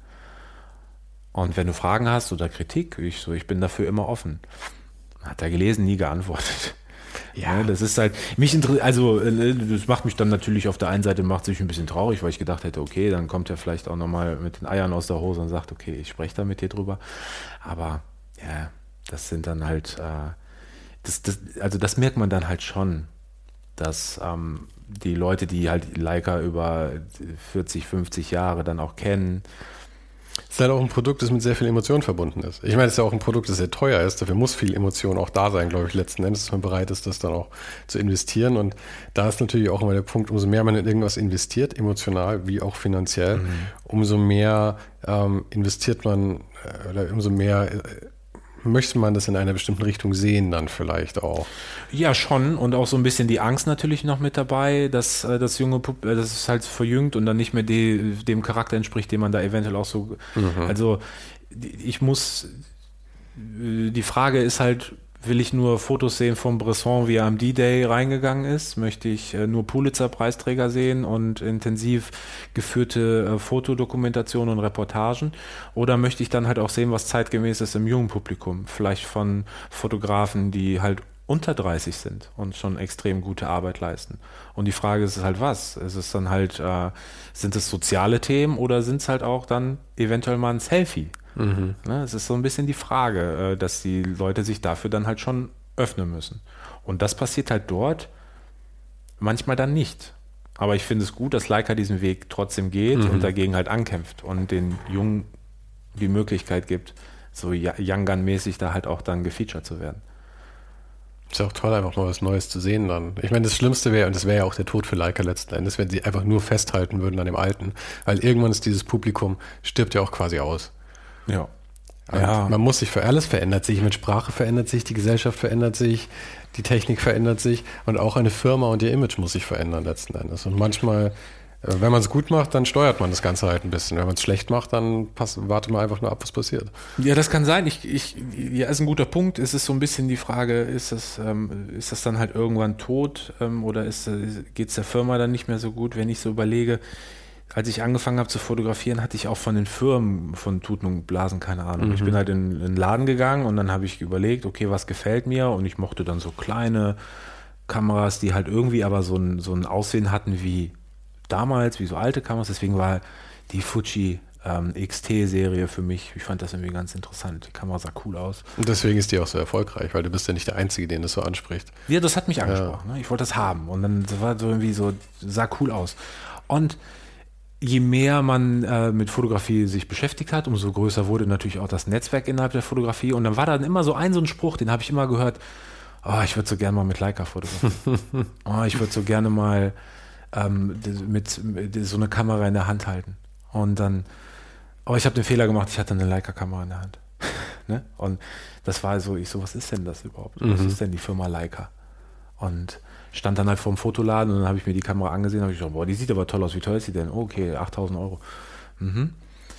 Und wenn du Fragen hast oder Kritik, ich so, ich bin dafür immer offen. Hat er gelesen, nie geantwortet. Ja, das ist halt, mich interessiert, also das macht mich dann natürlich auf der einen Seite, macht sich ein bisschen traurig, weil ich gedacht hätte, okay, dann kommt er vielleicht auch nochmal mit den Eiern aus der Hose und sagt, okay, ich spreche da mit dir drüber. Aber ja, das sind dann halt, äh, das, das, also das merkt man dann halt schon, dass ähm, die Leute, die halt Leica über vierzig, fünfzig Jahre dann auch kennen. Es ist halt auch ein Produkt, das mit sehr viel Emotion verbunden ist. Ich meine, es ist ja auch ein Produkt, das sehr teuer ist. Dafür muss viel Emotion auch da sein, glaube ich, letzten Endes, dass man bereit ist, das dann auch zu investieren. Und da ist natürlich auch immer der Punkt, umso mehr man in irgendwas investiert, emotional wie auch finanziell, mhm. umso mehr ähm, investiert man, äh, oder umso mehr äh, möchte man das in einer bestimmten Richtung sehen dann vielleicht auch. Ja, schon. Und auch so ein bisschen die Angst natürlich noch mit dabei, dass äh, das junge Pup äh, das ist halt verjüngt und dann nicht mehr die, dem Charakter entspricht, den man da eventuell auch so. Mhm. Also ich muss, die Frage ist halt, Will ich nur Fotos sehen von Bresson, wie er am D-Day reingegangen ist? Möchte ich äh, nur Pulitzer-Preisträger sehen und intensiv geführte äh, Fotodokumentationen und Reportagen? Oder möchte ich dann halt auch sehen, was zeitgemäß ist im jungen Publikum? Vielleicht von Fotografen, die halt unter dreißig sind und schon extrem gute Arbeit leisten. Und die Frage ist halt was? Ist es dann halt, äh, sind es soziale Themen oder sind es halt auch dann eventuell mal ein Selfie? Mhm. Ne, es ist so ein bisschen die Frage, äh, dass die Leute sich dafür dann halt schon öffnen müssen. Und das passiert halt dort manchmal dann nicht. Aber ich finde es gut, dass Leica diesen Weg trotzdem geht mhm. und dagegen halt ankämpft und den Jungen die Möglichkeit gibt, so Young Gun-mäßig da halt auch dann gefeatured zu werden. Ist ja auch toll, einfach mal was Neues zu sehen dann. Ich meine, das Schlimmste wäre, und das wäre ja auch der Tod für Leica letzten Endes, wenn sie einfach nur festhalten würden an dem Alten. Weil irgendwann ist dieses Publikum, stirbt ja auch quasi aus. Ja. ja. Man muss sich für alles verändert sich. Mit Sprache verändert sich, die Gesellschaft verändert sich, die Technik verändert sich und auch eine Firma und ihr Image muss sich verändern letzten Endes. Und manchmal, wenn man es gut macht, dann steuert man das Ganze halt ein bisschen. Wenn man es schlecht macht, dann pass, wartet man einfach nur ab, was passiert. Ja, das kann sein. Ich, ich, ja, ist ein guter Punkt. Es ist so ein bisschen die Frage, ist das, ähm, ist das dann halt irgendwann tot ähm, oder geht es der Firma dann nicht mehr so gut, wenn ich so überlege, als ich angefangen habe zu fotografieren, hatte ich auch von den Firmen von Tuten und Blasen keine Ahnung. Mhm. Ich bin halt in, in den Laden gegangen und dann habe ich überlegt, okay, was gefällt mir? Und ich mochte dann so kleine Kameras, die halt irgendwie aber so ein, so ein Aussehen hatten wie damals, wie so alte Kameras. Deswegen war die Fuji ähm, X T-Serie für mich, ich fand das irgendwie ganz interessant. Die Kamera sah cool aus. Und deswegen ist die auch so erfolgreich, weil du bist ja nicht der Einzige, den das so anspricht. Ja, das hat mich angesprochen. Ja. Ne? Ich wollte das haben. Und dann war so irgendwie so, sah cool aus. Und je mehr man äh, mit Fotografie sich beschäftigt hat, umso größer wurde natürlich auch das Netzwerk innerhalb der Fotografie. Und dann war dann immer so ein so ein Spruch, den habe ich immer gehört, oh, ich würde so gerne mal mit Leica fotografieren. oh, ich würde so gerne mal ähm, mit, mit so eine Kamera in der Hand halten. Und dann, oh, ich habe den Fehler gemacht, ich hatte eine Leica-Kamera in der Hand. ne? Und das war so, ich so, was ist denn das überhaupt? Mhm. Was ist denn die Firma Leica? Und stand dann halt vor dem Fotoladen und dann habe ich mir die Kamera angesehen, habe ich gesagt, boah, die sieht aber toll aus, wie teuer ist die denn? Oh, okay, achttausend Euro. Mhm.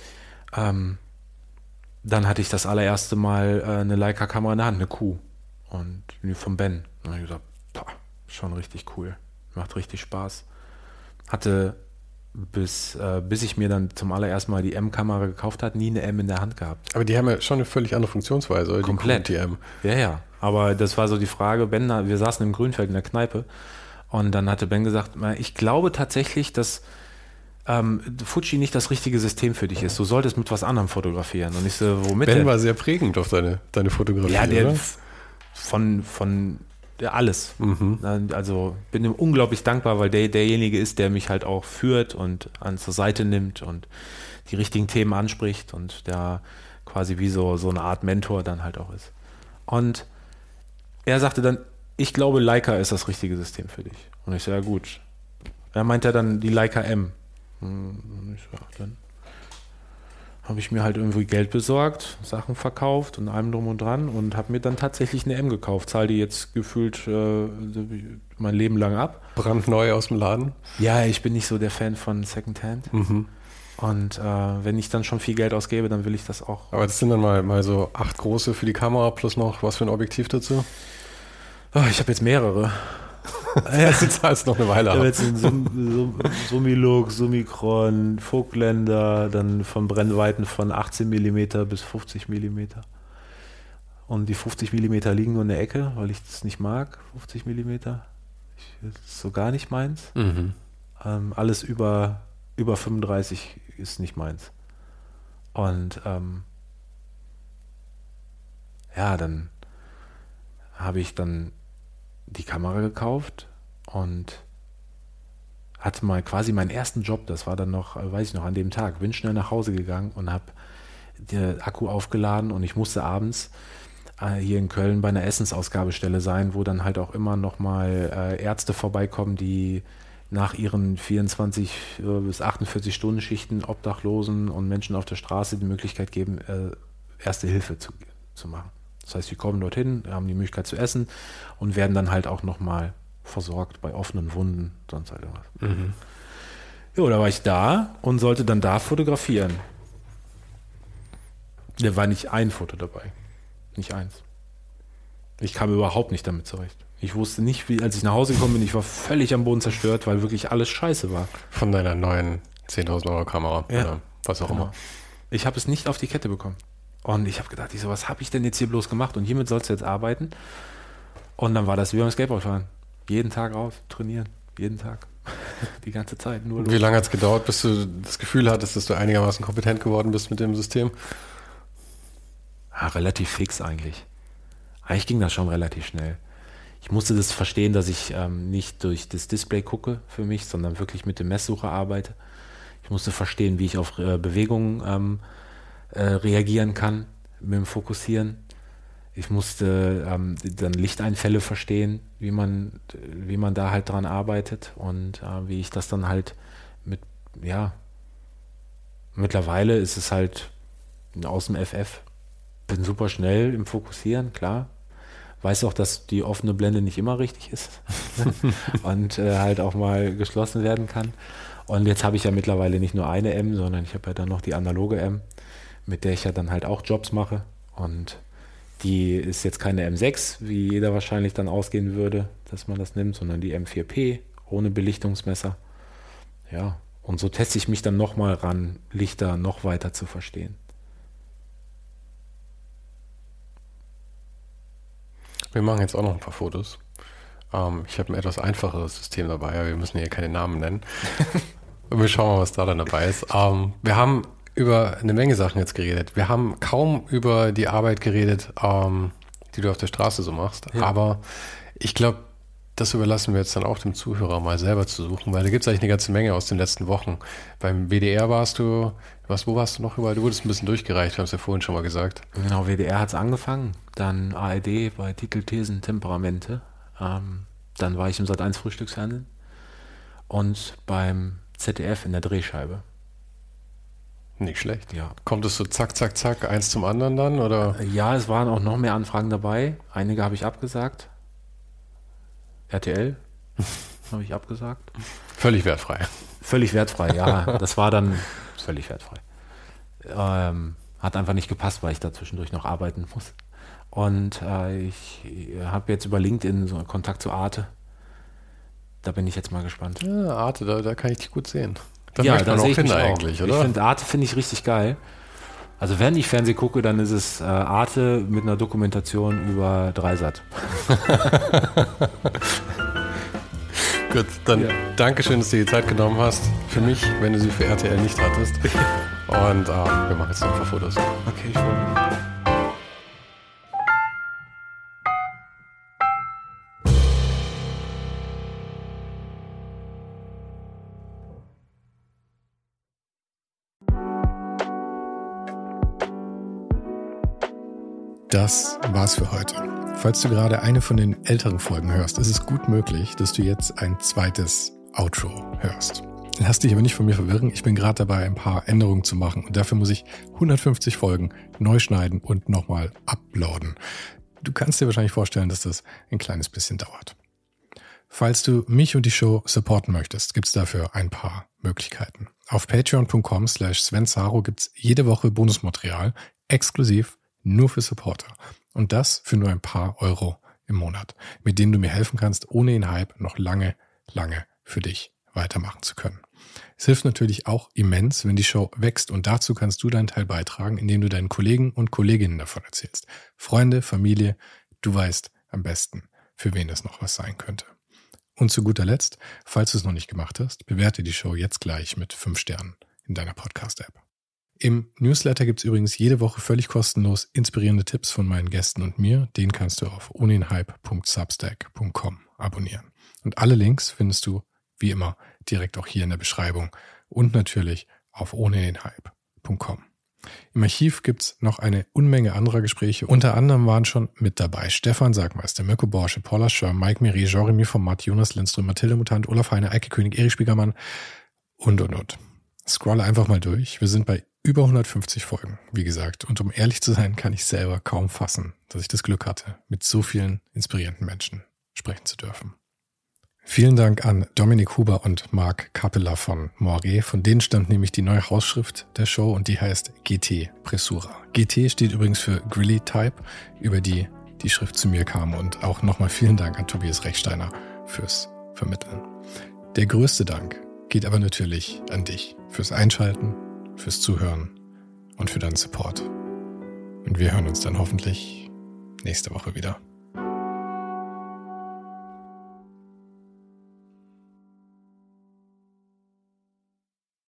Ähm, dann hatte ich das allererste Mal äh, eine Leica-Kamera in der Hand, eine Kuh. Und die von Ben. Und dann habe ich gesagt, boah, schon richtig cool. Macht richtig Spaß. Hatte bis, äh, bis ich mir dann zum allerersten Mal die M-Kamera gekauft habe, nie eine M in der Hand gehabt. Aber die haben ja schon eine völlig andere Funktionsweise, oder? Komplett. Die, die M. Ja, ja. Aber das war so die Frage, Ben, wir saßen im Grünfeld in der Kneipe und dann hatte Ben gesagt, ich glaube tatsächlich, dass ähm, Fuji nicht das richtige System für dich ist. Du solltest mit was anderem fotografieren. Und ich so, womit Ben denn? war sehr prägend auf deine, deine Fotografie, ja, der oder? Von, von ja, alles. Mhm. Also bin ihm unglaublich dankbar, weil der derjenige ist, der mich halt auch führt und an zur Seite nimmt und die richtigen Themen anspricht und der quasi wie so, so eine Art Mentor dann halt auch ist. Und er sagte dann, ich glaube, Leica ist das richtige System für dich. Und ich so, ja gut. Er meinte dann die Leica M. Und ich so, ja, dann habe ich mir halt irgendwie Geld besorgt, Sachen verkauft und allem drum und dran und habe mir dann tatsächlich eine M gekauft. Zahle die jetzt gefühlt äh, mein Leben lang ab. Brandneu aus dem Laden? Ja, ich bin nicht so der Fan von Secondhand. Mhm. Und äh, wenn ich dann schon viel Geld ausgebe, dann will ich das auch. Aber das sind dann mal, mal so acht große für die Kamera plus noch was für ein Objektiv dazu? Oh, ich habe jetzt mehrere. ja, du zahlst noch eine Weile ab. Ich habe jetzt einen Sum, Sum, Summilux, Summicron, Vogtländer, dann von Brennweiten von achtzehn Millimeter bis fünfzig Millimeter. Und die fünfzig Millimeter liegen nur in der Ecke, weil ich das nicht mag, fünfzig Millimeter. Ich, das ist so gar nicht meins. Mhm. Ähm, alles über, über fünfunddreißig ist nicht meins. Und ähm, ja, dann habe ich dann die Kamera gekauft und hatte mal quasi meinen ersten Job, das war dann noch, weiß ich noch, an dem Tag, bin schnell nach Hause gegangen und habe den Akku aufgeladen und ich musste abends äh, hier in Köln bei einer Essensausgabestelle sein, wo dann halt auch immer noch mal äh, Ärzte vorbeikommen, die nach ihren vierundzwanzig bis achtundvierzig Stunden Schichten Obdachlosen und Menschen auf der Straße die Möglichkeit geben, äh, Erste Hilfe zu, zu machen. Das heißt, die kommen dorthin, haben die Möglichkeit zu essen und werden dann halt auch nochmal versorgt bei offenen Wunden, sonst halt irgendwas. Mhm. Ja, da war ich da und sollte dann da fotografieren. Da war nicht ein Foto dabei, nicht eins. Ich kam überhaupt nicht damit zurecht. Ich wusste nicht, wie, als ich nach Hause gekommen bin, ich war völlig am Boden zerstört, weil wirklich alles scheiße war. Von deiner neuen zehntausend Euro Kamera ja. oder was auch genau. immer. Ich habe es nicht auf die Kette bekommen. Und ich habe gedacht, ich so, was habe ich denn jetzt hier bloß gemacht? Und hiermit sollst du jetzt arbeiten. Und dann war das wie beim Skateboardfahren. Jeden Tag raus, trainieren. Jeden Tag. Die ganze Zeit. Nur los. Wie lange hat es gedauert, bis du das Gefühl hattest, dass du einigermaßen kompetent geworden bist mit dem System? Ja, relativ fix eigentlich. Eigentlich ging das schon relativ schnell. Ich musste das verstehen, dass ich ähm, nicht durch das Display gucke für mich, sondern wirklich mit dem Messsucher arbeite. Ich musste verstehen, wie ich auf äh, Bewegungen ähm, äh, reagieren kann mit dem Fokussieren. Ich musste ähm, dann Lichteinfälle verstehen, wie man, wie man da halt dran arbeitet und äh, wie ich das dann halt mit, ja, mittlerweile ist es halt aus dem F F. Bin super schnell im Fokussieren, klar. Weiß auch, dass die offene Blende nicht immer richtig ist und äh, halt auch mal geschlossen werden kann. Und jetzt habe ich ja mittlerweile nicht nur eine M, sondern ich habe ja dann noch die analoge M, mit der ich ja dann halt auch Jobs mache. Und die ist jetzt keine M sechs, wie jeder wahrscheinlich dann ausgehen würde, dass man das nimmt, sondern die M vier P ohne Belichtungsmesser. Ja, und so teste ich mich dann nochmal ran, Lichter noch weiter zu verstehen. Wir machen jetzt auch noch ein paar Fotos. Ähm, ich habe ein etwas einfacheres System dabei, aber wir müssen hier keine Namen nennen. Und wir schauen mal, was da dann dabei ist. Ähm, wir haben über eine Menge Sachen jetzt geredet. Wir haben kaum über die Arbeit geredet, ähm, die du auf der Straße so machst. Ja. Aber ich glaube, das überlassen wir jetzt dann auch dem Zuhörer mal selber zu suchen, weil da gibt es eigentlich eine ganze Menge aus den letzten Wochen. Beim W D R warst du, was, wo warst du noch überall? Du wurdest ein bisschen durchgereicht, wir haben es ja vorhin schon mal gesagt. Genau, W D R hat es angefangen, dann A R D bei Titel, Thesen, Temperamente, ähm, dann war ich im Sat eins Frühstücksfernsehen und beim Z D F in der Drehscheibe. Nicht schlecht. Ja. Kommt es so zack, zack, zack, eins zum anderen dann, oder? Ja, es waren auch noch mehr Anfragen dabei, einige habe ich abgesagt. R T L habe ich abgesagt. Völlig wertfrei. Völlig wertfrei, ja. Das war dann völlig wertfrei. Ähm, hat einfach nicht gepasst, weil ich da zwischendurch noch arbeiten muss. Und äh, ich habe jetzt über LinkedIn so einen Kontakt zu Arte. Da bin ich jetzt mal gespannt. Ja, Arte, da, da kann ich dich gut sehen. Da ja, möchte da man sehe auch ich hin mich eigentlich, auch. oder? Ich finde Arte finde ich richtig geil. Also wenn ich Fernsehen gucke, dann ist es äh, Arte mit einer Dokumentation über Dreisat. Gut, dann ja. Dankeschön, dass du dir die Zeit genommen hast. Für mich, wenn du sie für R T L nicht hattest. Und äh, wir machen jetzt noch ein paar Fotos. Okay, ich freue mich. Das war's für heute. Falls du gerade eine von den älteren Folgen hörst, ist es gut möglich, dass du jetzt ein zweites Outro hörst. Lass dich aber nicht von mir verwirren, ich bin gerade dabei, ein paar Änderungen zu machen und dafür muss ich hundertfünfzig Folgen neu schneiden und nochmal uploaden. Du kannst dir wahrscheinlich vorstellen, dass das ein kleines bisschen dauert. Falls du mich und die Show supporten möchtest, gibt's dafür ein paar Möglichkeiten. Auf patreon.com slash Sven Saro gibt's jede Woche Bonusmaterial, exklusiv nur für Supporter. Und das für nur ein paar Euro im Monat, mit denen du mir helfen kannst, ohne den Hype noch lange, lange für dich weitermachen zu können. Es hilft natürlich auch immens, wenn die Show wächst und dazu kannst du deinen Teil beitragen, indem du deinen Kollegen und Kolleginnen davon erzählst. Freunde, Familie, du weißt am besten, für wen das noch was sein könnte. Und zu guter Letzt, falls du es noch nicht gemacht hast, bewerte die Show jetzt gleich mit fünf Sternen in deiner Podcast-App. Im Newsletter gibt es übrigens jede Woche völlig kostenlos inspirierende Tipps von meinen Gästen und mir. Den kannst du auf ohnenhype punkt substack punkt com abonnieren. Und alle Links findest du, wie immer, direkt auch hier in der Beschreibung und natürlich auf ohnenhype punkt com. Im Archiv gibt's noch eine Unmenge anderer Gespräche. Unter anderem waren schon mit dabei Stefan Sagmeister, Mirko Borsche, Paula Schör, Mike Miri, Jeremy Format, Jonas Lindström, Mathilde Mutant, Olaf Heine, Eike König, Erich Spiegermann und, und, und. Scrolle einfach mal durch. Wir sind bei über hundertfünfzig Folgen, wie gesagt. Und um ehrlich zu sein, kann ich selber kaum fassen, dass ich das Glück hatte, mit so vielen inspirierenden Menschen sprechen zu dürfen. Vielen Dank an Dominik Huber und Marc Capella von Moiré. Von denen stammt nämlich die neue Hausschrift der Show und die heißt G T Pressura. G T steht übrigens für Grilly Type, über die die Schrift zu mir kam. Und auch nochmal vielen Dank an Tobias Rechsteiner fürs Vermitteln. Der größte Dank geht aber natürlich an dich fürs Einschalten, fürs Zuhören und für deinen Support. Und wir hören uns dann hoffentlich nächste Woche wieder.